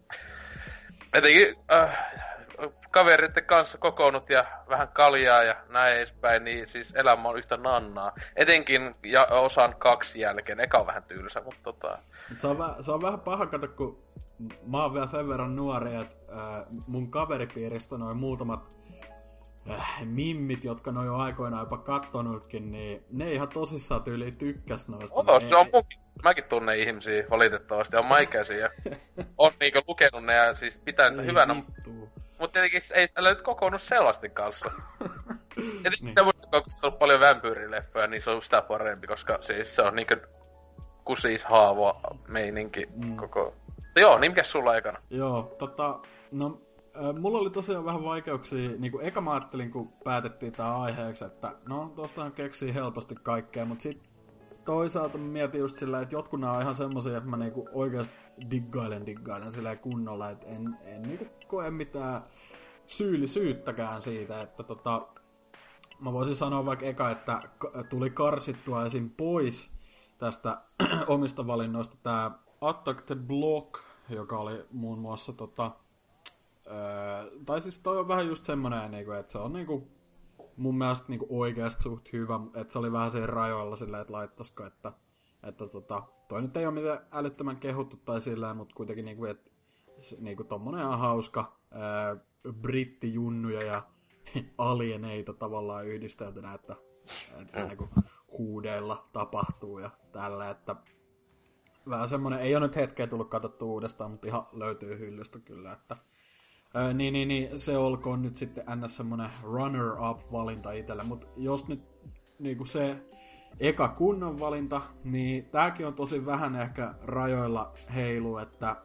Speaker 3: etenkin äh, kaveritten kanssa kokoonnut ja vähän kaljaa ja näin edespäin, niin siis elämä on yhtä nannaa. Etenkin ja osan kaksi jälkeen, eka on vähän tylsä, mutta tota...
Speaker 4: Se on, väh, se on vähän paha, kato, kun mä oon vielä sen verran nuori, että äh, mun kaveripiiristä noin muutamat äh, mimmit, jotka ne on jo aikoinaan jopa kattonutkin, niin ne ihan tosissaan tyyliin tykkäs noista.
Speaker 3: Oto, se on munkin. Mäkin tunnen ihmisiä valitettavasti, on maikäisiä ja on niinku lukenut ne ja siis pitää niitä hyvänä. Mutta tietenkin ei älä nyt kokoonnut sellaisten kanssa. Tietenkin niin. Semmoista, kun on paljon vampyyrileffoja, niin se on sitä parempi, koska siis se on niinkö kusis haava meininki mm. koko... No joo, niin mikäs sulla ekana?
Speaker 4: Joo, tota, no, äh, mulla oli tosiaan vähän vaikeuksia, niinku eka mä ajattelin, kun päätettiin tää aiheeksi, että no, tostahan keksii helposti kaikkea, mut sit toisaalta mä mietin just sillä, että jotkut nää on ihan semmosia, että mä niinku oikeesti diggailen diggailen silleen kunnolla, että en, en niinku koe mitään syyllisyyttäkään siitä, että tota, mä voisin sanoa vaikka eka, että tuli karsittua esim. Pois tästä omista valinnoista tää Attack the Block, joka oli muun muassa tota, öö, tai siis toi on vähän just semmonen, niinku, että se on niinku mun mielestä niinku oikeasti suht hyvä, että se oli vähän siinä rajoilla silleen, että laittaisiko, että, että tota, toi nyt ei ole mitään älyttömän kehuttu tai silleen, mutta kuitenkin niinku, että niinku tommonen ihan hauska ää, brittijunnuja ja alieneita tavallaan yhdisteltynä, että, että mm. niinku huudeilla tapahtuu ja tällä, että vähän semmonen, ei ole nyt hetkeä tullut katsottua uudestaan, mutta ihan löytyy hyllystä kyllä, että Öö, niin, niin, niin, se olkoon nyt sitten ns. Semmonen runner-up-valinta itselle, mutta jos nyt niinku se eka kunnon valinta, niin tääkin on tosi vähän ehkä rajoilla heilu, että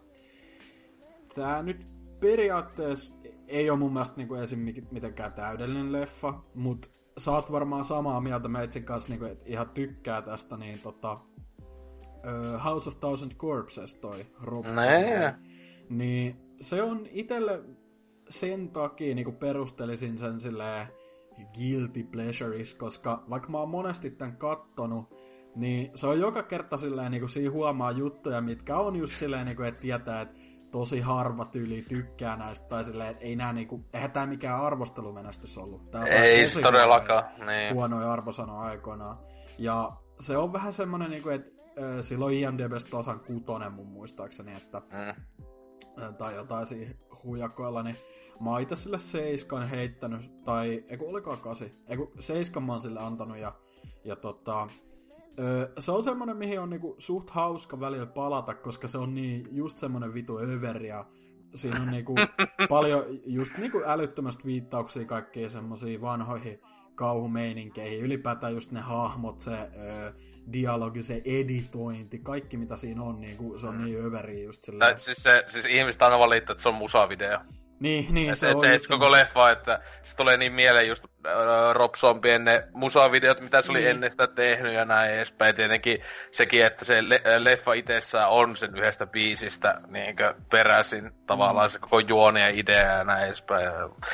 Speaker 4: tää nyt periaatteessa ei ole mun mielestä niinku esim. Mitenkään täydellinen leffa, mut sä oot varmaan samaa mieltä meitsin kanssa, niinku, että ihan tykkää tästä, niin tota öö, House of Thousand Corpses toi Rob Zombie, niin se on itelle sen takia niin perustelisin sen silleen guilty pleasureis, koska vaikka mä oon monesti tän kattonut, niin se on joka kerta silleen niin siinä huomaa juttuja, mitkä on just silleen, niin kuin, että tietää, että tosi harva tyyli tykkää näistä, tai silleen, että ei nää niinku, eihän tää mikään arvostelumenestys ollut. Tää
Speaker 3: ei todellakaan, niin.
Speaker 4: Huonoja arvosanoja aikoinaan. Ja se on vähän semmonen, niinku, että äh, silloin I M D B:stä tasan kutonen mun muistaakseni, että mm. äh, tai jotain siinä huijakoilla, niin mä oon ite sille seiskan heittänyt, tai eiku olikohan kasi, eiku seiskan mä oon sille antanut, ja, ja tota, öö, se on semmonen, mihin on niinku suht hauska välillä palata, koska se on niin just semmonen vitu överi, ja siinä on niinku paljon just niinku älyttömästi viittauksia kaikkiin semmosia vanhoihin kauhumeininkeihin, ylipäätään just ne hahmot, se öö, dialogi, se editointi, kaikki mitä siinä on, niinku, se on niin överi just silleen.
Speaker 3: Tää, siis, se, siis ihmiset aina valittaa, että se on musavideo.
Speaker 4: Niin, niin
Speaker 3: et,
Speaker 4: se
Speaker 3: et,
Speaker 4: on.
Speaker 3: Se, et koko leffa, että se tulee niin mieleen just äh, Rob Zombien ne musavideot, mitä se oli niin ennen sitä tehnyt ja näin edespäin. Tietenkin sekin, että se le- leffa itsessään on sen yhdestä biisistä niinkö peräisin tavallaan mm. se koko juoni ja idea ja näin edespäin.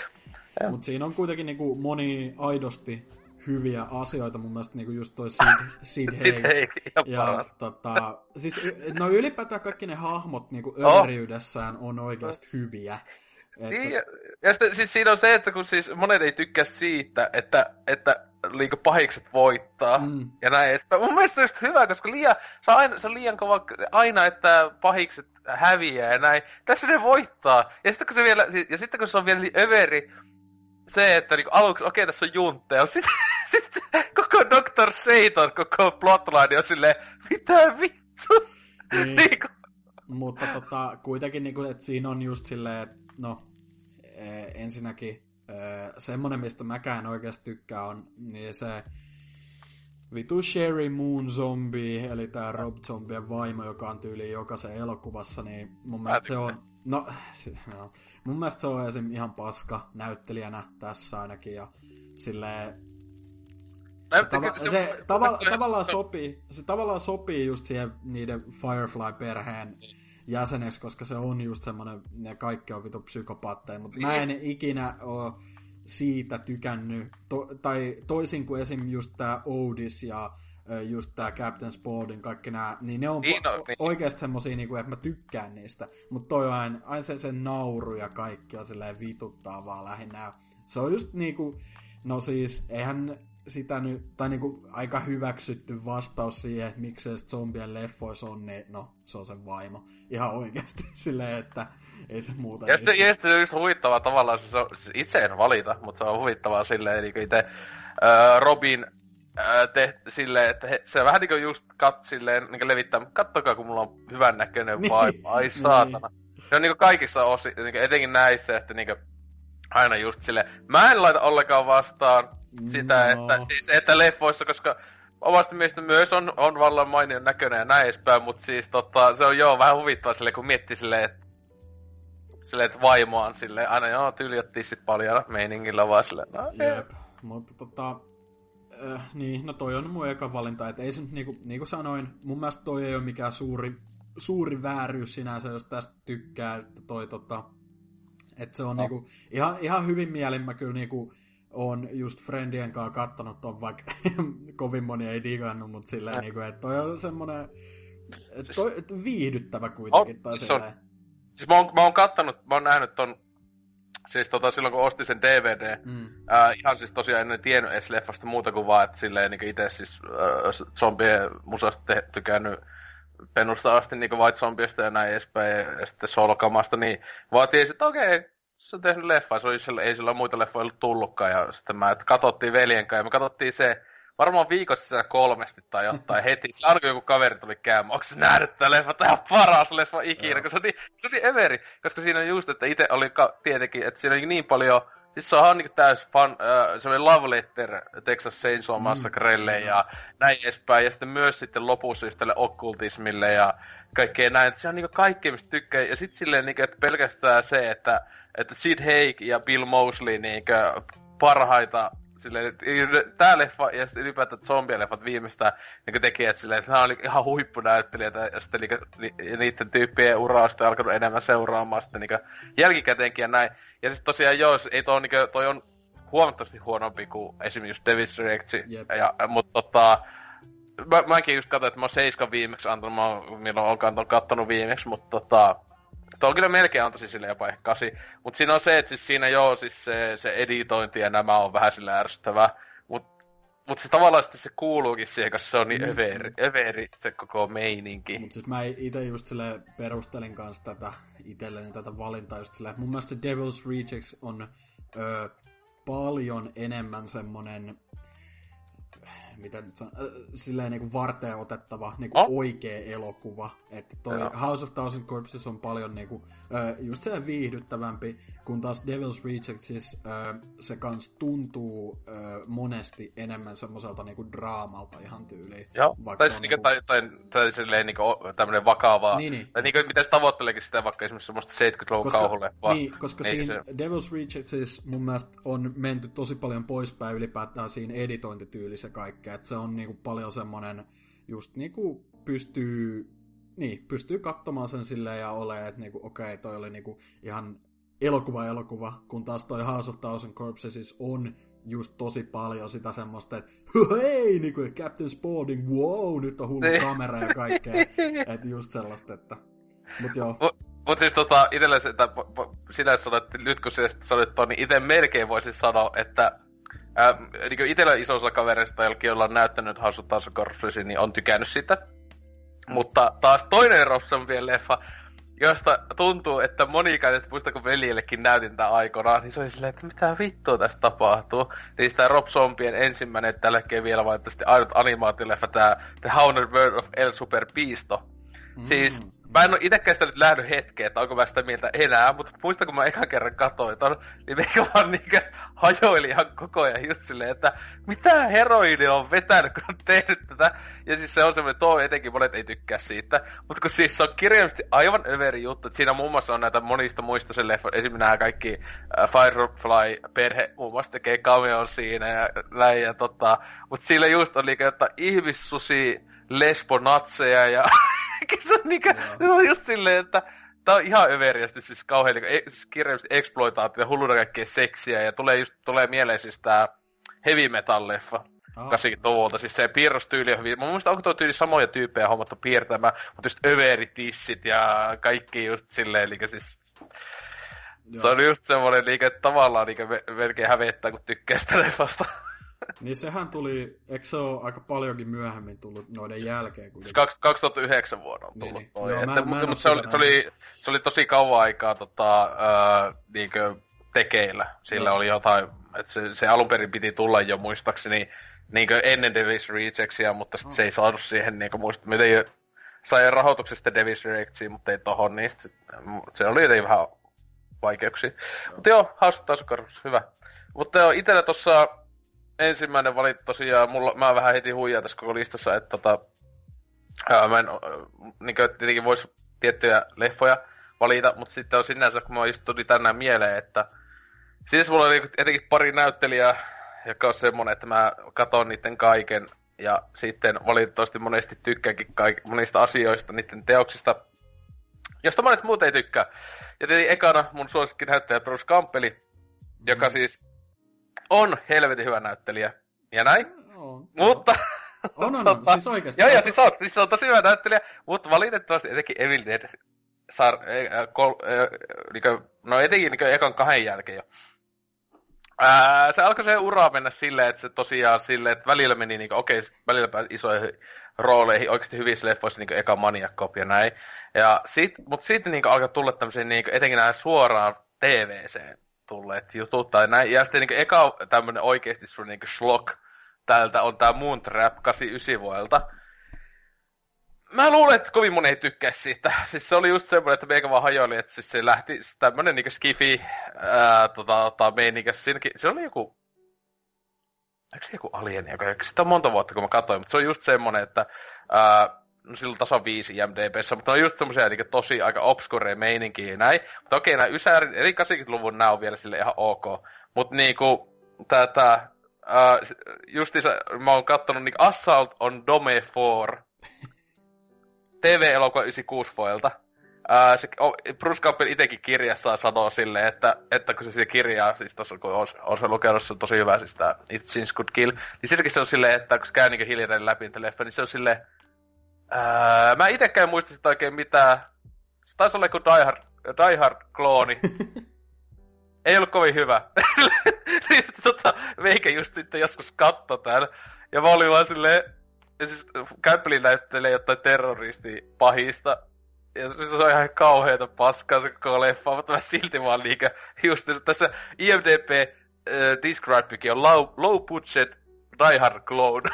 Speaker 4: Mut siinä on kuitenkin niinku moni aidosti hyviä asioita, mun mielestä niinku just toi Sid, Sid Haig.
Speaker 3: Sid Haig,
Speaker 4: ja tota, siis no ylipäätään kaikki ne hahmot niinku överiydessään on oikeasti hyviä. Että...
Speaker 3: Niin, ja, ja sitten siis siinä on se, että kun siis monet ei tykkää siitä, että, että liikaa pahikset voittaa mm. ja näin edespäin. Mun mielestä se on just hyvä, koska liian, se, on aina, se on liian kova aina, että pahikset häviää ja näin. Tässä ne voittaa. Ja sitten kun se, vielä, ja sitten, kun se on vielä niin överi, se, että niinku aluksi, okei, okay, tässä on juntteja, sitten sit, koko doktor Satan, koko plotline on silleen, mitä vittu?
Speaker 4: Niin.
Speaker 3: Niinku.
Speaker 4: Mutta tota, kuitenkin, niinku, että siinä on just silleen, että no, ee, ensinnäkin ee, semmonen, mistä mäkään oikeasti tykkää, on niin se vitu Sherry Moon Zombie, eli tää Rob Zombien vaimo, joka on tyyliin jokaisen elokuvassa, niin mun mielestä se on, no, no mun mielestä se on esim. Ihan paska näyttelijänä tässä ainakin, ja silleen Tava- se, se tava- se, tavallaan se, sopii, se tavallaan sopii just siihen niiden Firefly-perheen jäseneksi, koska se on just semmonen, ne kaikki on vitu psykopaatteja, mutta niin. Mä en ikinä oo siitä tykännyt, to, tai toisin kuin esim. Just tää Otis ja just tää Captain Spaulding, kaikki nää, niin ne on niin, po- no, niin. oikeesti semmosia, niinku, että mä tykkään niistä, mutta toi on aina, aina se, se nauru ja kaikki on silleen vituttaa vaan lähinnä. Se on just niinku, no siis, eihän sitä nyt, tai niinku aika hyväksytty vastaus siihen, että miksei zombien leffoissa on, niin no, se on sen vaimo. Ihan oikeasti silleen, että ei se muuta.
Speaker 3: Ja sitten, ja sitten se on just huvittavaa tavallaan, se on, itse en valita, mutta se on huvittavaa silleen, niin kuin itse äh, Robin äh, tehty silleen, että he, se vähän niin kuin just kat silleen, niin kuin levittää, kattokaa kun mulla on hyvän näköinen niin, vaimo, ai saatana. Niin. Se on niin kuin kaikissa osi, niin kuin etenkin näissä, että niin kuin aina just silleen, mä en laita ollenkaan vastaan sitä, no. että, siis, että leffoissa, koska omasta mielestä myös on, on vallan mainion näköinen ja näin edespäin, mutta siis tota, se on joo vähän huvittavaa silleen, kun miettii silleen, että silleen, että vaimo on silleen, aina joo, tyljät tissit paljon meiningillä vaan silleen, no okei.
Speaker 4: Jep, mutta tota, äh, niin, no toi on mun eka valinta, että ei se nyt niinku, niinku sanoin, mun mielestä toi ei ole mikään suuri, suuri vääryys sinänsä, jos tästä tykkää, että toi tota, että se on no. niinku, ihan, ihan hyvin mielin mä kyllä niinku, on just friendien kanssa kattonut ton, vaikka kovin moni ei digannut, mutta silleen niinku, että toi on semmonen, että toi, et viihdyttävä kuitenkin. Tai
Speaker 3: on, on, siis mä oon, mä oon kattonut, mä oon nähnyt ton, siis tota silloin kun ostin sen D V D, mm. ää, ihan siis tosiaan en tiennyt edes leffasta muuta kuin vaan, että silleen niinku ite siis äh, zombien musasta te- tykännyt pennusta asti niinku White Zombiesta ja näin edespäin ja sitten Solkamasta, niin vaan tiesin, että okei, okay, se on tehnyt leffa, se oli, ei sillä muita leffoja ollut tullutkaan, ja sitten mä, että katsottiin veljen kanssa, ja me katsottiin se varmaan viikossa siellä kolmesti tai jotain heti, sillä aina kun joku kaveri tuli käymään, onko se nähnyt tää leffa, tää on paras leffa ikinä, koska se oli, se oli everi, koska siinä on just, että itse oli ka- tietenkin, että siinä oli niin paljon, siis se on niinku täys fan, äh, se oli love letter Texas Chainsaw Massacrelle mm. ja näin edespäin, ja sitten myös sitten lopussa just tälle okkultismille ja kaikkea näin, että se on niinku kaikkea, mistä tykkää, ja sit silleen niinku, että pelkästään se, että että Sid Haig ja Bill Moseley niinkö parhaita silleen, tää leffa ja sitten ylipäätään zombie-leffat viimeistään niinkö tekijät silleen, että nää oli ihan huippunäyttelijätä ja sitten niinkö ni, niitten tyyppien uraa sitten alkanut enemmän seuraamaan sitten niinkö jälkikäteenkin ja näin. Ja siis tosiaan joo, ei toi niinkö, toi on huomattavasti huonompi kuin esimerkiksi Devil's Rejects, ja, mutta tota, mä, mäkin just katsoin, että mä oon seiskan viimeksi antanut, mä oon, milloin oon kattonut viimeksi, mutta tota, Tuo on kyllä melkein antaisin sille jopa ehkä kasi. Mut siinä on se, että siis siinä joo, siis se, se editointi ja nämä on vähän sillä ärsyttävää. Mut, mut se tavallaan sitten se kuuluukin siihen, koska se on niin mm. överi, överi se koko meininki.
Speaker 4: Mut siis mä ite just silleen perustelin kanssa tätä itselleni tätä valintaa just silleen. Mun mielestä Devil's Rejects on ö, paljon enemmän semmonen, mitä nyt sanon, äh, silleen niinku varteen otettava niinku oh? oikea elokuva. Että toi Joo. House of Thousand Corpses on paljon niinku, äh, just se viihdyttävämpi, kun taas Devil's Rejects siis, äh, se kans tuntuu äh, monesti enemmän semmoiselta niinku draamalta ihan tyyliin.
Speaker 3: Joo, tai, siis niinku, tai, tai, tai silleen niinku tämmönen vakavaa, niin, niin. tai niinku miten se tavoitteleekin sitä vaikka esimerkiksi semmoista seitsemänkymmentäluvun kauhuleffaa.
Speaker 4: Niin, koska niin, siinä se... Devil's Rejects siis mun mielestä on menty tosi paljon poispäin ylipäätään siinä editointityylissä kaikkea, että se on niinku paljon semmonen, just niinku pystyy, niin, pystyy katsomaan sen silleen ja olemaan, että niinku, okei, okay, toi oli niinku ihan elokuva elokuva, kun taas toi House of Thousand Corpses siis on just tosi paljon sitä semmoista, että hei, niinku Captain Spaulding, wow, nyt on hullu kamera ja kaikkea, että just sellaista, että, mut joo.
Speaker 3: Mut, mut siis tota, itelle sitä, sitä sanoit, että nyt kun sä sanoit ton, niin ite melkein voisin sanoa, että Ää, niin itellä iso osa kavereista, jolla on näyttänyt House of Thousand Corpses, niin on tykännyt sitä. Mm. Mutta taas toinen Rob Zombien leffa, josta tuntuu, että Monika, että muista kun veljellekin näytin tätä aikoinaan, niin se oli silleen, että mitä vittua tästä tapahtuu. Niin sitä Rob Zombien ensimmäinen, tällä hetkellä vielä vain ainut animaatioleffa, tää The Haunted World of El Super Beasto. Mm. Siis mä en oo itekään sitä nyt lähdnyt hetkeä, että onko mä sitä mieltä enää, mutta muista kun mä ekan kerran katsoin ton, niin meikä vaan niinkö hajoili ihan koko ajan just silleen, että mitä heroiini on vetänyt, kun on tehnyt tätä. Ja siis se on semmoinen, tuo etenkin monet ei tykkää siitä, mutta kun siis se on kirjallisesti aivan överi juttu, että siinä muun muassa on näitä monista muista sen leffon, esimerkiksi nämä kaikki äh, Firefly-perhe muun muassa tekee cameon siinä ja näin ja tota, mutta sillä just on liikaa jotain ihmissusi, lesbonatseja ja se on, niinkö, se on just silleen, että tää on ihan överiästi siis kauhean niinku, e- siis kirjallisesti exploitaatio, hulluna kaikkea seksiä ja tulee just, tulee mieleen siis tää heavy metal-leffa oh. kahdeksankymmentäluvulta. Siis se piirrostyyli on hyvin, mä muistan, onko tuo tyyli samoja tyyppejä hommattu piirtämään, mutta just överitissit ja kaikki just silleen, eli siis Joo. se on just semmonen liike, että tavallaan liike melkein hävettää, kun tykkää sitä leffasta.
Speaker 4: Niin sehän tuli, eikö se ole aika paljonkin myöhemmin tullut noiden jälkeen?
Speaker 3: Siis kaksituhattayhdeksän vuonna on tullut. Niin, toi. Joo, että, mä, mä mutta se, oli, se, oli, se oli tosi kauan aikaa tota, äh, niinkö tekeillä. Sillä no. oli jotain, että se, se alun perin piti tulla jo muistaakseni niinkö ennen Devil's Rejectsia, mutta sit no. se ei saanut siihen niinkö muista. Miten sai rahoituksesta Devil's Rejectsia, mutta ei tohon, niin sit, se oli jotenkin vähän vaikeuksia. No. Mutta joo, House of Cards, hyvä. Mutta joo, itellä tossa ensimmäinen valinta tosiaan, mulla, mä vähän heti huijaa tässä koko listassa, että tota, ää, mä en, niin kuin, tietenkin vois tiettyjä leffoja valita, mutta sitten on sinänsä, kun mä just tuli tänään mieleen, että siis mulla oli etenkin pari näyttelijää, joka on semmonen, että mä katon niiden kaiken, ja sitten valitettavasti monesti tykkäänkin kaik- monista asioista, niiden teoksista, josta monet muut ei tykkää. Ja tietenkin ekana mun suosikki näyttelijä Bruce Campbell, joka mm. siis on helvetin hyvä näyttelijä. Ja näin. No, mutta...
Speaker 4: On, on, on. Siis oikeesti.
Speaker 3: Joo, joo, siis on. Siis on tosi hyvä näyttelijä. Mutta valitettavasti etenkin Evil Dead... Sar, äh, kol, äh, niinkö, no etenkin niinkö ekan kahden jälkeen jo. Ää, se alkoi se ura mennä silleen, että se tosiaan silleen, että välillä meni niinkö, okei, okay, välillä pääsi isoihin rooleihin, oikeesti hyvissä leffoissa niinkö eka Maniac ja näin. Ja sit, mut sitten niinkö alkoi tulla tämmösiä niinkö, etenkin nää suoraan T V-seen tulleet jutut tai näin. Ja sitten niinku eka tämmönen oikeesti sun niinku schlock täältä on tää Moontrap kahdeksankymmentäyhdeksän vuodelta. Mä luulen, että kovin moni ei tykkäisi siitä. Siis se oli just semmoinen, että meikä vaan hajoili, että siis se lähti tämmönen niinku skifi, ää, tota, tota, meinikäs. Siinäkin, se oli joku, eikö se joku alieni, joka sitä on monta vuotta, kun mä katsoin, mutta se on just semmonen, että ää, no silloin tasan viisi I M D B:ssä, mutta ne on just semmosia niinku tosi aika obscure meininkiä ja näin. Mutta okei, nää Ysärin, eli kahdeksankymmentäluvun nää on vielä sille ihan ok. Mut niinku, tää, tää, ää, justiinsa mä oon kattonut niinku Assault on Dome neljä. T V-elokuva yhdeksänkymmentäkuusi vuodelta. Ää, se, o, Bruce Campbell itekin kirjassaan sanoo silleen, että, että kun se siinä kirjaa, siis tossa kun on, on se lukenut, se on tosi hyvä, siis tää It Seems Could Kill, niin silläkin se on silleen, että kun se käy niinku hiljalleen läpi niitä leffa, niin se on silleen, ää, mä itekään muista sitä oikein mitään, se taisi olla joku Die Hard Die Hard-klooni. Ei ollut kovin hyvä. Niin, tota, meikä just sitten joskus katto täällä. Ja mä olin vaan silleen, ja siis Campbell näyttelee jotain terroristia pahista. Ja siis se on ihan kauheeta paskaa se koko leffa, mutta mä silti vaan liikaa just tässä I M D B uh, Describekin on low, low budget Die Hard clone.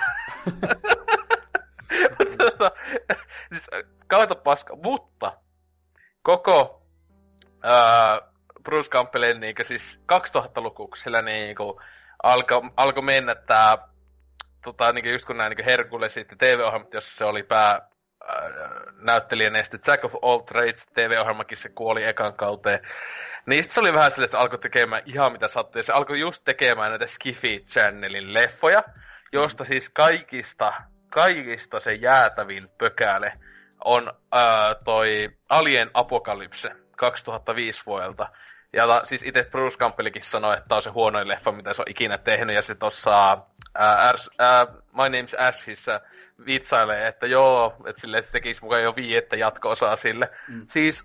Speaker 3: Siis kauheeta paskaa, mutta koko uh, Bruce Campbellin niinku siis kaksituhattalukuksi sillä niinku alkoi alko mennä tää tota niinku just kun nää niinku Herkulesit ja T V-ohjelmat, jossa se oli pää näyttelijän ja sitten Jack of All Trades T V-ohjelmakin se kuoli ekan kauteen. Niin sit se oli vähän silleen, että se alkoi tekemään ihan mitä sattui. Ja se alkoi just tekemään näitä Skiffy Channelin leffoja, josta siis kaikista, kaikista se jäätävin pökäle on ää, toi Alien Apocalypse kaksituhattaviisi vuodelta. Ja la, siis itse Bruce Campbellikin sanoi, että tää on se huonoin leffa, mitä se on ikinä tehnyt. Ja se tossa ää, Ars, ää, My Name's Ashissa vitsailee, että joo, että silleen se tekisi mukaan jo viiettä jatko-osaa sille. Mm. Siis,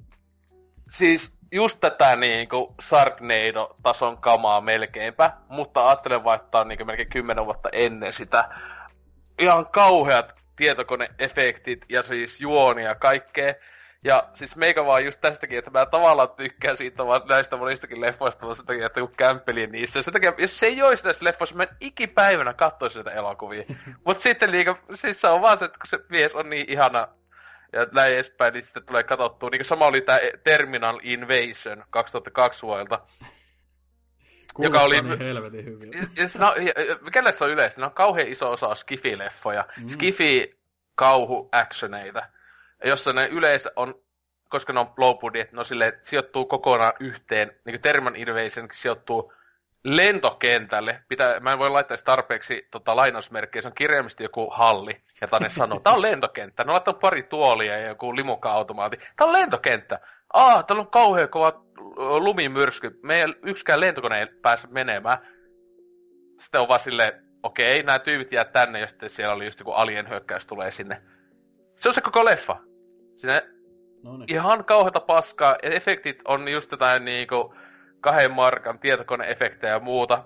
Speaker 3: siis just tätä niinku Sharknado-tason kamaa melkeinpä, mutta ajattelen vaan, että on niinku melkein kymmenen vuotta ennen sitä. Ihan kauheat tietokone-efektit ja siis juonia ja kaikkea. Ja siis meikä vaan just tästäkin, että mä tavallaan tykkään siitä vaan näistä monistakin leffoista, vaan sen takia, että kun Campbell niissä. Ja sen takia, jos se ei olisi näissä leffoissa, mä en ikipäivänä katsoisi näitä elokuvia. Mut sitten liikaa, siis se on vaan se, että kun se mies on niin ihana ja näin edespäin, niin sitten tulee katsottua. Niin sama oli tää Terminal Invasion kaksituhattakaksi vuodelta.
Speaker 4: Kuulostaa joka oli niin helvetin hyvin.
Speaker 3: Ja, ja, ja, kelle se on yleistä? Ne on kauhean iso osa Skifi-leffoja. Mm. Skifi-kauhu-actioneita. Jossa ne yleensä on, koska ne on low budget, ne on silleen, sijoittuu kokonaan yhteen. Niin kuin Terminal Invasion sijoittuu lentokentälle. Pitää, mä en voi laittaa tarpeeksi tota, lainausmerkkiä, se on kirjaimisesti joku halli, jota ne sanoo. Tää on lentokenttä. Ne on laittanut pari tuolia ja joku limuka-automaati. Tää on lentokenttä. Aa, täällä on kauhean kova lumimyrsky. Meidän yksikään lentokone ei pääse menemään. Sitten on vaan silleen, okei, nämä tyypit jää tänne, ja sitten siellä oli just joku alien hyökkäys tulee sinne. Se on se koko leffa. Siinä Noniin. Ihan kauheata paskaa. Ja efektit on just jotain niinku kahden markan tietokone-efektejä ja muuta.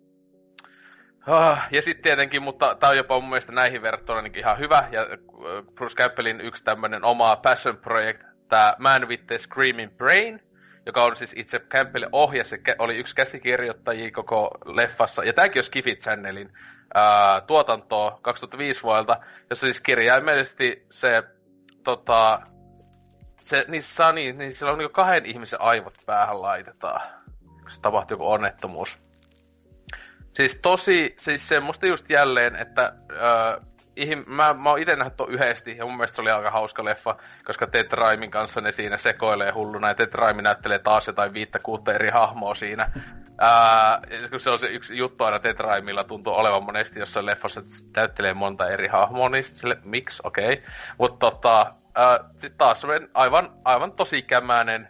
Speaker 3: Ah, ja sitten tietenkin, mutta tää on jopa mun mielestä näihin verrattuna niin ihan hyvä. Ja Bruce Campbellin yksi tämmönen oma passion project, tää Man with the Screaming Brain, joka on siis itse Campbellin ohjas, se oli yksi käsikirjoittajia koko leffassa. Ja tääkin on Skiffy Channelin ää, tuotantoa kaksituhattaviisi vuodelta, jossa siis kirjaimellisesti se, tota, se niissä saa niin, niin siellä on niinku kahden ihmisen aivot päähän laitetaan, kun se tapahtuu joku onnettomuus. Siis tosi, siis semmoista just jälleen, että ää, Ihim, mä, mä oon ite nähnyt ton yhdesti, ja mun mielestä se oli aika hauska leffa, koska Ted Raimin kanssa ne siinä sekoilee hulluna, ja Ted Raimi näyttelee taas jotain viittä kuutta eri hahmoa siinä. Ää, kun se on se yksi juttu aina Ted Raimilla tuntuu olevan monesti jossain leffassa, että näyttelee monta eri hahmoa, niin sille, miksi, okei. Okay. Mutta tota, sit taas aivan, aivan tosi kämäinen,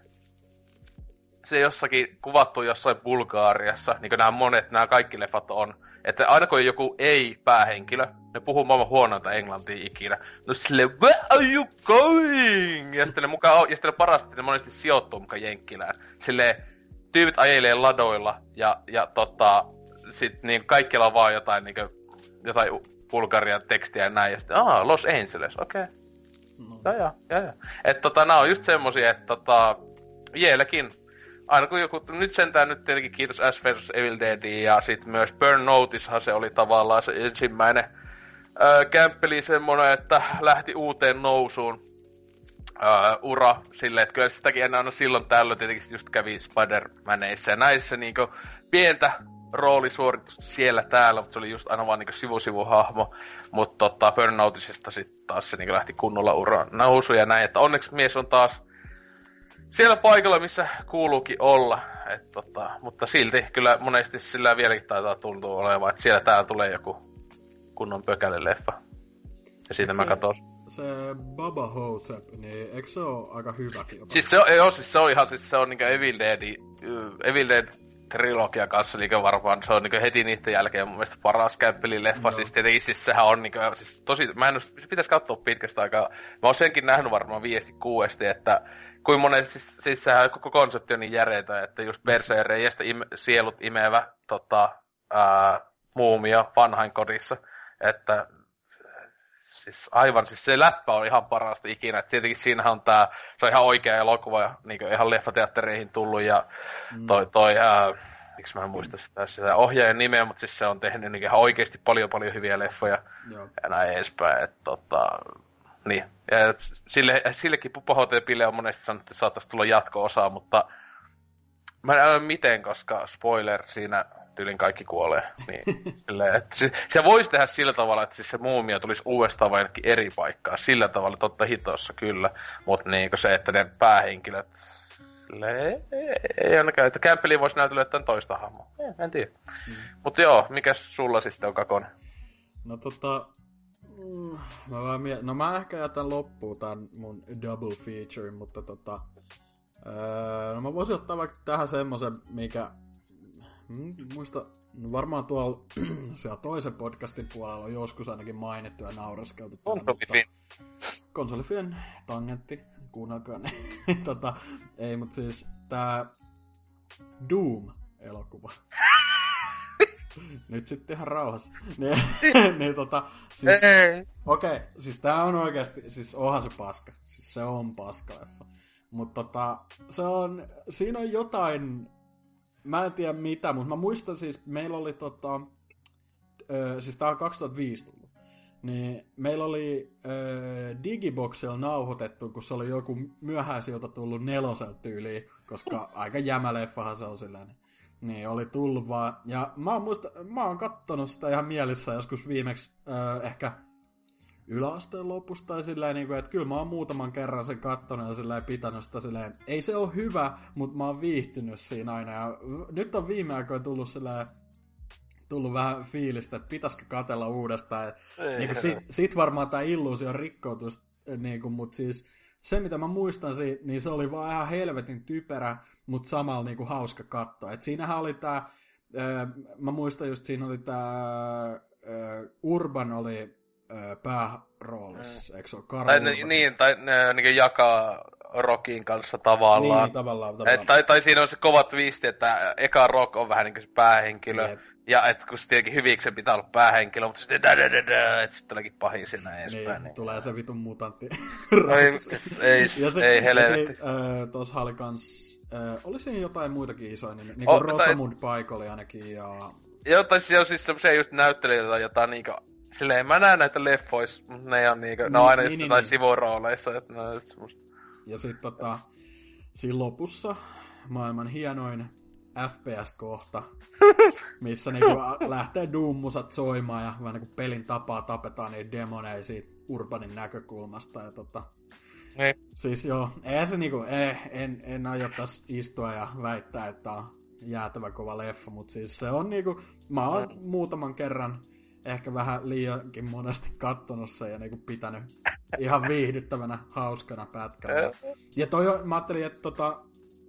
Speaker 3: se jossakin kuvattu jossain Bulgaariassa, niin kuin nämä monet, nämä kaikki leffat on. Että aina kun joku ei-päähenkilö, ne puhuu maailman huonointa englantia ikinä. No silleen, where are you going? Ja sitten ne, mukaan, ja sitten ne parasti ne monesti sijoittuu mukaan Jenkkilään. Silleen, tyypit ajelee ladoilla ja, ja tota, sit niin kaikilla on vaan jotain, niin kuin, jotain Bulgarian tekstiä ja näin. Ja sitten, aah, Los Angeles, okei. Okay. No. Ja, ja, ja, ja. Että tota, nää on just semmosia, että tota, jeelläkin. Aina kun joku, nyt sentään nyt tietenkin kiitos Ash versus. Evil Dead ja sit myös Burn Noticehan se oli tavallaan se ensimmäinen ää, Campbellin semmonen, että lähti uuteen nousuun ää, ura silleen, että kyllä sitäkin enää aina silloin tällöin tietenkin just kävi Spider-Maneissa ja näissä niinku pientä roolisuoritusta siellä täällä, mutta se oli just aina vaan niinku sivusivuhahmo, mutta tota Burn Noticesta sit taas se niinku lähti kunnolla uran nousuun ja näin, että onneksi mies on taas siellä paikalla, missä kuuluukin olla. Et tota, mutta silti kyllä monesti sillä vieläkin taitaa tuntua olevan, että siellä täällä tulee joku kunnon pökäle leffa. Ja siitä mä katon.
Speaker 4: Se Baba Hotep, niin eikö se oo aika hyväkin jopa?
Speaker 3: Siis se on, joo, siis se on ihan, siis se on niinku Evil Dead, Evil Dead trilogia kanssa, eli varmaan se on niinku heti niiden jälkeen mun mielestä paras Campbellin leffa. No. Siis tietenkin siis sehän on niinku, siis tosi, mä en oo, se pitäis katsoa pitkästä aikaa. Mä oon senkin nähnyt varmaan viesti kuuesti, että kuin monen, siis, siis sehän koko konsepti on niin järeitä, että just perseen reiästä ime, sielut imevä tota, ää, muumio vanhainkodissa, että siis aivan, siis se läppä on ihan parasta ikinä, että tietenkin siinähän on tää, se on ihan oikea elokuva ja niin ihan leffateattereihin tullut ja toi, toi ää, miksi mä en muista sitä, sitä ohjaajan nimeä, mutta siis se on tehnyt niin ihan oikeasti paljon paljon hyviä leffoja. Joo. Ja näin edespäin, että tota, niin. Ja sille, sillekin Puppahotelpille on monesti sanottu, että saattaisi tulla jatko-osa, mutta mä en ole miten, koska spoiler, siinä tyylin kaikki kuolee. Niin, silleen, että se, se voisi tehdä sillä tavalla, että siis se muumio tulisi uudestaan vai jonnekin eri paikkaan. Sillä tavalla, totta hitossa kyllä, mutta niin se, että ne päähenkilöt ei, ei ainakaan, että Campbellin voisi näytellä jotain toista hahmoa. En, en tiedä. Mm. Mutta joo, mikäs sulla sitten on Kakone?
Speaker 4: No tota, mm, mä vaan mie- no mä ehkä jätän loppuun tän mun double feature, mutta tota, öö, no mä voisin ottaa vaikka tähän semmosen, mikä, mm, muista, no varmaan tuolla siellä toisen podcastin puolella on joskus ainakin mainittu ja naureskeltu.
Speaker 3: Konsolifin.
Speaker 4: Konsolifin tangentti. Kuunnelkaa. tota, ei, mut siis tää Doom-elokuva. Nyt sitten ihan rauhassa. niin, niin tota, siis, okei, okay, siis tää on oikeesti, siis onhan se paska. Siis se on paska leffa. Mut tota, se on, siinä on jotain, mä en tiedä mitä, mut mä muistan siis, meillä oli tota, ö, siis tää on kaksituhattaviisi tullut. Niin meillä oli äh, Digiboxilla nauhoitettu, kun se oli joku myöhäisiltä tullut neloselta tyyliin, koska aika jämäleffahan se on sillä. Niin, niin oli tullut vaan. Ja mä oon, muista, mä oon kattonut sitä ihan mielissä joskus viimeksi äh, ehkä yläasteen lopusta tai silleen, niin kuin, että kyllä mä oon muutaman kerran sen kattonut ja silleen pitänyt sitä silleen. Ei se ole hyvä, mutta mä oon viihtynyt siinä aina. Ja nyt on viime aikoina tullut silleen, tullut vähän fiilistä, että pitäisikö katsella uudestaan. Niin sit, sit varmaan tää illuusio rikkoutuisi, niin mutta siis se mitä mä muistan siitä, niin se oli vaan ihan helvetin typerä, mutta samalla niin kuin hauska katsoa. Et siinähän oli tää, mä muistan just siinä oli tää, Urban oli pääroolissa, mm. eikö se ole Karl
Speaker 3: tai,
Speaker 4: Urban?
Speaker 3: Niin, tai ne niin Jakaa Rockin kanssa tavallaan.
Speaker 4: Niin, tavallaan. tavallaan.
Speaker 3: Et, tai, tai siinä on se kova twisti, että eka Rock on vähän niin kuin se päähenkilö. Jep. Ja et kun se tietenkin hyviksen pitää olla päähenkilö, mutta sitten että sitten tuleekin pahin siinä edespäin. Niin,
Speaker 4: niin, tulee se vitun mutantti.
Speaker 3: ei, ei,
Speaker 4: se,
Speaker 3: ei helvetti.
Speaker 4: Äh, Tuossa oli kans, äh, oli siinä jotain muitakin isoja nimiä. Niin kuin Rosamund Pike oli ainakin ja...
Speaker 3: Joo, tai siellä on siis semmosia just näyttelijöitä, jota niinku... Silleen mä näen näitä leffois, mutta ne on niinku... Niin, ne on aina niin, just niin, jotain niin. sivurooleissa, että ne on just semmoista.
Speaker 4: Ja sit tota... Siinä lopussa maailman hienoin F P S-kohta, missä niinku lähtee Doom-musat soimaan ja vähän niinku pelin tapaa tapetaan niitä demoneja siitä Urbanin näkökulmasta. Ja tota,
Speaker 3: niin.
Speaker 4: Siis joo, ei se niinku, ei, en, en aio tässä istua ja väittää, että on jäätävä kova leffa, mutta siis se on niinku, mä oon mm. muutaman kerran ehkä vähän liiankin monesti kattonut sen ja niinku pitänyt ihan viihdyttävänä, hauskana pätkänä. Ja toi on, mä ajattelin, että tota,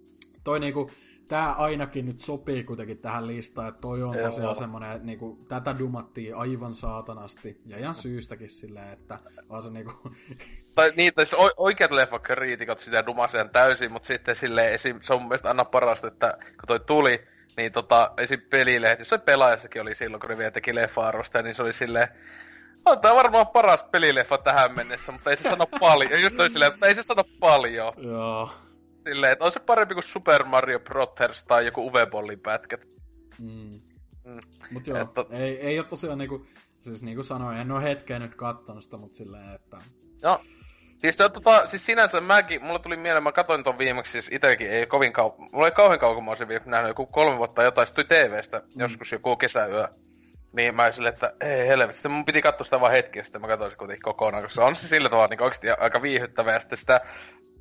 Speaker 4: toi niinku, tää ainakin nyt sopii kuitenkin tähän listaan, että toi on tosiaan semmonen, että niinku, tätä dumattiin aivan saatanasti, ja ihan syystäkin silleen, että vaan se niinku...
Speaker 3: Tai niin, tai siis oikeat leffakriitikot sitä dumaseen täysin, mutta sitten silleen, esim, se on mun mielestä aina parasta, että kun toi tuli, niin tota, esim. Pelilehti, se Pelaajassakin oli silloin, kun ne vielä teki leffa-arvosta, niin se oli silleen, on tää varmaan paras pelileffa tähän mennessä, mutta ei se sano paljon. Ja just toi silleen, että ei se sano paljon.
Speaker 4: Joo.
Speaker 3: Silleen, että on se parempi kuin Super Mario Brothers tai joku Uwe-bollin pätkät.
Speaker 4: Mm. Mm. Mut joo, että... ei, ei oo tosiaan niinku, siis niinku sanoin, en oo hetkeä nyt kattonut sitä, mut silleen, että...
Speaker 3: No, siis se on tota, siis sinänsä mäkin, mulla tuli mieleen, mä katoin ton viimeksi, siis itekin ei kovin kauan, mulla ei kauhean kauan, kun mä olisin viimeksi nähnyt joku kolme vuotta jotain, se tuli T V:stä, mm. joskus joku kesäyö. Niin mä silleen, että ei helvetti, sitten mun piti katsoa sitä vaan hetki, ja sitten mä katsoin se kuitenkin kokonaan, koska on se sillä tavalla niin oikeesti aika viihyttävä, ja sitten sitä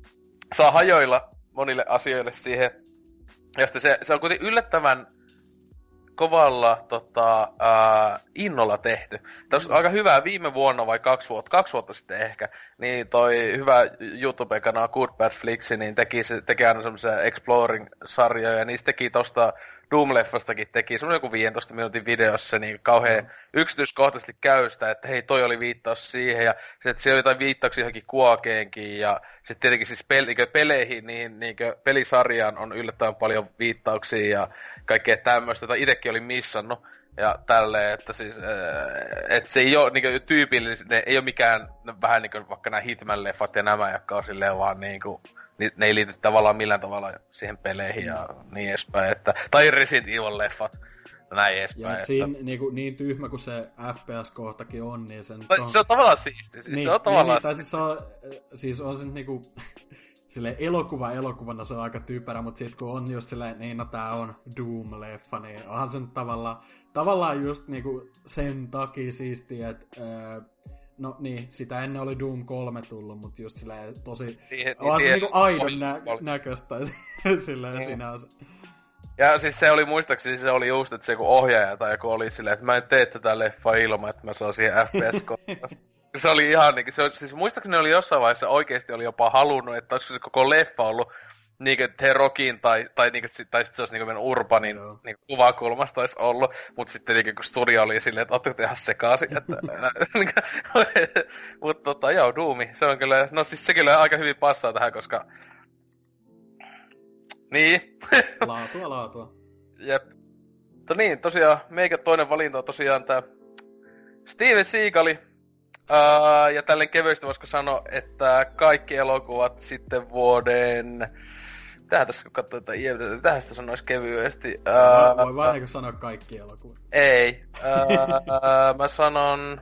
Speaker 3: saa hajoilla monille asioille siihen. Ja sitten se, se on kuitenkin yllättävän kovalla tota, ää, innolla tehty. Tässä on aika hyvää viime vuonna vai kaksi vuotta, kaksi vuotta sitten ehkä, niin toi hyvä YouTube-kanava Good Bad Flicks, niin teki, se, teki aina semmoisia Exploring-sarjoja, ja niistä teki tosta Doom-leffastakin teki semmoinen joku viisitoista minuutin videossa niin kauhean mm. yksityiskohtaisesti käy sitä, että hei, toi oli viittaus siihen, ja sit, että siellä oli jotain viittauksia johonkin Kuokeenkin, ja sitten tietenkin siis pel- peleihin, niin, niin pelisarjaan on yllättävän paljon viittauksia, ja kaikkea tämmöistä, jota itsekin oli missannut, ja tälleen, että siis, että se ei ole niin tyypillinen, ei ole mikään vähän niin kuin vaikka nämä Hitman-leffat ja nämä, jotka on silleen vaan niin kuin, ne ei liity tavallaan millään tavalla siihen peleihin ja niin edespäin, että, tai Resident Evil-leffat, näin edespäin.
Speaker 4: Ja että siinä niin, kuin, niin tyhmä kuin se F P S-kohtakin on, niin sen...
Speaker 3: On... Se on tavallaan siisti, siis
Speaker 4: niin,
Speaker 3: se on tavallaan
Speaker 4: niin, siis, on, siis on se niinku... Silleen elokuva elokuvana se on aika typerä, mutta sit kun on just silleen, niin no tää on Doom-leffa, niin onhan se nyt tavallaan, tavallaan just niinku sen takia siistiä, että öö, no niin, sitä ennen oli Doom kolme tullut, mutta just silleen tosi,
Speaker 3: siihen,
Speaker 4: onhan
Speaker 3: siihen,
Speaker 4: se niinku aidon nä- näköistä silleen
Speaker 3: mm.
Speaker 4: sinänsä.
Speaker 3: Ja siis se oli muistaakseni, se oli just, että se joku ohjaaja tai joku oli silleen, että mä en tee tätä leffaa ilman, että mä saan siihen F P S-kohtaan. Se oli ihan niinku, se, siis muistaakseni oli jossain vaiheessa oikeesti oli jopa halunnut, että olisiko se koko leffa ollut niinku The Rockin tai, tai, niinku, tai sit se olisi niinku meidän Urbanin no. niinku, kuvakulmasta olisi ollut, mut sitten niinku kun studio oli silleen, että ootteko te ihan sekaisin, että... mut tota, joo, Doomi, se on kyllä, no siis se kyllä aika hyvin passaa tähän, koska... Niin.
Speaker 4: Laatua, laatua.
Speaker 3: Jep. Mutta niin, tosiaan, meikä toinen valinta on tosiaan tää Steven Seagali. Uh, ja tälleen kevyesti voisiko sanoa, että kaikki elokuvat sitten vuoden... Tähän tässä kun katsoo tätä I M D B, tähän sitä sanoisi kevyesti.
Speaker 4: Uh, Voi vain eikö sanoa kaikki elokuvat?
Speaker 3: Ei. Uh, uh, mä sanon...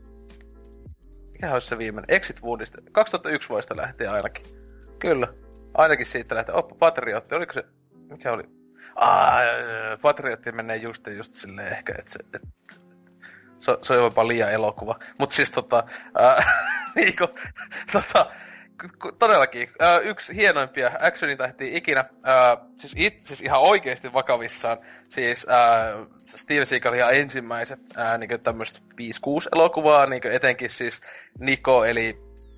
Speaker 3: Mikähän olisi se viimeinen? Exit Woodista. kaksituhattayksi vuodesta lähtien ainakin. Kyllä. Ainakin siitä lähtien. Oppa Patriotti. Oliko se... Mikä oli? Ah, Patriotti menee just just silleen ehkä, että se... Et... Se, se on jopa liian elokuva. Mut siis tota... Ää, niinku... Tota... Todellakin, ää, yksi hienoimpia actionin tähtiä ikinä, ää, siis, it, siis ihan oikeesti vakavissaan, siis ää, Steven Seagal ihan ensimmäiset ää, niinku tämmöset viisi kuusi elokuvaa, niinku etenkin siis Nico, eli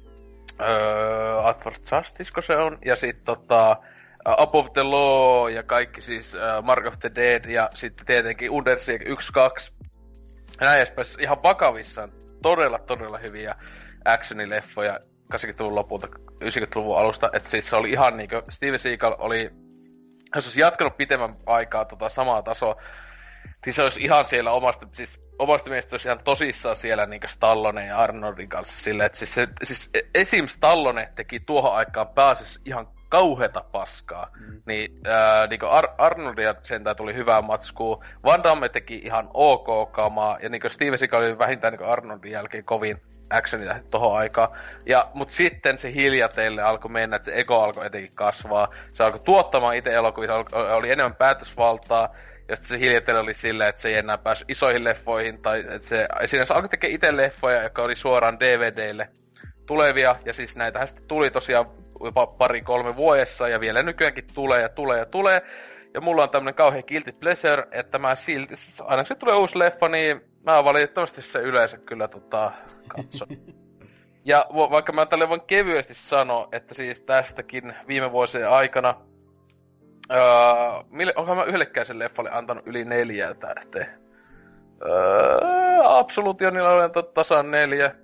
Speaker 3: ää, Out for Justice, ko se on, ja sit tota Above the Law, ja kaikki siis ää, Mark of the Dead, ja sitten tietenkin Undersea yksi kaksi, ja näin edespäin, ihan vakavissaan, todella todella hyviä actionileffoja, kahdeksankymmentäluvun lopulta, yhdeksänkymmentäluvun alusta, että siis se oli ihan niinkö, Steven Seagal oli, jos olisi jatkanut pitemmän aikaa tota samaa tasoa, niin se olisi ihan siellä omasta, siis omasta mielestä se olisi ihan tosissaan siellä niinkö Stallone ja Arnoldin kanssa silleen, että siis, se, siis esim. Stallone teki tuohon aikaan pääasiassa ihan kauheata paskaa, mm. niin ää, niinkö Ar- Arnoldia sentään tuli hyvää matskua, Van Damme teki ihan ok kamaa, ja niinkö Steven Seagal oli vähintään niinkö Arnoldin jälkeen kovin actionia tohon aikaan. Ja, mut sitten se hiljatelle alkoi mennä, että se ego alkoi etenkin kasvaa. Se alkoi tuottamaan itse elokuvia, oli enemmän päätösvaltaa. Ja sitten se hiljatelle oli silleen, että se ei enää päässyt isoihin leffoihin. Tai että se siinä se alkoi tekemään itse leffoja, jotka oli suoraan D V D:lle tulevia. Ja siis näitähän sitten tuli tosiaan jopa pari kolme vuodessa. Ja vielä nykyäänkin tulee ja tulee ja tulee. Ja mulla on tämmönen kauhean guilty pleasure, että mä silti, aina kun se tulee uusi leffa, niin mä valitettavasti se yleensä kyllä tota, katson. Ja vaikka mä tälle voin kevyesti sanoa, että siis tästäkin viime vuosien aikana, öö, mille, onkohan mä yhdellekään sen leffalle antanut yli neljää tähteä. Öö, Absolutionilla olen tasan neljä.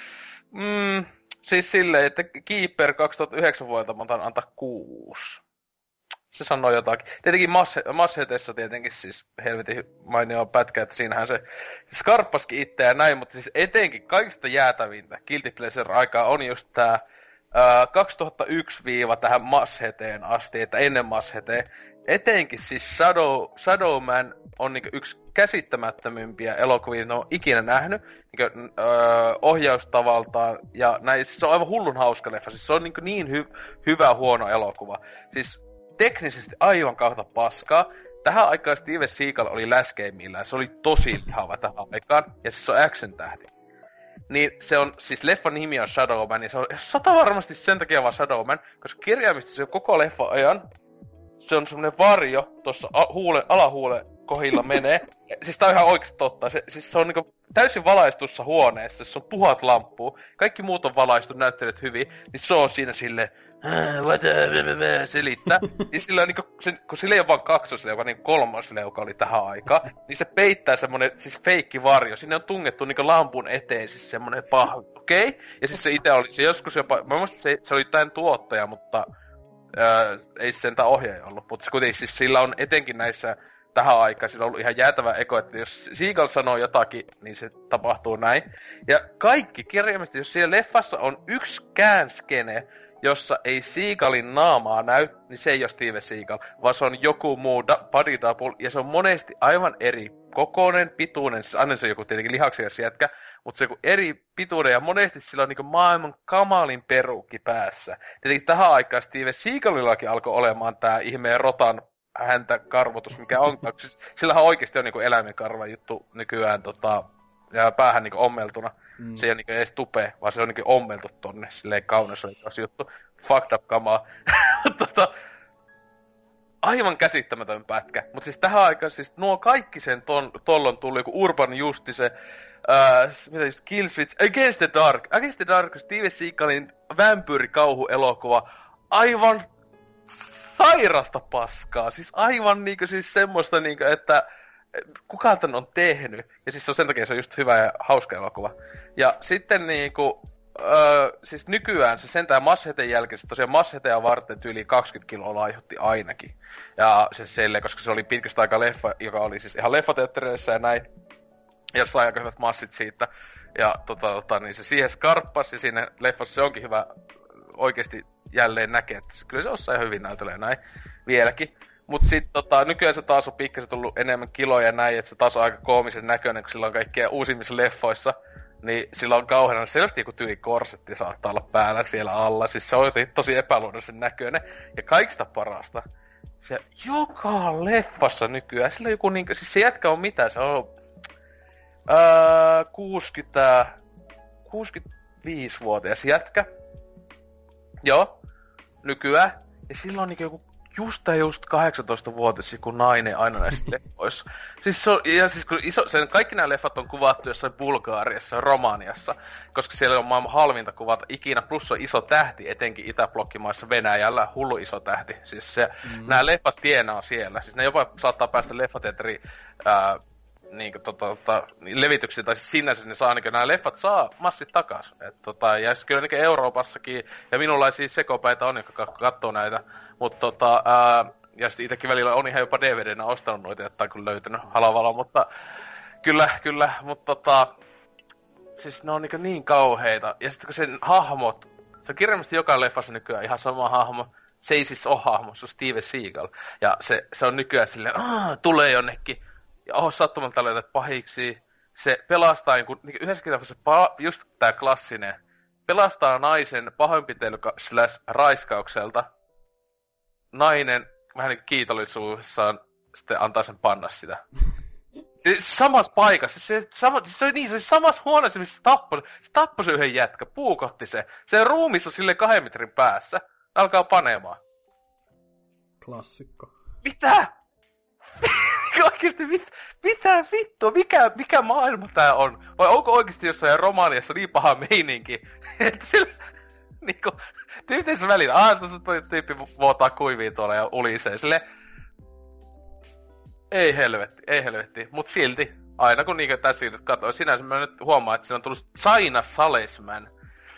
Speaker 3: Mm, siis silleen, että Keeper kaksituhattayhdeksän vuodelta mä otan antaa kuusi. Se sanoo jotakin. Tietenkin Mashetessa tietenkin siis helvetin mainio pätkä, että siinähän se skarppaskin itseään näin, mutta siis etenkin kaikista jäätävintä Guilty Pleasure-aikaa on just tää ää, kaksituhattayksi tähän Masheteen asti, että ennen Masheteen. Etenkin siis Shadow, Shadowman on niinku yksi käsittämättömimpiä elokuvia, ne on ikinä nähnyt niinku, öö, ohjaustavaltaan, ja näin, siis se on aivan hullun hauska leffa, siis se on niinku niin hy- hyvä huono elokuva. Siis teknisesti aivan kautta paskaa. Tähän aikaan Steven Seagal oli läskeimmillään. Se oli tosi lihava tähän aikaan. Ja siis se on action-tähti. Niin se on, siis leffan nimi on Shadowman. Ja se on sata varmasti sen takia vaan Shadowman. Koska kirjaimisesti se on koko leffan ajan. Se on semmonen varjo tossa huule, alahuule kohdilla menee. Siis tää on ihan oikeesti totta. Se, siis se on niinku täysin valaistussa huoneessa, se on tuhat lamppua. Kaikki muut on valaistu, näyttelijät hyvin. Niin se on siinä silleen, selittää. Niin sillä on niinku, se, kun sillä ei ole vaan kaksosleuka, niin kolmosleuka oli tähän aikaan. Niin se peittää semmonen, siis feikki varjo. Sinne on tungettu niinku lampun eteen siis semmonen paha, okei? Okay? Ja siis se ite oli, se joskus jopa, mä muistin, se, se oli tämän tuottaja, mutta Öö, ei se sentään ohjaaja ollut, mutta se kuitenkin siis sillä on etenkin näissä tähän aikaan, sillä on ollut ihan jäätävä eko, että jos Seagal sanoo jotakin, niin se tapahtuu näin. Ja kaikki kirjaimisesti, jos siellä leffassa on yksi käänskene, jossa ei Seagalin naamaa näy, niin se ei ole Steven Seagal, vaan se on joku muu da- body double, ja se on monesti aivan eri kokoinen, pituinen, siis aina se on joku tietenkin lihaksias jätkä, mutta se joku eri pituuden, ja monesti sillä on niinku maailman kamalin peruukki päässä. Tietenkin tähän aikaan Steven Seagalillakin alkoi olemaan tää ihmeen rotan häntä karvotus, mikä on, siis sillähän oikeesti on niinku eläimenkarva juttu nykyään tota, ja päähän niinku ommeltuna. Mm. Se ei ole niinku edes tupea, vaan se on niinku ommeltu tonne, silleen kaunis juttu. Fucked up kamaa. tota, aivan käsittämätön pätkä. Mutta siis tähän aikaan siis nuo kaikki sen ton, tollon tuli, joku Urban Justice, Uh, mitä just, Kill Switch, Against the Dark. Against the Dark, Steven Seagalin vampyyrikauhuelokuva. Aivan sairasta paskaa. Siis aivan niinku siis semmoista niinku, että kuka tän on tehnyt. Ja siis se on sen takia se on just hyvä ja hauska elokuva. Ja sitten niinku, uh, siis nykyään se sentään Massheten jälkeen, se tosiaan Masshetea varten yli kaksikymmentä kiloa laihutti ainakin. Ja se selleen, koska se oli pitkästä aikaa leffa, joka oli siis ihan leffateattereissa ja näin. Ja sai aika hyvät massit siitä. Ja tota, tota, niin se siihen skarppasi ja siinä leffassa se onkin hyvä oikeesti jälleen näkee, että kyllä se osaa ihan hyvin näytelee näin vieläkin. Mut sit tota, nykyään se taas on pikkasen tullut enemmän kiloja ja näin, että se taas on aika koomisen näköinen, kun sillä on kaikkia uusimmissa leffoissa. Niin sillä on kauheena selvästi joku tyyli korsetti saattaa olla päällä siellä alla. Siis se on tosi epäluonnollisen näköinen. Ja kaikista parasta, se joka leffassa nykyään, sillä on joku niinku, siis se jätkä on mitä, se on Öö, kuusikymmentä, kuusikymmentäviisivuotias jätkä. Joo, nykyään. Ja sillä on niinku joku just tai just kahdeksantoistavuotias joku nainen aina näissä leffoissa. Siis se on, ja siis kun iso, sen, kaikki nämä leffat on kuvattu jossain Bulgariassa ja Romaniassa, koska siellä on maailman halvinta kuvata ikinä, plus on iso tähti, etenkin Itäblokkimaissa Venäjällä, hullu iso tähti. Siis se, mm. nämä leffat tienaa siellä. Siis ne jopa saattaa päästä leffateatteriin ää, niinku tota, tota levityksiä, tai siis sinänsä ne saa niinku, nämä leffat saa massit takas. Et tota, ja siis kyllä niinku Euroopassakin, ja minunlaisia sekopäitä on, jotka katsoo näitä, mutta tota, ää, ja sitten itsekin välillä on ihan jopa D V D-nä ostanut noita, että on kyllä löytynyt halavalla, mutta kyllä, kyllä, mutta tota, siis ne on niinku niin kauheita, ja sitten kun sen hahmot, se on kirjallisesti joka leffassa nykyään ihan sama hahmo, se ei siis ole hahmo, se on Steven Seagal, ja se, se on nykyään silleen, aah, tulee jonnekin, ja oho, sattumalta löytät pahiksi. Se pelastaa, niin kuin, yhdessä kitapassa pa- just tää klassinen, pelastaa naisen pahoinpitely slash raiskaukselta. Nainen vähän niin kiitollisuudessaan sitten antaa sen panna sitä. Siis samassa paikassa, se, sama, se oli niin, se oli samassa huoneessa, missä se tappoi, se tappoi se yhden jätkä, puukotti se. Se ruumis on silleen kahden metrin päässä. Alkaa panemaan.
Speaker 4: Klassikko.
Speaker 3: Mitä? Oikeesti, mit, mitä vittua, mikä, mikä maailma tää on? Vai onko oikeesti jossain Romaniassa niin paha meininki, että sillä niinku, tyyppissä välillä, aah, tuossa toi tyyppi vuotaa kuiviin tuolla ja ulisee, silleen, ei helvetti, ei helvetti, mut silti, aina kun niinkö tässä katsoo, sinänsä mä nyt huomaan, että siinä on tullut China Salesman.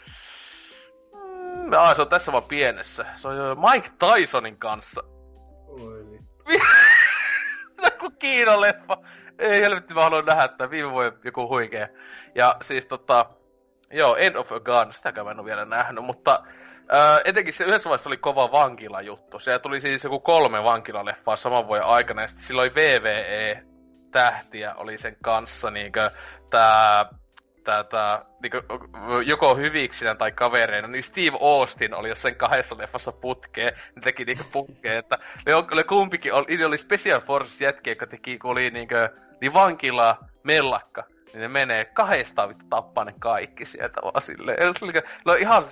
Speaker 3: Mm, aah, se on tässä vaan pienessä, se on jo Mike Tysonin kanssa.
Speaker 4: Oi.
Speaker 3: Joku Kiina-leffa. Ei helvetti, mä haluan nähdä, että viime vuoden joku huikea. Ja siis tota, joo, End of a Gun, sitäkään mä en oo vielä nähnyt, mutta ää, etenkin se yhdessä vaiheessa oli kova vankilajuttu. Siellä tuli siis joku kolme vankilaleffaa saman vuoden aikana, ja sitten silloin V V E-tähtiä oli sen kanssa, niinkö tää, tää, tää, niinkö, joko hyviksinä tai kavereina, niin Steve Austin oli jossain kahdessa leffassa putkeen, ne teki niinkö putkeen, että ne, on, ne kumpikin oli, ne oli Special Forces jätkiä, jotka teki, kun oli niinkö, niin vankila, mellakka, niin ne menee kahdestaan vittu tappaa ne kaikki sieltä vaan silleen. Ne on ihan,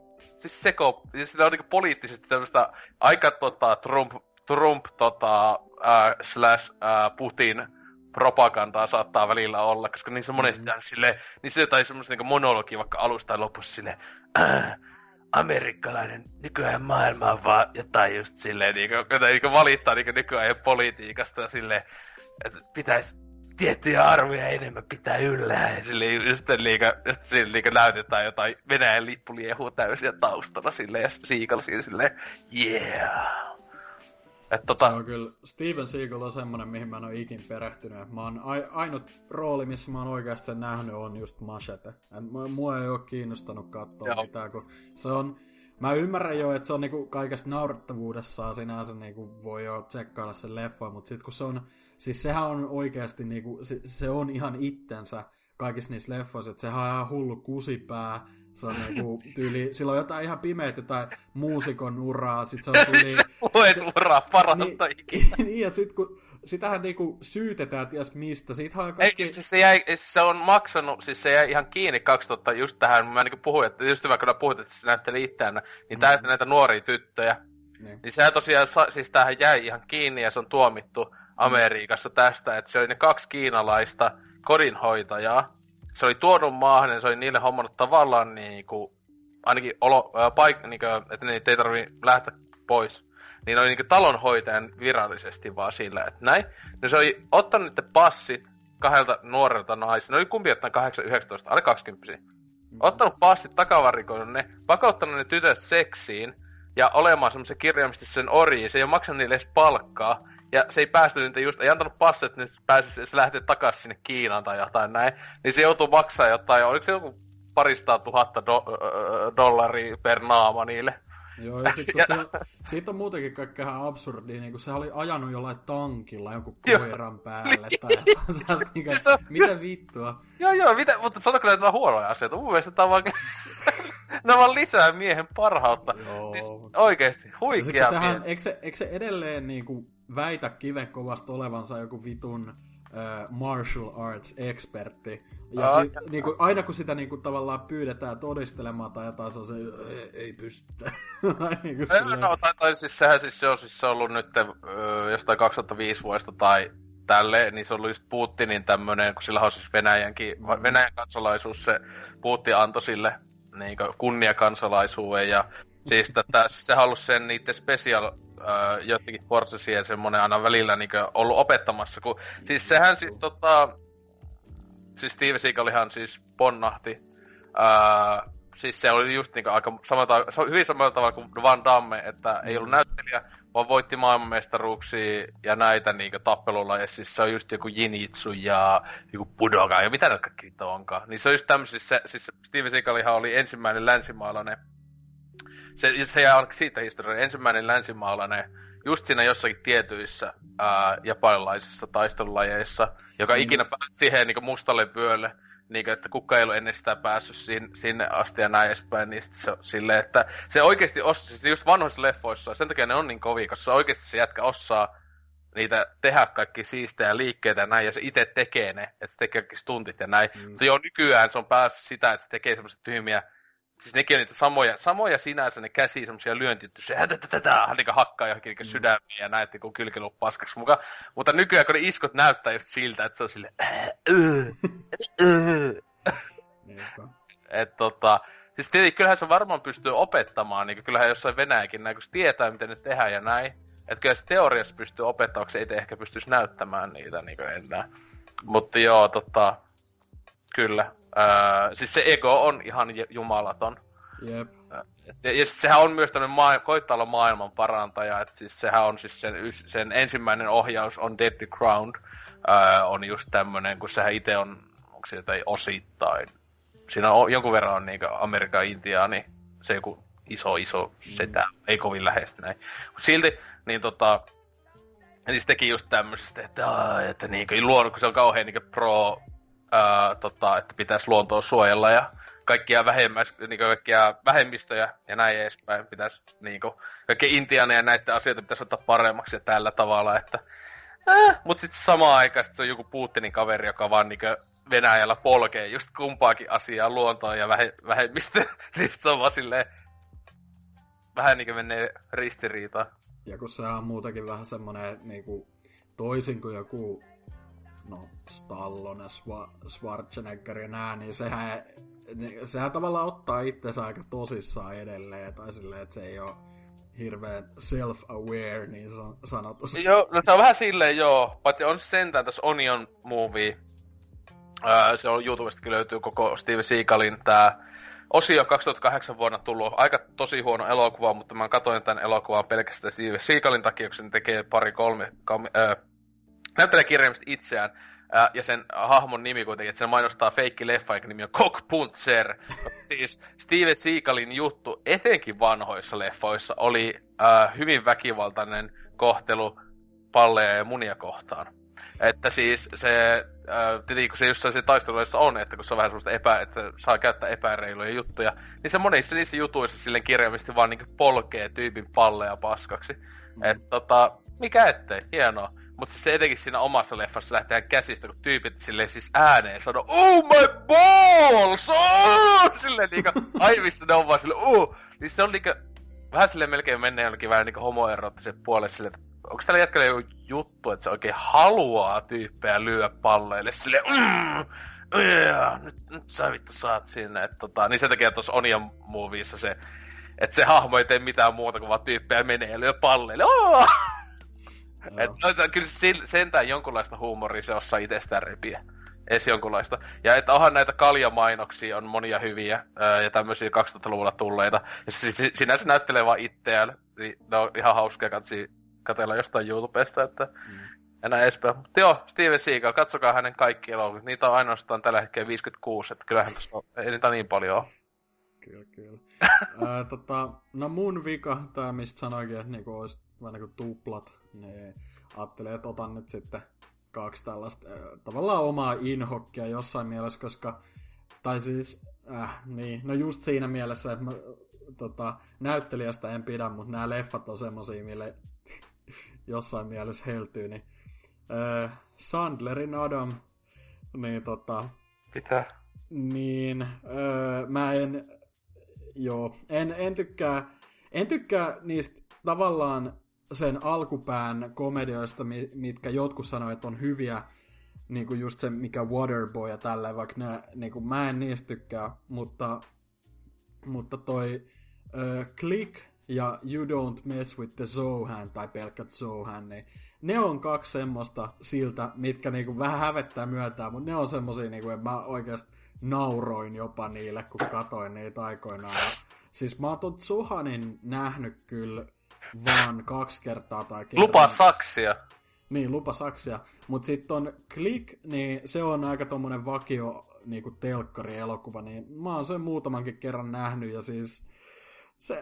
Speaker 3: siis seko, siis ne on niinku poliittisesti tämmöstä aika tota Trump, Trump tota äh, slash äh, Putin propagandaa saattaa välillä olla, koska niissä on monesti mm-hmm. silleen, niissä on jotain semmoista niinku monologia vaikka alusta tai lopussa silleen, äh, amerikkalainen nykyään maailma on vaan jotain just silleen, niinku, jotain niinku valittaa niinku nykyajan politiikasta ja silleen, että pitäisi tiettyjä arvoja enemmän pitää yllä ja silleen just liikaa, just silleen liikaa näytetään jotain Venäjän lippuliehua täysiä taustalla silleen ja Seagal silleen, yeah. Et tota...
Speaker 4: Se on kyllä, Steven Seagal on semmonen, mihin mä en oo ikin perehtynyt. Mä oon a- ainut rooli, missä mä oon oikeasti sen nähnyt, on just Machete. Et mua ei oo kiinnostanut katsoa Joo. mitään, kun se on... Mä ymmärrän jo, että se on niinku kaikesta naurettavuudessaan sinänsä niinku voi jo tsekkailla sen leffan, mutta sit kun se on... Siis sehän on oikeasti niinku... Se, se on ihan itsensä kaikissa niissä leffoissa, että sehän on ihan hullu kusipää. Se on niinku tyyli, sillä on jotain ihan pimeitä tai muusikon uraa, sit se on tyyli...
Speaker 3: Lues uraa parasta
Speaker 4: niin,
Speaker 3: ikinä.
Speaker 4: Niin, ja sit kun sitähän niinku syytetään ties mistä, siitähän on kaikki...
Speaker 3: Ei, siis se, jäi, se on maksanut, siis se jäi ihan kiinni kaksituhatta just tähän, mä niinku puhuin, että just hyvä, kun puhuit, että se näytteli itseään, niin tää mm. näitä nuoria tyttöjä. Niin. niin sehän tosiaan, siis tämähän jäi ihan kiinni ja se on tuomittu Amerikassa tästä, että se oli ne kaksi kiinalaista kodinhoitajaa. Se oli tuonut maahan ja se oli niille hommannut tavallaan niinku, ainakin olo, ää, paik, niinku, että niitä ei tarvii lähteä pois. Niin oli niinku talonhoitajan virallisesti vaan sillä, että näin. No se oli ottanut niiden passit kahdelta nuorelta naisilta, ne oli kumpi ottanut kahdeksan yhdeksäntoista, alle kaksikymmentä. Mm-hmm. Ottanut passit, takavarikoinut ne, pakottanut ne tytöt seksiin ja olemaan semmoisen kirjaimisesti sen orjiin. Se ei ole maksanut niille edes palkkaa. Ja se ei päästy niitä just, ei antanut passia, että ne pääsisi, se lähtee takaisin sinne Kiinaan tai jotain näin. Niin se joutuu maksaa jotain, oliko se joku paristaa tuhatta do, äh, dollaria per naama niille.
Speaker 4: Joo, ja sit kun ja... se, siitä on muutenkin kaikkea ihan absurdia, niin kun se oli ajanut jollain tankilla jonkun koiran päälle tai jotain, niin, mitä vittua?
Speaker 3: Joo, joo, mitä, mutta sanotaan, että nämä on huonoja asioita. Mun mielestä tämä on vaan... Nämä vaan lisää miehen parhautta. Joo. Siis oikeesti, huikea mies.
Speaker 4: Eikö se, eikö se edelleen niinku väitä kivenkovasta olevansa joku vitun uh, martial arts expertti? Ja oh, sit, niinku, aina kun sitä niinku, tavallaan pyydetään todistelemaan tai jotain, se on se, ei, ei pystytä. niinku,
Speaker 3: no, tai, tai siis sehän siis, se on siis se ollut nyt ö, jostain kaksituhattaviisi vuodesta tai tälleen, niin se on ollut just Putinin tämmönen, kun sillä on siis Venäjänkin, mm. Venäjän kansalaisuus, se Putin antoi sille niin kunniakansalaisuuden ja siis tätä, siis sehän on ollut sen niitten special äh, jotkin forcesien semmonen aina välillä niin ollut opettamassa, kun siis sehän siis tota, siis Steve Seagalihan siis ponnahti, äh, siis se oli just niin aika samalla, hyvin samalla tavalla kuin Van Damme, että ei ollut näyttelijä, vaan voitti maailmanmestaruuksia ja näitä niin tappelulajeissa, siis se on just joku Jinitsu ja joku Budokan ja mitä näitä kaikki onkaan. Niin se on just tämmöisissä, siis Steve Seagalihan oli ensimmäinen länsimaalainen, se, se jää ainakin siitä historiaa, ensimmäinen länsimaalainen just siinä jossakin tietyissä ää, japanilaisissa taistelulajeissa, joka mm. ikinä pääsi siihen niin mustalle vyölle. Niin, että kukaan ei ollut ennen sitä päässyt sinne, sinne asti ja näin edespäin, niin se on silleen, että se oikeesti osaa, siis just vanhoissa leffoissa, sen takia ne on niin kovia, koska se oikeesti se jätkä osaa niitä tehdä kaikki siistejä liikkeitä ja näin, ja se itse tekee ne, että se tekee kaikki stuntit ja näin. Mm. Mutta joo, nykyään se on päässyt sitä, että se tekee semmoiset tyhmiä, siis nekin on niitä samoja, samoja sinänsä ne käsi semmosia lyöntiä, että se niin hakkaa johonkin mm. sydämiä ja näet kun kylkiluun paskaksi mukaan. Mutta nykyään kun ne iskut näyttää just siltä, että se on silleen että tota, siis tietenkin kyllähän se varmaan pystyy opettamaan, niin kyllähän jossain Venäjäkin näin, kun se tietää miten ne tehdään ja näin. Että kyllä se teoriassa pystyy opettamaan, se ei ehkä pystyisi näyttämään niitä niin enää. Mutta joo, tota, kyllä. Öö, siis se ego on ihan jumalaton.
Speaker 4: Jep.
Speaker 3: Ja, ja sit sehän on myös tämmönen maa, koittaa olla maailman parantaja, että siis sehän on siis sen, sen ensimmäinen ohjaus on Deadly Crown, öö, on just tämmönen, kun sehän itse on, onko se jotain osittain, siinä on jonkun verran on niinku Amerikan Intiaani, se joku iso iso setä, mm. ei kovin läheistä näin. Mut silti, niin tota, niin se teki just tämmöisestä, että, että niinku luonut, kun se on kauhean niinku pro, Ää, tota, että pitäisi luontoa suojella ja kaikkia, vähemmäs, niin kaikkia vähemmistöjä ja näin edespäin pitäisi, niin kuin, kaikkia intiaaneja ja näitä asioita pitäisi ottaa paremmaksi ja tällä tavalla, että äh, mutta sitten samaan aikaan sit se on joku Putinin kaveri, joka vaan niin Venäjällä polkee just kumpaakin asiaa, luontoa ja vähe, vähemmistöä, niin se on vaan silleen vähän niin kuin menee ristiriitaan.
Speaker 4: Ja kun se on muutenkin vähän semmoinen niinku toisin kuin joku, no, Stallone, Schwa- Schwarzenegger ja nää, niin sehän, niin sehän tavallaan ottaa itsensä aika tosissaan edelleen, tai silleen, että se ei ole hirveän self-aware, niin sanotusti.
Speaker 3: Joo, no se on vähän silleen joo, paitsi on sentään tässä Onion Movie, öö, se on YouTubestakin löytyy koko Steve Seagalin tää osio kaksituhattakahdeksan vuonna tullut aika tosi huono elokuva, mutta mä katsoin tämän elokuvan pelkästään Steve Seagalin takia, kun se tekee pari kolme, kolme öö, näyttelee kirjaimisesti itseään, ää, ja sen hahmon nimi kuitenkin, että se mainostaa feikki leffa, eikä nimi on Cock Puncher. Siis Steven Seagalin juttu, etenkin vanhoissa leffoissa, oli ää, hyvin väkivaltainen kohtelu palleja ja munia kohtaan. Että siis se, ää, tietenkin kun se just se taisteluissa on, että kun se on vähän semmoista epä, että saa käyttää epäreiluja juttuja, niin se monissa niissä jutuissa silleen kirjaimisesti vaan niinku polkee tyypin palleja paskaksi. Mm. Että tota, mikä ettei, hienoa. Mutta siis se etenkin siinä omassa leffassa lähtee käsistä, kun tyypit silleen siis ääneen sanoo, oh my balls! Oh! Silleen niinku aivissa ne on vaan silleen, oh! Niin se on niinku vähän silleen melkein menneen jollekin vähän niinku homoeroottisen puolelle silleen, että onko täällä jätkällä joku juttu, että se oikein haluaa tyyppejä lyödä palleille silleen, mm, yeah, nyt, nyt sä vittu saat sinne, että tota, niin sen takia tuossa Onion Movieissa se, että se hahmo ei tee mitään muuta kuin vaan tyyppejä menee ja lyö palleille, oh! Että kyllä sentään jonkunlaista huumoria se osaa itsestään repiä. Edes jonkunlaista. Ja että onhan näitä kaljamainoksia, on monia hyviä ää, ja tämmöisiä kaksituhattaluvulla tulleita. Ja sinänsä näyttelee vaan itseään. Niin ne on ihan hauskaa katsia, katsella jostain YouTubesta, että mm. enää edespäin. Mutta joo, Steven Seagal, katsokaa hänen kaikki elokuvat. Niitä on ainoastaan tällä hetkellä viisikymmentäkuusi, että kyllähän tässä on, ei niitä niin paljon ole.
Speaker 4: Kyllä, kyllä. Ää, tota, no mun vika, tää mistä sanoikin, että niinku olisi vähän niinku tuplat, niin ajattelin, että otan nyt sitten kaksi tällaista äh, tavallaan omaa inhokkia jossain mielessä, koska, tai siis, äh, niin, no just siinä mielessä, että mä, tota, näyttelijästä en pidä, mutta nämä leffat on semmosia, mille jossain mielessä heltyy, niin äh, Sandlerin Adam, niin tota...
Speaker 3: Pitää.
Speaker 4: Niin, äh, mä en, joo, en, en tykkää, en tykkää niistä tavallaan sen alkupään komedioista, mitkä jotkut sanoo, että on hyviä, niin kuin just se, mikä Waterboy ja tälleen, vaikka ne, niin kuin mä en niistä tykkää, mutta, mutta toi uh, Click ja You Don't Mess with the Zohan, tai pelkät Zohan, niin ne on kaksi semmoista siltä, mitkä niin kuin vähän hävettää myöntää, mutta ne on semmosia, niin kuin, että mä oikeasti nauroin jopa niille, kun katoin niitä aikoinaan. Siis mä oon ton Zohanin nähnyt kyllä vaan kaksi kertaa tai kerran.
Speaker 3: Lupa saksia.
Speaker 4: Niin, lupa saksia. Mut sit on Click, niin se on aika tommonen vakio niinku telkkari-elokuva, niin mä oon sen muutamankin kerran nähnyt, ja siis se...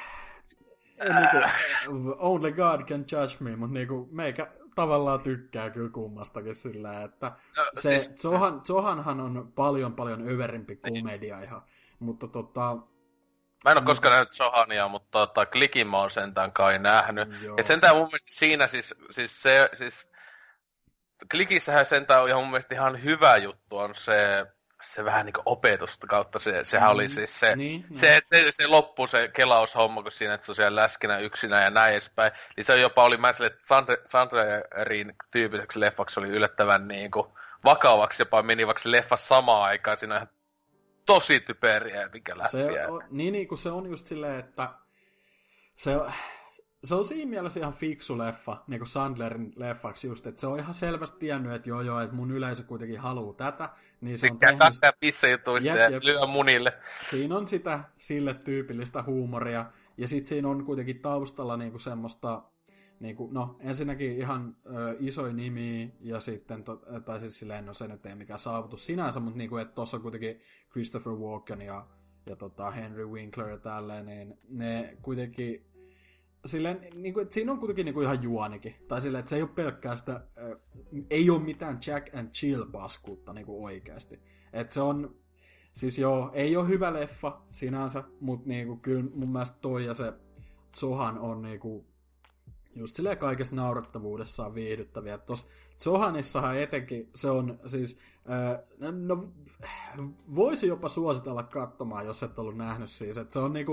Speaker 4: Niinku, only God can judge me, mut niinku meikä tavallaan tykkää kyllä kummastakin sillä, että no, se siis... Zohan, Zohanhan on paljon paljon överimpi komedia ihan, mutta tota...
Speaker 3: Mä en oo koskaan nähnyt Zohania, mutta tota, Clickin mä oon sentään kai nähnyt. Joo. Ja sentään mun mielestä siinä siis, siis se, siis Clickissähän sentään on ihan mun mielestä ihan hyvä juttu on se, se vähän niinku opetusta kautta se, sehän mm. oli siis se, niin, se, se, se loppu se kelaushomma, kun siinä, että se on siellä läskinä yksinä ja näin edespäin. Niin se jopa oli, mä sille, että Sandre, Sandlerin tyyppiseksi leffaksi oli yllättävän niinku vakavaksi, jopa meni vaikka se leffa samaan aikaan, siinä ihan tosi typeriä, mikä lähti.
Speaker 4: Se on, niin, niin, kun se on just silleen, että se on, se on siinä mielessä ihan fiksu leffa, niin kuin Sandlerin leffaksi just, että se on ihan selvästi tiennyt, että joo joo, että mun yleisö kuitenkin haluaa tätä, niin se on
Speaker 3: tehnyt... Tykkää pissajutuista ja lyö munille. Siinä
Speaker 4: on sitä sille tyypillistä huumoria, ja sit siinä on kuitenkin taustalla niinku semmoista, niinku, no ensinnäkin ihan ö, isoja nimiä, ja sitten, to, tai siis silleen, no se nyt ei mikään saavutus sinänsä, mutta niinku, että tossa on kuitenkin Christopher Walken ja, ja tota Henry Winkler ja tälleen, niin ne kuitenkin silleen, niin kuin, että siinä on kuitenkin niin kuin ihan juonikin. Tai silleen, että se ei ole pelkkää sitä, äh, ei ole mitään Jack and Chill-paskuutta niin kuin oikeasti. Että se on, siis joo, ei ole hyvä leffa sinänsä, mutta niin kuin, kyllä mun mielestä toi ja se Zohan on niin kuin, just silleen kaikessa naurettavuudessaan viihdyttäviä. Tuossa Zohanissahan etenkin se on siis, äh, no voisi jopa suositella katsomaan, jos et ollut nähnyt siis, että se on niinku,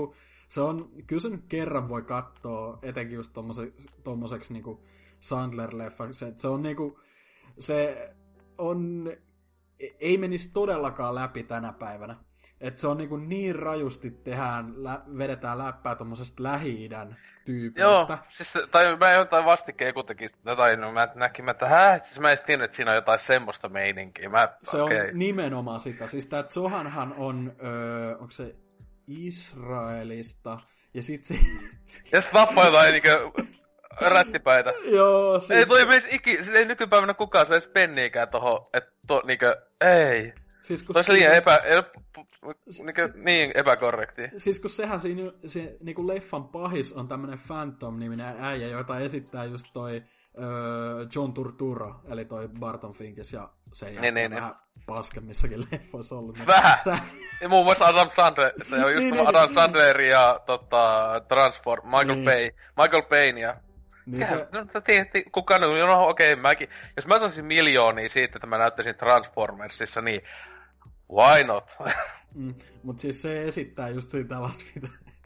Speaker 4: se on, kyllä sen kerran voi katsoa, etenkin just tommoseksi, tommoseksi niinku Sandler-leffa, se, se on niinku, se on, ei menisi todellakaan läpi tänä päivänä. Että se on niinku niin rajusti tehdään, lä- vedetään läppää tommosesta Lähi-idän tyypistä.
Speaker 3: Joo, siis, tai mä jotain vastikkeen kuitenkin jotain, no mä näkin, että hää, siis mä en tiedä, että siinä on jotain semmoista meininkiä. Mä,
Speaker 4: se
Speaker 3: okay.
Speaker 4: on nimenomaan sitä. Siis tää Zohanhan on, öö, onko se Israelista, ja sit se...
Speaker 3: ja sit tappaa jotain niinkö rättipäitä.
Speaker 4: Joo, siis...
Speaker 3: Ei toi meis iki, siis ei nykypäivänä kukaan saisi penniikään tohon, että to, niinkö, ei. Siis kun se liian epä, epä, niinkö, si- niin epäkorrekti.
Speaker 4: Siis kun sehän siinä, se niinku leffan pahis on tämmönen Phantom-niminen äijä, jota esittää just toi öö, John Turturro, eli toi Barton Finkes, ja se jää
Speaker 3: ne,
Speaker 4: vähän ne. paskemmissakin leffoissa ollut.
Speaker 3: Vähän!
Speaker 4: Sä...
Speaker 3: Ja muun muassa Adam Sandler, se on just niin, Adam niin, Sandler ja tota, Transform, Michael niin. Bay, Michael Payne ja...
Speaker 4: Niin se...
Speaker 3: No, tiedätte, kukaan, no okei, okay, mäkin, jos mä saisin miljoonia siitä, että mä näyttäisin Transformersissa, niin why not?
Speaker 4: Mm, mut siis se esittää just siitä tällaista, mitä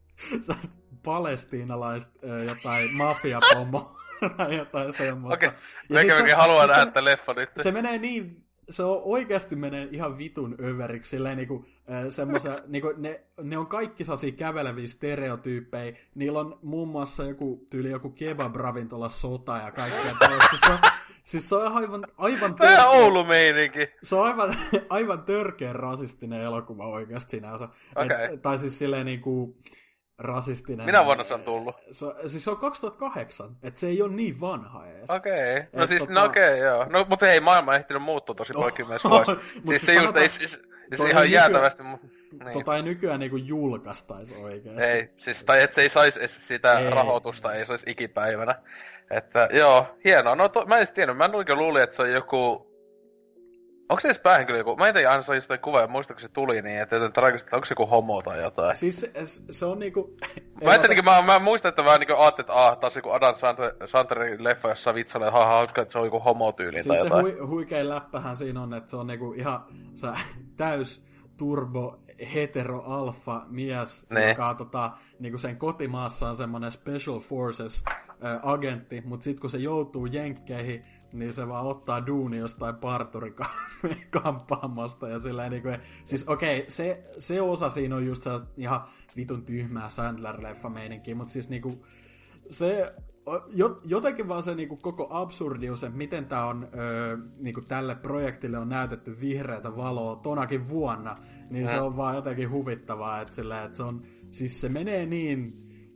Speaker 4: palestiinalaista jotain mafiapomoa tai jotain semmoista.
Speaker 3: Okei, okay. Mekin haluaa nähdä tämän leffan nyt.
Speaker 4: Se menee niin, se on oikeasti menee ihan vitun överiksi, silleen niinku semmoisia, niinku ne, ne on kaikki sellaisia käveleviä stereotyyppejä, niillä on muun muassa joku tyyli joku kebab-ravintola sota ja kaikkea tällaista. Se on, siis se on aivan, aivan törkeä.
Speaker 3: Vähän Oulu-meininki.
Speaker 4: Se on aivan, aivan törkeä rasistinen elokuva oikeasti sinänsä.
Speaker 3: Okay.
Speaker 4: Et, tai siis silleen niinku rasistinen.
Speaker 3: Minä vuonna se on tullut?
Speaker 4: Se, siis se on kaksituhattakahdeksan, että se ei ole niin vanha edes.
Speaker 3: Okei, okay. no et siis, tota... no okei, okay, joo. No, mutta hei, maailma on ehtinyt muuttua tosi poikimmies vuosi. siis, siis se just ei, siis, siis ihan nykyään, jäätävästi, mutta... Niin.
Speaker 4: Tota ei nykyään niinku julkaistaisi oikeesti.
Speaker 3: Ei, siis, tai et se ei saisi sitä ei. rahoitusta, ei saisi ikipäivänä. Että joo, hienoa. No to, mä en edes tiennyt, mä nuinkin luulin, että se on joku... Onko se edes päähenkilö joku? Mä en tiedä, aina sai jostain kuvaa, ja muista kun se tuli niin, että tarkoittaa, onko se joku homo tai jotain.
Speaker 4: Siis se, se on niinku...
Speaker 3: Mä ajattelinkin, mä, mä muistan, että mä niinku ajattelin, että ah, taas joku Adam Sandlerin leffa, jossa vitsailee, että haha, että se on joku homotyyli
Speaker 4: siis
Speaker 3: tai jotain.
Speaker 4: Siis se hui, huikein läppähän siinä on, että se on niinku ihan se täys turbo hetero alfa mies, ne. joka on tota, niinku sen kotimaassa on semmonen Special Forces äh, agentti, mut sit kun se joutuu jenkkeihin, niin se vaan ottaa duuni jostain parturikampaamasta ja silleen niinku, siis okei, okay, se, se osa siinä on just se ihan vitun tyhmää Sandler-leffa meininkiä, mut siis niinku se, jotenkin vaan se niinku koko absurdius, että miten tää on öö, niinku tälle projektille on näytetty vihreätä valoa tonakin vuonna, niin se on vaan jotenkin huvittavaa, että silleen, että se on, siis se menee niin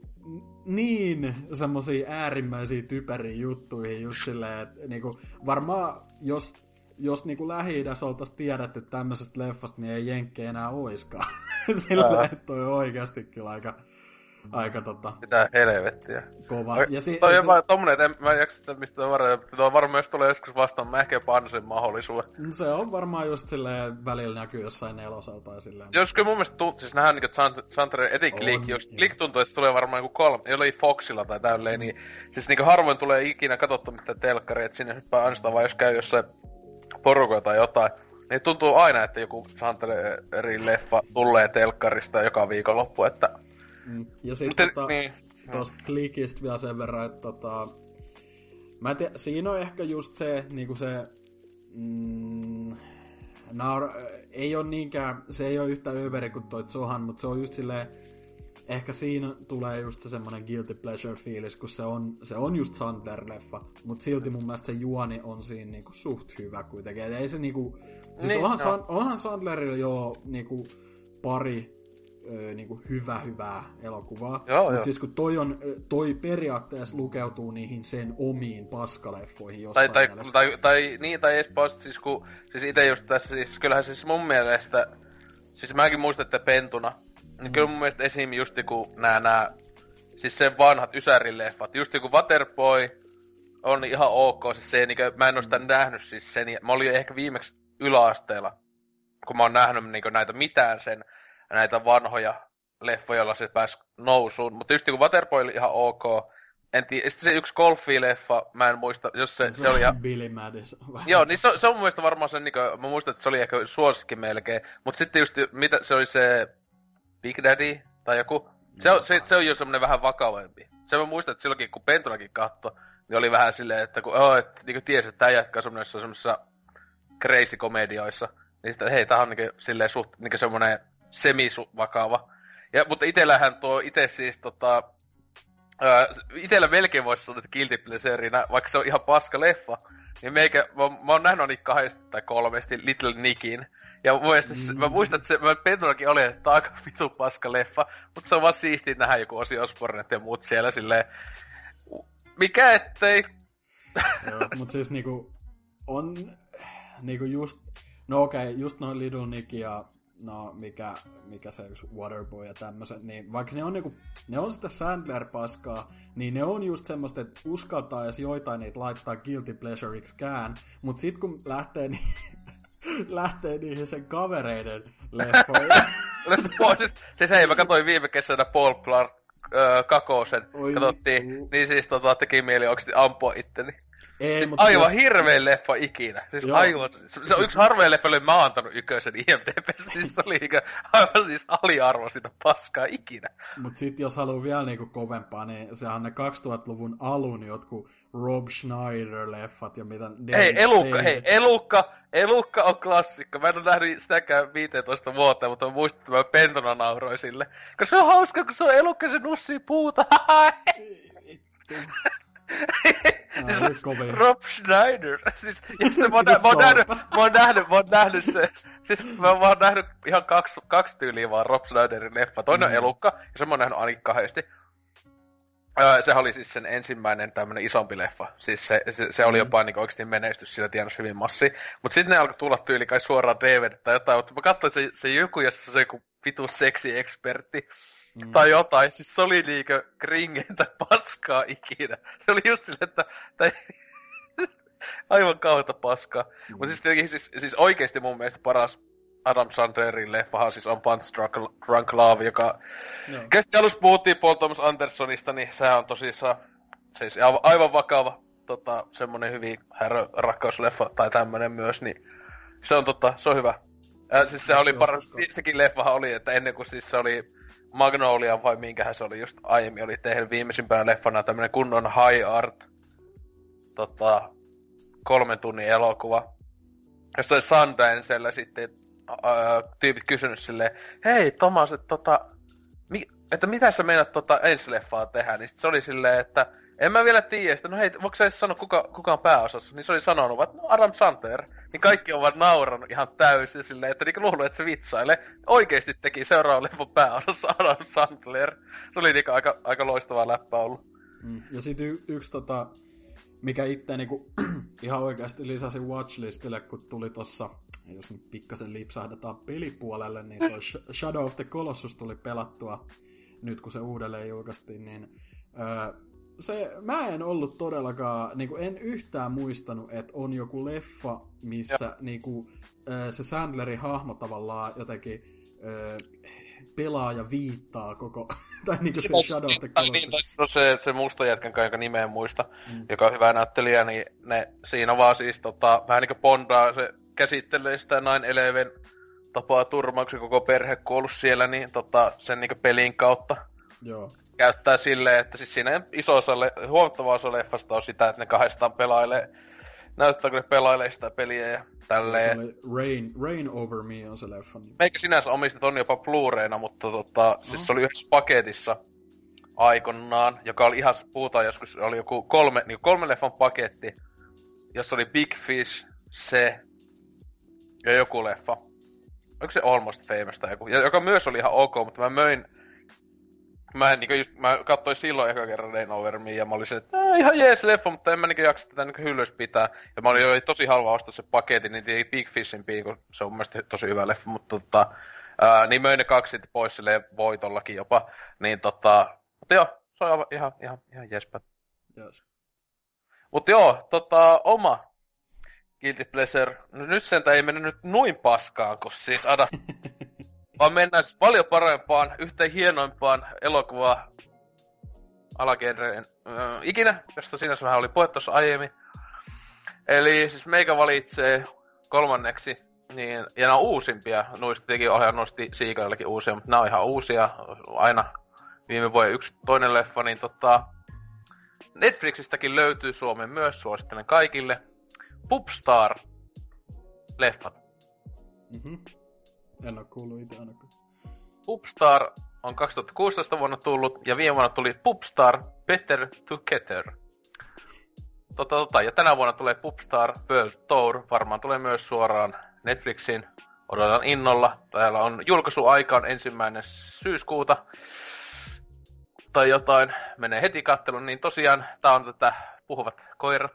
Speaker 4: niin semmosia äärimmäisiä typeriä juttuihin just silleen, että niinku, varmaan jos, jos niinku Lähi-idässä oltais tiedetty tämmöisestä leffasta, niin ei jenkkejä enää oiskaan. Silleen, että toi on oikeasti kyllä aika, aika tota...
Speaker 3: Mitä helvettiä.
Speaker 4: Kova.
Speaker 3: Oi,
Speaker 4: ja si-
Speaker 3: toi on
Speaker 4: se...
Speaker 3: vaan tommonen, että en mä jaksa sitä mistä varmaan, tuo varmaan jos tulee joskus vastaan, mä ehkä jopa annan sen mahdollisuuden.
Speaker 4: Se on varmaan just silleen, välillä näkyy jossain nelosella tai silleen.
Speaker 3: Jos kyllä mun mielestä tuntuu, siis nähdään niinku Sandlerin etin Click, jos Click tuntuu, että se tulee varmaan joku kolme, jollain Foxilla tai tälleen, niin siis niinku harvoin tulee ikinä katsottu mitään telkkaria, että sinne hyppää ainoastaan vaan jos käy jossain porukoilla tai jotain. Niin tuntuu aina, että joku Sandlerin leffa tulee telkkarista joka viikonloppu, että...
Speaker 4: Mm. Ja sit tota, niin. Tuossa Clickistä vielä sen verran, että tota... Mä en tiedä, siinä on ehkä just se, niinku se... Mm, naur, ei oo niinkään, se ei oo yhtä överi kuin toi Zohan, mutta se on just silleen... Ehkä siinä tulee just se semmonen guilty pleasure fiilis, kun se on, se on just Sandler-leffa, mut silti mun mielestä se juoni on siinä niinku suht hyvä kuitenkin. Et ei se niinku... Siis niin, onhan, no. San, onhan Sandlerilla jo niinku pari ö, niinku hyvä hyvää elokuvaa. Joo, mut siis kun toi, on, toi periaatteessa lukeutuu niihin sen omiin paskaleffoihin jossain
Speaker 3: tai, tai, tai, tai, niin, tai edes post, siis kun... Siis ite just tässä, siis kyllähän siis mun mielestä... Siis mäkin muistan, että pentuna... Niin kyllä mun mielestä esim. Just joku nää nää... Siis sen vanhat Ysäri-leffat. Just joku Waterboy on ihan ok. Siis se niinkö... Mä en oo sitä mm. nähnyt siis sen... Mä olin ehkä viimeksi yläasteella. Kun mä oon nähnyt niinkö näitä mitään sen... Näitä vanhoja leffoja, joilla se pääsi nousuun. Mutta just joku Waterboy oli ihan ok. En tiedä. Sitten se yksi golfi-leffa, mä en muista, jos se, se, se oli ihan...
Speaker 4: Billy Madison.
Speaker 3: Joo, niin se, se on mun mielestä varmaan se niinkö... Mä muistan, että se oli ehkä suosikki melkein. Mut sitten just, mitä se oli se... Big Daddy tai joku, Se on, se, se on jo semmonen vähän vakavampi. Se mä muistan, että silloinkin kun Pentunakin katsoi, niin oli vähän silleen, että kun, oh, et, niin tiesi, että tää jatkaa semmoisessa, semmoisessa crazy-komedioissa, niin sitten hei, tää on niin silleen suht, niin semmonen semi-vakava. Ja, mutta itellähän tuo ite siis tota... Ää, itellä melkein voisi sanoa, että guilty pleasureinä, vaikka se on ihan paska leffa, niin meikä, mä, mä oon nähnyt niitä kahdesta tai kolmesti Little Nickin. Ja mun mielestä, mm. mä muistan, että se, mä Pentunakin oli, että tää on aika vitun paska leffa, mutta se on vaan siistiä nähdä joku Ozzy Osbourne ja muut siellä silleen, mikä ettei.
Speaker 4: Joo, mut siis niinku, on niinku just, no okei, okay, just noin Little Nick ja no mikä, mikä se yksi Waterboy ja tämmöset, niin vaikka ne on niinku, ne on sitä Sandler-paskaa, niin ne on just semmoista, että uskaltaa edes joitain niitä laittaa guilty pleasureiksikään, mut sit kun lähtee niin lähtee niihin sen kavereiden leffoihin.
Speaker 3: siis, siis hei, mä katsoin viime kesänä Paul Blart äh, Kakosen,
Speaker 4: Oi,
Speaker 3: katsottiin,
Speaker 4: uh.
Speaker 3: niin siis tota, teki mieli oikeesti ampua itteni.
Speaker 4: Ei,
Speaker 3: siis
Speaker 4: mutta
Speaker 3: aivan
Speaker 4: jos...
Speaker 3: hirvein leffa ikinä. Siis
Speaker 4: Joo.
Speaker 3: aivan, se, se on yksi harveen leffa, jolle mä oon antanut yköisen I M D B:ssä, siis se oli ikä, aivan siis aliarvo sitä paskaa ikinä.
Speaker 4: Mut sit jos haluu vielä niinku kovempaa, niin sehän on ne kaksituhattaluvun alun jotkut Rob Schneider-leffat ja mitä...
Speaker 3: Hei, Elukka, hei, Elukka, Elukka on klassikko. Mä en oo nähnyt sitäkään viisitoista vuotta, mutta mä muistin, että mä Pentona nauroin sille. Koska se on hauska, kun se on Elukka, se nussii puuta.
Speaker 4: No,
Speaker 3: Rob Schneider. Siis, ja sitten mä oon, nä- mä, oon nähnyt, mä oon nähnyt, mä oon nähnyt se. Siis mä, mä oon nähnyt ihan kaksi, kaksi tyyliä vaan Rob Schneiderin leffa. Toinen on Elukka, ja se mä oon nähnyt ainakin kahdesti. Öö, sehän oli siis sen ensimmäinen tämmönen isompi leffa. Siis se, se, se oli jopa niinku oikeesti menestys, sillä tienasi hyvin massia. Mut sitten ne alkoi tulla tyyli kai suoraan D V D tai jotain, mutta mä katsoin se, se joku, jossa se joku vitu seksi-ekspertti. Mm. Tai jotain, siis se oli niinkö kringeintä paskaa ikinä. Se oli just silleen, että... Tai... aivan kauheeta paskaa. Mm. Mut siis, siis, siis oikeesti mun mielestä paras Adam Sandlerin leffahan siis on Punch Drunk, Drunk Love, joka... No. Kästi alussa puhuttiin Paul Thomas Andersonista, niin sehän on tosissaan... Siis aivan, aivan vakava, tota, semmonen hyvin härö rakkausleffa tai tämmönen myös, niin... Se on tota, se on hyvä. Äh, siis se oli paras, sekin leffahan oli, että ennen kuin siis se oli... Magnolia vai minkähän se oli just aiemmin, oli tehnyt viimeisimpänä leffana tämmönen kunnon high art tota, kolmen tunnin elokuva. Jossa oli Sundancella sitten ää, tyypit kysynyt silleen, hei Tomas, että tota, mi, että mitä sä meinaat tota ensi leffaa tehdä, niin sit se oli silleen, että en mä vielä tiedä, että no hei, voiko sä edes sanoa kuka, kuka on pääosassa, niin se oli sanonut, että no Adam Sandler, niin kaikki ovat nauranut ihan täysin silleen, että niinku luulee, että se vitsailee. Oikeesti teki seuraavan leffan pääosassa Adam Sandler. Se oli niinku aika, aika loistava läppä ollut.
Speaker 4: Mm. Ja sit y- yksi tota, mikä itse niinku ihan oikeasti lisäsi watchlistille, kun tuli tossa, jos nyt pikkasen lipsahdetaan pelipuolelle, niin toi Shadow of the Colossus tuli pelattua nyt kun se uudelleen julkaistiin, niin öö, se, mä en ollut todellakaan, niinku en yhtään muistanut, että on joku leffa, missä niinku, öö, se Sandlerin hahmo tavallaan jotenkin öö, pelaa ja viittaa koko, tai niinku se Shadow of the Colossus.
Speaker 3: No se, se musta jätkän kanssa, jonka nimeä en muista, mm. joka on hyvä näyttelijä, niin ne siinä vaan siis tota, vähän niinku Bondaa, se käsittelee sitä nine eleven tapaa turmauksen koko perhe kuollut siellä, niin tota, sen niinku pelin kautta.
Speaker 4: Joo.
Speaker 3: Käyttää silleen, että siis siinä iso osa, huomattava osa leffasta on sitä, että ne kahdestaan pelailee, näyttää kun ne pelailee sitä peliä ja tälleen.
Speaker 4: Se oli Rain, Rain Over Me on se leffa. Niin.
Speaker 3: Meikä sinänsä omistat on jopa Blu-rayna, mutta tota, uh-huh. siis se oli yhdessä paketissa aikanaan, joka oli ihan, puhutaan joskus, oli joku kolme, niin kolme leffan paketti, jossa oli Big Fish, se ja joku leffa. Onko se Almost Famous tai joku, joka myös oli ihan ok, mutta mä möin Mä, en, niin just, mä katsoin silloin eka kerran Rain Over Me ja mä olin se, että ihan jees leffa, mutta en mä niin jaksa tätä niin hyllyssä pitää. Ja mä olin jo tosi halva ostaa se paketin, niin teki Big Fishin piikun, se on mun mielestä tosi hyvä leffa, mutta tota, ää, niin möin ne kaksi sitten pois silleen voitollakin jopa. Niin tota, mutta joo, se on ihan, ihan, ihan jeespä.
Speaker 4: Yes.
Speaker 3: Mutta joo, tota, oma Guilty Pleasure, no nyt sentä ei mennyt nyt noin paskaan, kun siis Adam... Vaan mennään siis paljon parempaan, yhteen hienoimpaan elokuvaan alagenreen äh, ikinä, josta sinänsä vähän oli puhe tuossa aiemmin. Eli siis meikä valitsee kolmanneksi, niin, ja nämä on uusimpia, noista teki ohjaa nosti Siikaillakin uusia, mutta nämä on ihan uusia, aina viime vuoden yksi toinen leffa, niin tota... Netflixistäkin löytyy Suomeen myös, suosittelen kaikille. Popstar-leffat.
Speaker 4: Mhm. En oo kuullut ite ainakaan.
Speaker 3: Popstar on kaksituhattakuusitoista vuonna tullut, ja viime vuonna tuli Popstar Better Together. Tota, tota, ja tänä vuonna tulee Popstar World Tour, varmaan tulee myös suoraan Netflixiin. Odotan innolla. Täällä on julkaisuaika on ensimmäinen syyskuuta. Tai jotain, menee heti katteluun, niin tosiaan tää on tätä puhuvat koirat.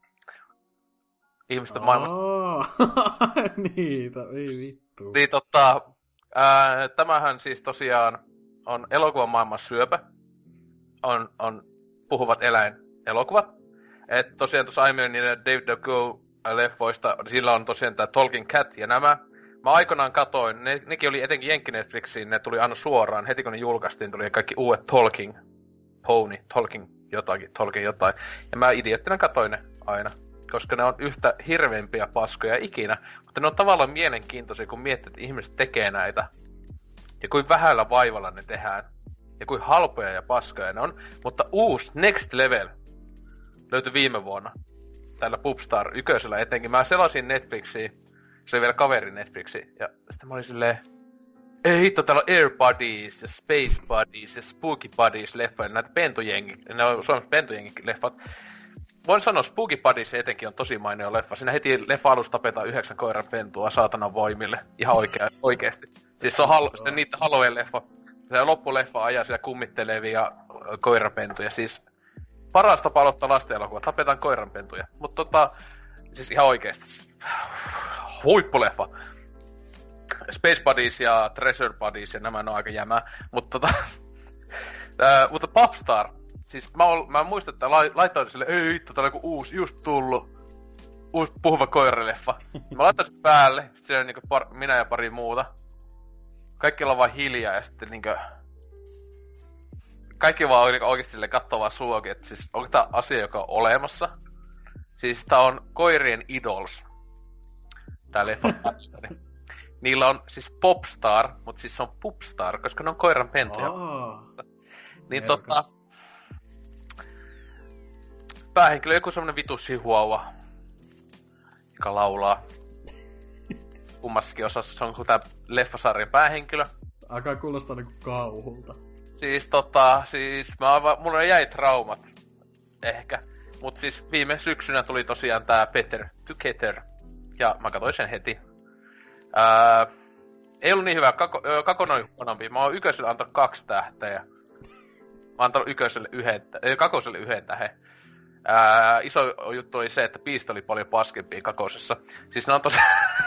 Speaker 3: Ihmisten maailmassa.
Speaker 4: Niitä, ei vittu.
Speaker 3: Niin tota, ää, tämähän siis tosiaan on elokuvan maailman syöpä. On, on puhuvat eläinelokuvat. Et tosiaan tuossa aiemmin niiden David the Go-leffoista, sillä on tosiaan tää Talking Cat ja nämä. Mä aikoinaan katoin, ne, nekin oli etenkin Jenkki Netflixiin, ne tuli aina suoraan. Heti kun ne julkaistiin, tuli kaikki uudet Talking Pony, Talking jotakin, Talking jotain. Ja mä idiottina katoin ne aina, koska ne on yhtä hirveimpiä paskoja ikinä. Mutta ne on tavallaan mielenkiintoisia, kun miettii, että ihmiset tekee näitä. Ja kuin vähällä vaivalla ne tehdään. Ja kuin halpoja ja paskoja ne on. Mutta uusi Next Level löytyi viime vuonna. Täällä Popstar ykkösellä etenkin. Mä selasin Netflixiin. Se oli vielä kaverin Netflixi. Ja sitten mä olin silleen... Ei hitto, täällä on Air Buddies ja Space Buddies ja Spooky Buddies leffoja. Näitä pentujengi... Ne on Suomessa pentujengi-leffat. Voin sanoa, Spooky Buddies etenkin on tosi mainio leffa. Siinä heti leffa alussa tapetaan yhdeksän koiran pentua saatanan voimille. Ihan oikea, oikeesti. Siis se on hal- se niitä Halloween-leffa. Se loppuleffa ajaa siellä kummittelevia koirapentuja. Siis paras tapa aloittaa lasten elokuva. Tapetaan koiranpentuja. Mut tota... Siis ihan oikeesti. Huippuleffa. Space Buddies ja Treasure Buddies ja nämä on aika jämää. Mutta tota... Ää, mutta Popstar. Siis mä, ol, mä muistan, että la, laitoin sille, ei hitto, tää on joku uusi, just tullut. Uusi puhuva koiraleffa. Mä laitoin sen päälle, sit se on niinku par, minä ja pari muuta. Kaikki ollaan vaan hiljaa ja sitten niinku... Kaikki vaan niinku oikeesti silleen kattoo vaan suokin, että siis onko tää asia, joka on olemassa. Siis tää on koirien idols. Tää leffa. Niillä on siis Popstar, mut siis se on Popstar, koska ne on koiran pentuja.
Speaker 4: Aa,
Speaker 3: niin tota... Päähenkilö joku semmonen vitu chihuahua, joka laulaa. Kummassakin osassa se on tää leffasarjan päähenkilö.
Speaker 4: alkaa kuulostaa niinku kauhulta.
Speaker 3: Siis tota, siis mä aivan, mulla jäi traumat. Ehkä. Mut siis viime syksynä tuli tosiaan tää Better Together. Ja mä katsoin sen heti. Ää, ei ollut niin hyvä. Kako, kako noin huonompi. Mä oon ykköselle antanut kaksi tähteä. Mä oon antanut ykköselle yhden, äh, kakoselle yhden tähden. Ää, iso juttu oli se, että biisit oli paljon paskempia kakosessa. Siis ne on tosi...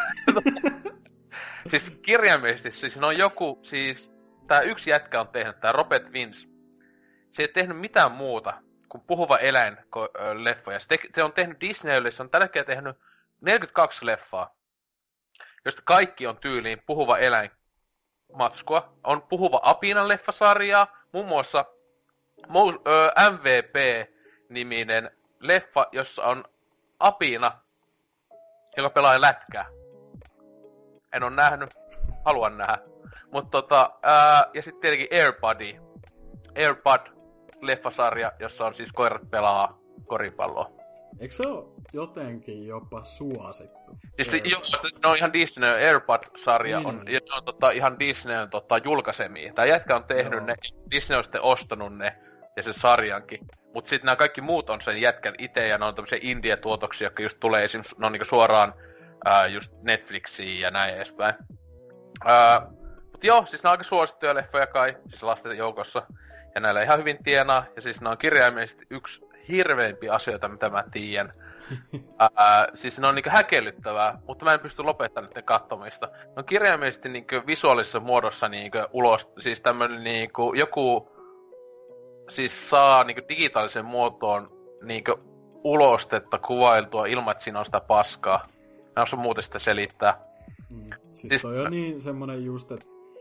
Speaker 3: siis kirjaimellisesti, siis ne on joku, siis... Tää yksi jätkä on tehnyt, tää Robert Vince. Se ei tehnyt mitään muuta kuin puhuva eläin leffoja. Se, te- se on tehnyt Disneylle, se on tällä hetkellä tehnyt neljäkymmentäkaksi leffaa. Josta kaikki on tyyliin puhuva eläin matskua. On puhuva Apinan leffasarjaa, muun muassa M V P-niminen leffa, jossa on Apina, joka pelaa lätkää. En oo nähnyt, haluan nähdä. Mutta tota, ää, ja sitten tietenkin Airbuddy. Airbud-leffasarja, jossa on siis koirat pelaa koripalloa.
Speaker 4: Eikö se oo jotenkin jopa suosittu?
Speaker 3: Siis jo, ne on ihan Disney, Airbud-sarja
Speaker 4: niin,
Speaker 3: on,
Speaker 4: niin.
Speaker 3: ja se on tota, ihan Disneyn tota, julkaisemia. Tää jätkä on tehnyt
Speaker 4: Joo.
Speaker 3: ne, Disney on sitten ostanut ne, ja sen sarjankin. Mut sit nämä kaikki muut on sen jätkän ite, ja ne on tämmösiä indie-tuotoksia, jotka just tulee esim. Ne on niinku suoraan ää, just Netflixiin ja näin edespäin. Ää, mut joo, siis ne on aika suosittuja leffoja kai, siis lasten joukossa. Ja näillä ihan hyvin tienaa, ja siis ne on kirjaimellisesti yksi hirveimpiä asioita, mitä mä tiedän. Ää, siis ne on niinku häkellyttävää, mutta mä en pysty lopettamaan niiden kattomista. Ne on kirjaimellisesti niinku visuaalisessa muodossa niinku ulos, siis tämmönen niinku joku... Siis saa niinku digitaalisen muotoon niinku ulostetta kuvailtua ilman, että siinä on sitä paskaa. Mä en osaa muuten sitä selittää.
Speaker 4: Mm. Siis,
Speaker 3: Siis-
Speaker 4: toi on niin semmonen just, että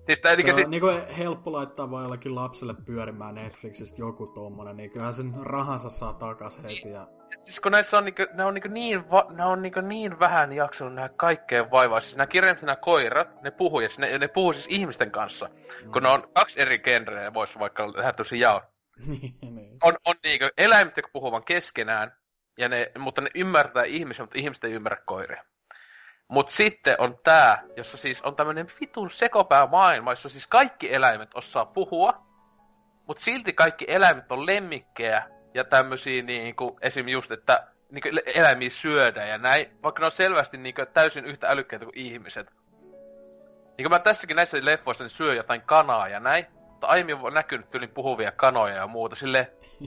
Speaker 3: Siis tää,
Speaker 4: se
Speaker 3: niin,
Speaker 4: on
Speaker 3: sit...
Speaker 4: niinku helppo laittaa vaan jollakin lapselle pyörimään Netflixistä joku tommonen, niin kyllähän sen rahansa saa takas heti. Ja...
Speaker 3: Siis kun näissä on niinku, ne on niinku niin, va, ne on niinku niin vähän jaksanut nähdä kaikkeen vaivaa. Siis nää kirjaimet, nää koirat, ne puhuu, ja siis ne, ne puhuu siis ihmisten kanssa. Mm. Kun ne on kaksi eri genreä, vois vaikka tehdä tosi jaon.
Speaker 4: niin.
Speaker 3: On, on niinku eläimet, jotka puhuu vaan keskenään, ja ne, mutta ne ymmärtää ihmisiä, mutta ihmiset ei ymmärrä koiria. Mut sitten on tää, jossa siis on tämmönen vitun sekopää maailma, jossa siis kaikki eläimet osaa puhua, mut silti kaikki eläimet on lemmikkejä ja tämmösiä niinku, esim. Just, että niinku eläimiä syödään ja näin, vaikka ne on selvästi niinku täysin yhtä älykkäitä kuin ihmiset. Niinku mä tässäkin näissä leffoissa niin syö jotain kanaa ja näin, mutta aiemmin on näkynyt tyylin puhuvia kanoja ja muuta, silleen...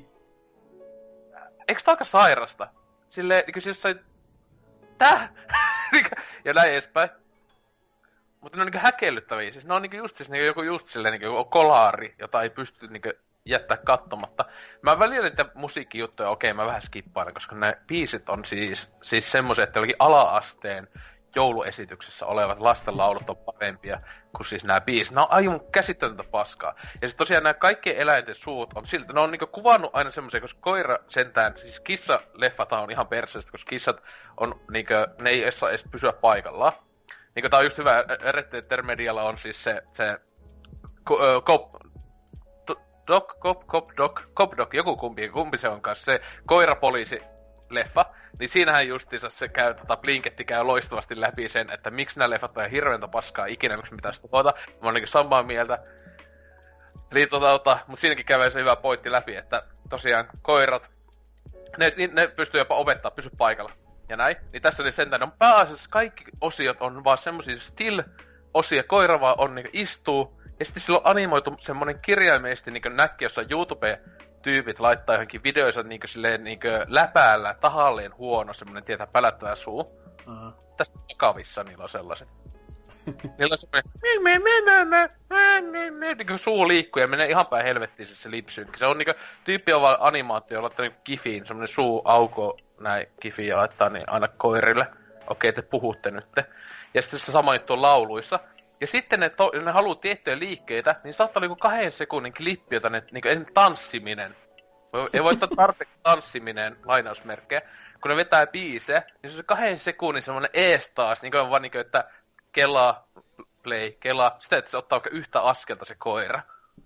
Speaker 3: Eiks tää aika sairasta? Silleen, niinku siis jossain... Tää? ja näin edespäin. Mutta ne on niinku häkellyttäviä. Siis ne on niinku just siis niinku joku just silleen niinku joku kolaari, jota ei pysty niinku jättää katsomatta. Mä välillä niitä musiikkijuttuja, okei mä vähän skippailen, koska ne biisit on siis, siis semmoset, että jollakin ala-asteen jouluesityksessä olevat lastenlaulut on parempia kuin siis nämä biisit. Ne on aivan käsittämätöntä paskaa. Ja sit tosiaan nämä kaikkien eläinten suut on siltä, ne on niinku kuvannut aina semmoisia, koska koira sentään, siis kissaleffat on ihan perseestä, koska kissat on niinku, ne ei saa edes pysyä paikallaan. Niinku tää on just hyvä, Red Dead Medialla on siis se, se, kop, dog, kop, kop, dog, kop, dog, joku kumpi, kumpi se on kanssa, se koirapoliisi leffa, niin siinähän justiinsa se käy, tota Blinketti käy loistavasti läpi sen, että miksi nämä leffat on hirveäntä paskaa ikinä, miksi pitäisi tuhota. Mä oon niinku samaa mieltä. Eli tota, tota, mut siinäkin käy se hyvä pointti läpi, että tosiaan koirat, ne, ne pystyy jopa opettaa, pysy paikalla. Ja näin. Niin tässä oli sentään, on pääasiassa kaikki osiot on vaan semmosia still-osia, koira vaan on niinku istuu, ja sitten sillä on animoitu semmonen kirjaimellisesti niinku näkki, jossa YouTube-tyypit laittaa johonkin videoissa niinku silleen niinku läpäällä, tahalleen huono, semmonen tietää pälättävä suu. Uh-huh. Tässä vakavissa niillä on sellaiset. Niillä on semmonen niinku suu liikkuu ja menee ihan päin helvettiin se lipsynkki. Se on niinku, tyyppi on vaan animaatio, laittaa niinku kifiin, semmonen suu auko näin kifiin ja laittaa niin aina koirille. Okei, te puhutte nytte. Ja sitten se sama juttu on lauluissa. Ja sitten ne, to, ne haluaa tiettyjä liikkeitä, niin saattaa olla joku kahden sekunnin klippi, jota ne, niinku esimerkiksi tanssiminen. Ei voi ottaa tarpeeksi tanssiminen, lainausmerkkejä. Kun ne vetää biisejä, niin se on se kahden sekunnin semmonen ees taas, niin kuin vaan niinku, että kelaa, play, kelaa. Sitä, että se ottaa oikein yhtä askelta se koira.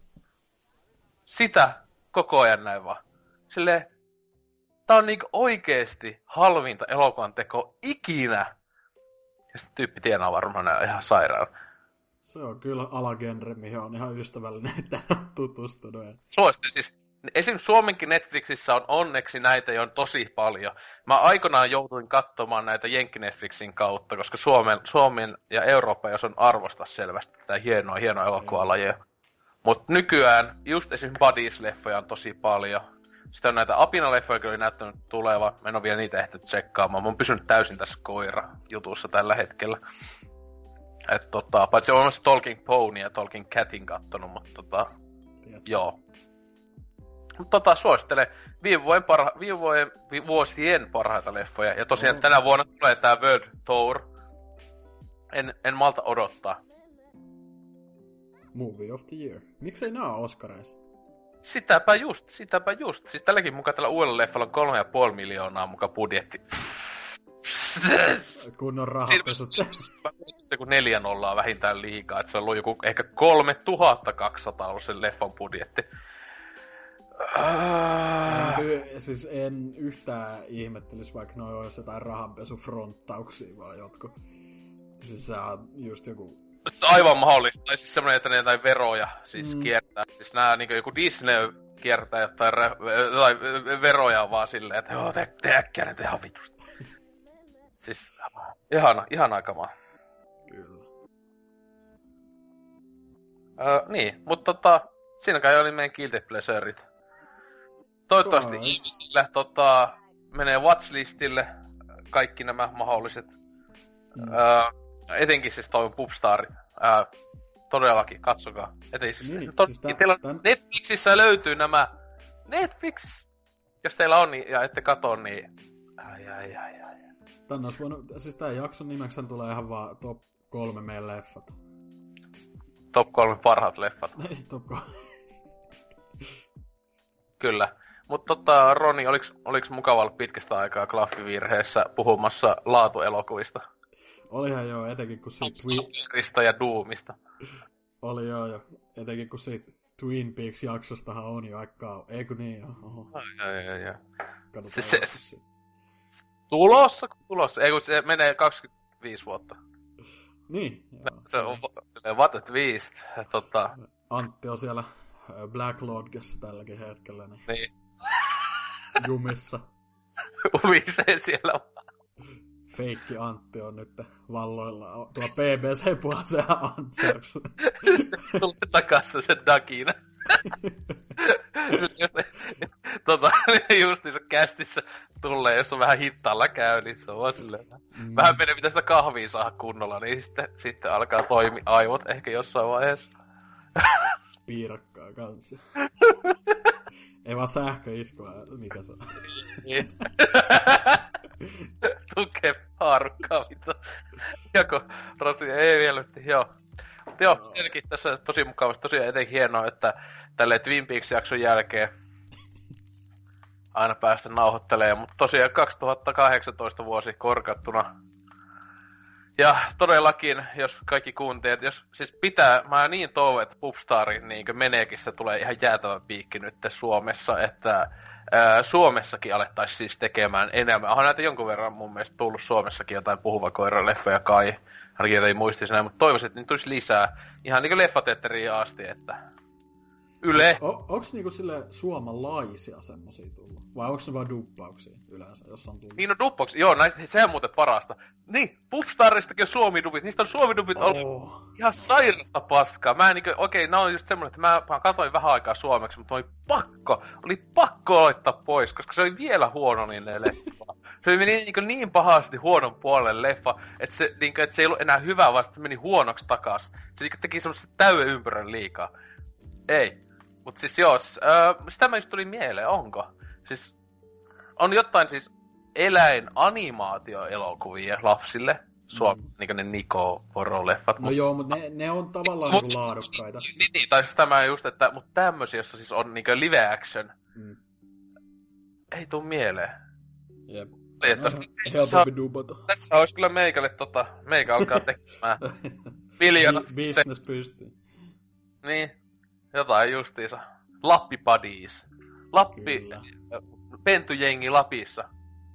Speaker 3: Sitä koko ajan näin vaan. Silleen, tää on niinku oikeesti halvinta elokuvan teko ikinä. Ja sitten tyyppi tienaa varmaan nää ihan sairaan.
Speaker 4: Se on kyllä alagenre, mihin on ihan ystävällinen, että on tutustunut.
Speaker 3: Suosittelen siis. Esimerkiksi Suomenkin Netflixissä on onneksi näitä jo on tosi paljon. Mä aikanaan jouduin katsomaan näitä Jenkki-Netflixin kautta, koska Suomen, Suomen ja Eurooppa jos on arvosta selvästi tätä hienoa, hienoa elokuvalajia. Mut nykyään just esimerkiksi Buddies-leffoja on tosi paljon. Sitten on näitä Apina-leffoja, jotka oli näyttänyt tuleva. Mä en oo vielä niitä ehtinyt tsekkaamaan. Mä oon pysynyt täysin tässä koira-jutussa tällä hetkellä. Et tota, paitsi on myös Talking Pony ja Talking Catin kattonut, mutta tota, joo. Mutta tota, suosittelen viime, vuoden parha, viime vuoden, viime vuosien parhaita leffoja. Ja tosiaan oh. tänä vuonna tulee tää World Tour. En, en malta odottaa.
Speaker 4: Movie of the Year. Miksei nää oo Oscareissa?
Speaker 3: Sitäpä just, sitäpä just. Siis tälläkin mukaan tällä uudella leffalla on kolme ja puoli miljoonaa mukaan budjetti.
Speaker 4: Kunnon rahapesut.
Speaker 3: Joku neljä nollaa vähintään liikaa, että se on ollut joku ehkä kolmetuhattakaksisataa ollut sen leffan budjetti.
Speaker 4: Uh... Kyllä, siis en yhtään ihmettelisi, vaikka noi olisi jotain rahanpesufronttauksia vaan jotkut. Siis se on just joku...
Speaker 3: Aivan mahdollista. Tai siis semmonen, että ne jotain veroja siis mm. kiertää. Siis nää niinku joku Disney kiertää jotain, rä- jotain veroja vaan silleen, että joo, te, te äkkiä ne tehdään vitusta. Siis ihana, ihana aikamaa.
Speaker 4: Kyllä.
Speaker 3: Öö, niin, mutta tota, siinä kai oli meidän Guilty Pleasuret. Toivottavasti Kai. ihmisillä tota, menee watchlistille kaikki nämä mahdolliset. Mm. Öö, etenkin siis toi Pupstarit. Öö, todellakin, katsokaa. Etenkin, niin, tot, siis tämän, tämän... Netflixissä löytyy nämä. Netflix! Jos teillä on niin, ja ette katso, niin... Ai, ai, ai, ai.
Speaker 4: Tän olisi voinut... Siis tää jakson nimeksän tulee ihan vaan top kolme meidän leffat.
Speaker 3: top kolme parhaat leffat.
Speaker 4: Ei, top
Speaker 3: Kyllä. Mutta tota, Roni, oliks, oliks mukava olla pitkästä aikaa Klaffivirheessä puhumassa laatuelokuvista?
Speaker 4: Olihan joo, etenkin kun siitä...
Speaker 3: Krista ja Doomista.
Speaker 4: Oli joo, jo. Etenkin kun siitä Twin Peaks-jaksostahan on jo aikaa... Eikö niin? Oho.
Speaker 3: Ai, ai, ai, ai.
Speaker 4: Se,
Speaker 3: se, se, tulossa, tulossa. Ei kun se menee kaksikymmentäviisi vuotta.
Speaker 4: Niin.
Speaker 3: Joo, se on what a twist. Tota...
Speaker 4: Antti on siellä Black Lodgessa tälläkin hetkellä. Niin.
Speaker 3: niin.
Speaker 4: Jumissa.
Speaker 3: Umisee siellä.
Speaker 4: Feikki Antti on nyt valloilla. Tuo B B C-puolisen Antsers.
Speaker 3: Tulee takassa sen Dagina. tota, justiinsa kästissä tulee, jos on vähän hittaalla käy, niin se on vaan silleen. Mm. Vähän menee, mitä sitä kahvia saada kunnolla, niin sitten, sitten alkaa toimi aivot ehkä jossain vaiheessa.
Speaker 4: Piirakkaa kanssa. Ei vaan sähköiskua, mikä se on.
Speaker 3: Tukee haarukkaa, mitä. Jako, Rosi, ei vielä, joo. Mutta joo, tietenkin tässä tosi mukavasti, tosiaan etenkin hienoa, että tälleen Twin Peaks-jakson jälkeen aina päästä nauhoittelemaan, mutta tosiaan kaksituhattakahdeksantoista vuosi korkattuna. Ja todellakin, jos kaikki kuuntelijat, jos siis pitää, mä niin toivon, että Pupstarin niin meneekin, se tulee ihan jäätävä piikki nyt Suomessa, että ää, Suomessakin alettaisiin siis tekemään enemmän. Onhan näitä jonkun verran mun mielestä tullut Suomessakin jotain puhuva koira-leffoja kai, ainakin jotain muistisi näin, mutta toivoisin, että niitä tulisi lisää. Ihan niin kuin leffateatteriin asti, että Yle.
Speaker 4: O, onks niinku sille suomalaisia semmosia tullut? Vai onks ne vaan duppauksia yleensä, jos on tullut?
Speaker 3: Niin on duppauksia, joo, näistä, sehän on muuten parasta. Niin, Pupstaristakin on suomidupit, niistä on suomidupit
Speaker 4: oh.
Speaker 3: ollut ihan sairasta paskaa. Mä en niinkö, okei, okay, nää on just semmonen, että mä, mä katsoin vähän aikaa suomeksi, mutta oli pakko, oli pakko laittaa pois, koska se oli vielä huono niin ne leffa. Se meni niin, niin pahasti huonon puolelle leffa, että se, niin kuin, että se ei ollut enää hyvä, vaan se meni huonoksi takas. Se niin teki semmoista täyden ympyrän liikaa. Ei. Mut siis joo, siis, öö, sitä mä just tuli mieleen, onko? Siis, on jotain siis eläinanimaatioelokuvia lapsille. Suomessa, mm. niin kuin ne Niko Poro-leffat.
Speaker 4: No
Speaker 3: mut,
Speaker 4: joo, mutta ne, ne on tavallaan
Speaker 3: mut,
Speaker 4: niinku laadukkaita.
Speaker 3: Niin, niin, tai siis tämä just, että, mut tämmösiä, jossa siis on niinku live action. Mm. Ei tuu mieleen.
Speaker 4: Jep.
Speaker 3: Että,
Speaker 4: no, helpompi dubata.
Speaker 3: Tässä olisi kyllä meikälle tota, meikä alkaa tekemään miljoonat.
Speaker 4: Business pystyy.
Speaker 3: Niin. Jotain justiinsa. Lappi Buddies. Lappi... Kyllä. Pentujengi Lapissa.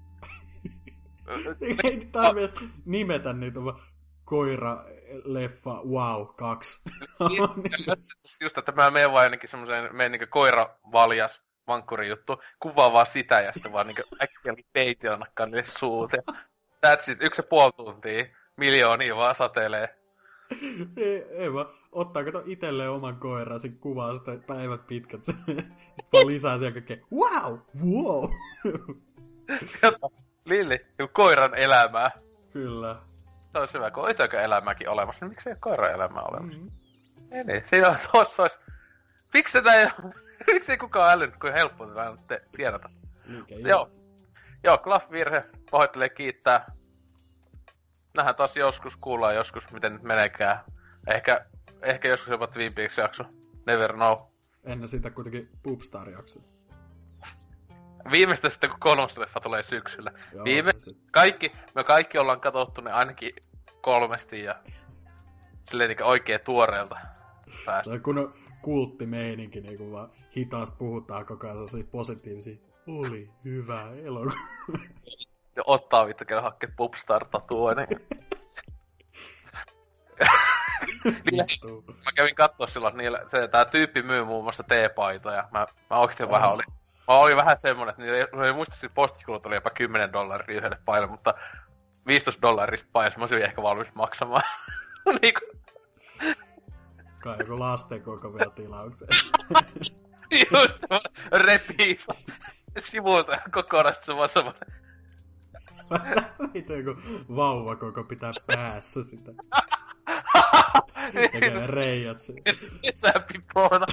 Speaker 4: Ei nyt tarvitse nimetä niitä, vaan koira-leffa wow kaksi.
Speaker 3: Just, että mä menen vaan ainakin semmoiseen, menen niinku koira-valjas vankkuri juttu, kuvaa vaan sitä ja sitten vaan niinku äkkiä peitillä nakkaan niille suut. That's it, yksi ja puoli tuntia, miljoonia vaan satelee.
Speaker 4: Ei, ei vaan, ottaa kato itselleen oman koiran, sen kuvaa sitä päivät pitkät, sitten vaan lisää siellä kaikkea, wow, wow.
Speaker 3: Kato, Lilli, koiran elämää.
Speaker 4: Kyllä.
Speaker 3: Se olisi hyvä, kun on elämääkin olemassa, niin miksi ei ole koiran elämää olemassa? Mm-hmm. Ei niin, siinä on tuossa olisi, miksi tätä ei miksi ei kukaan älynnyt, kuin helppo tätä te tiedata.
Speaker 4: Mikä
Speaker 3: joo. Joo, Klaff-virhe, pahoittelee kiittää. Nähdään taas joskus, kuullaan joskus, miten nyt meneekään. Ehkä, ehkä joskus jopa Twin Peaks-jakso. Never know.
Speaker 4: Ennen sitä kuitenkin Pupstar-jakso.
Speaker 3: Viimeistä sitten, kun kolmas leffa tulee syksyllä.
Speaker 4: Joo,
Speaker 3: Viime... Kaikki, me kaikki ollaan katsottu ne ainakin kolmesti ja silleen niin oikein tuoreelta päästä.
Speaker 4: Se on kun on kulttimeininki, niin kun vaan hitaasti puhutaan koko ajan sellaisia positiivisia. Oli hyvä elokuva.
Speaker 3: Ja ottaa vittu, kun hakkee Pupstar-tatuoinen. Mä kävin kattoo silloin, että niillä, se, tää tyyppi myy muun muassa teepaitoja. Mä, mä oikeesti oh. vähän olin. Mä olin vähän semmonen, että niillä ei muistaakseni postikulut oli jopa kymmenen dollaria yhdelle paille, mutta viisitoista dollarista paille mä olisin ehkä valmis maksamaan. Niinku.
Speaker 4: Kai joku lasten koko vielä tilaukseen.
Speaker 3: Just semmonen repii sivuilta kokonaan se vaan semmonen.
Speaker 4: Miten joku vauva koko pitää päässä sitä. Tekee reijät siitä.
Speaker 3: Kesäpipona.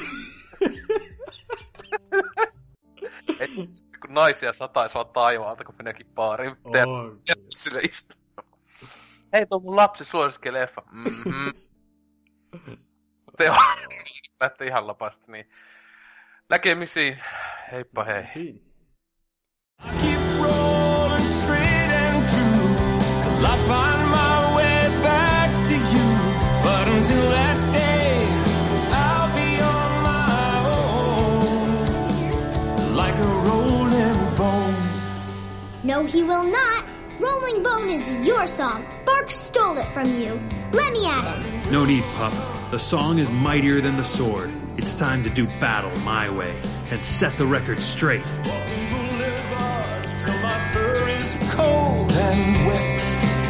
Speaker 3: Et, kun naisia sataisi vaan taivaalta, kun meneekin baariin.
Speaker 4: On.
Speaker 3: Sille istuu. Hei, tuo mun lapsi suosikkeen leffa. Mm-hmm. Te lähtee ihan lapasta, niin näkemisiin. Heippa hei.
Speaker 4: Siinä.
Speaker 5: Keep rolling straight and true till I find my way back to you. But until that day, I'll be on my own, like a rolling bone.
Speaker 6: No, he will not. Rolling Bone is your song. Bark stole it from you. Let me at him.
Speaker 7: No need, pup. The song is mightier than the sword. It's time to do battle my way and set the record straight.
Speaker 5: Walking boulevards till my fur is cold and wet.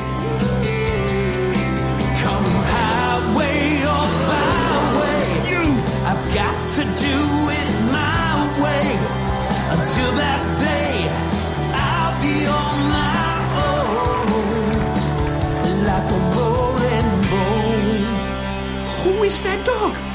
Speaker 5: Come highway or byway, you, I've got to do it my way. Until that day, I'll be on my own, like a rolling bone.
Speaker 7: Who is that dog?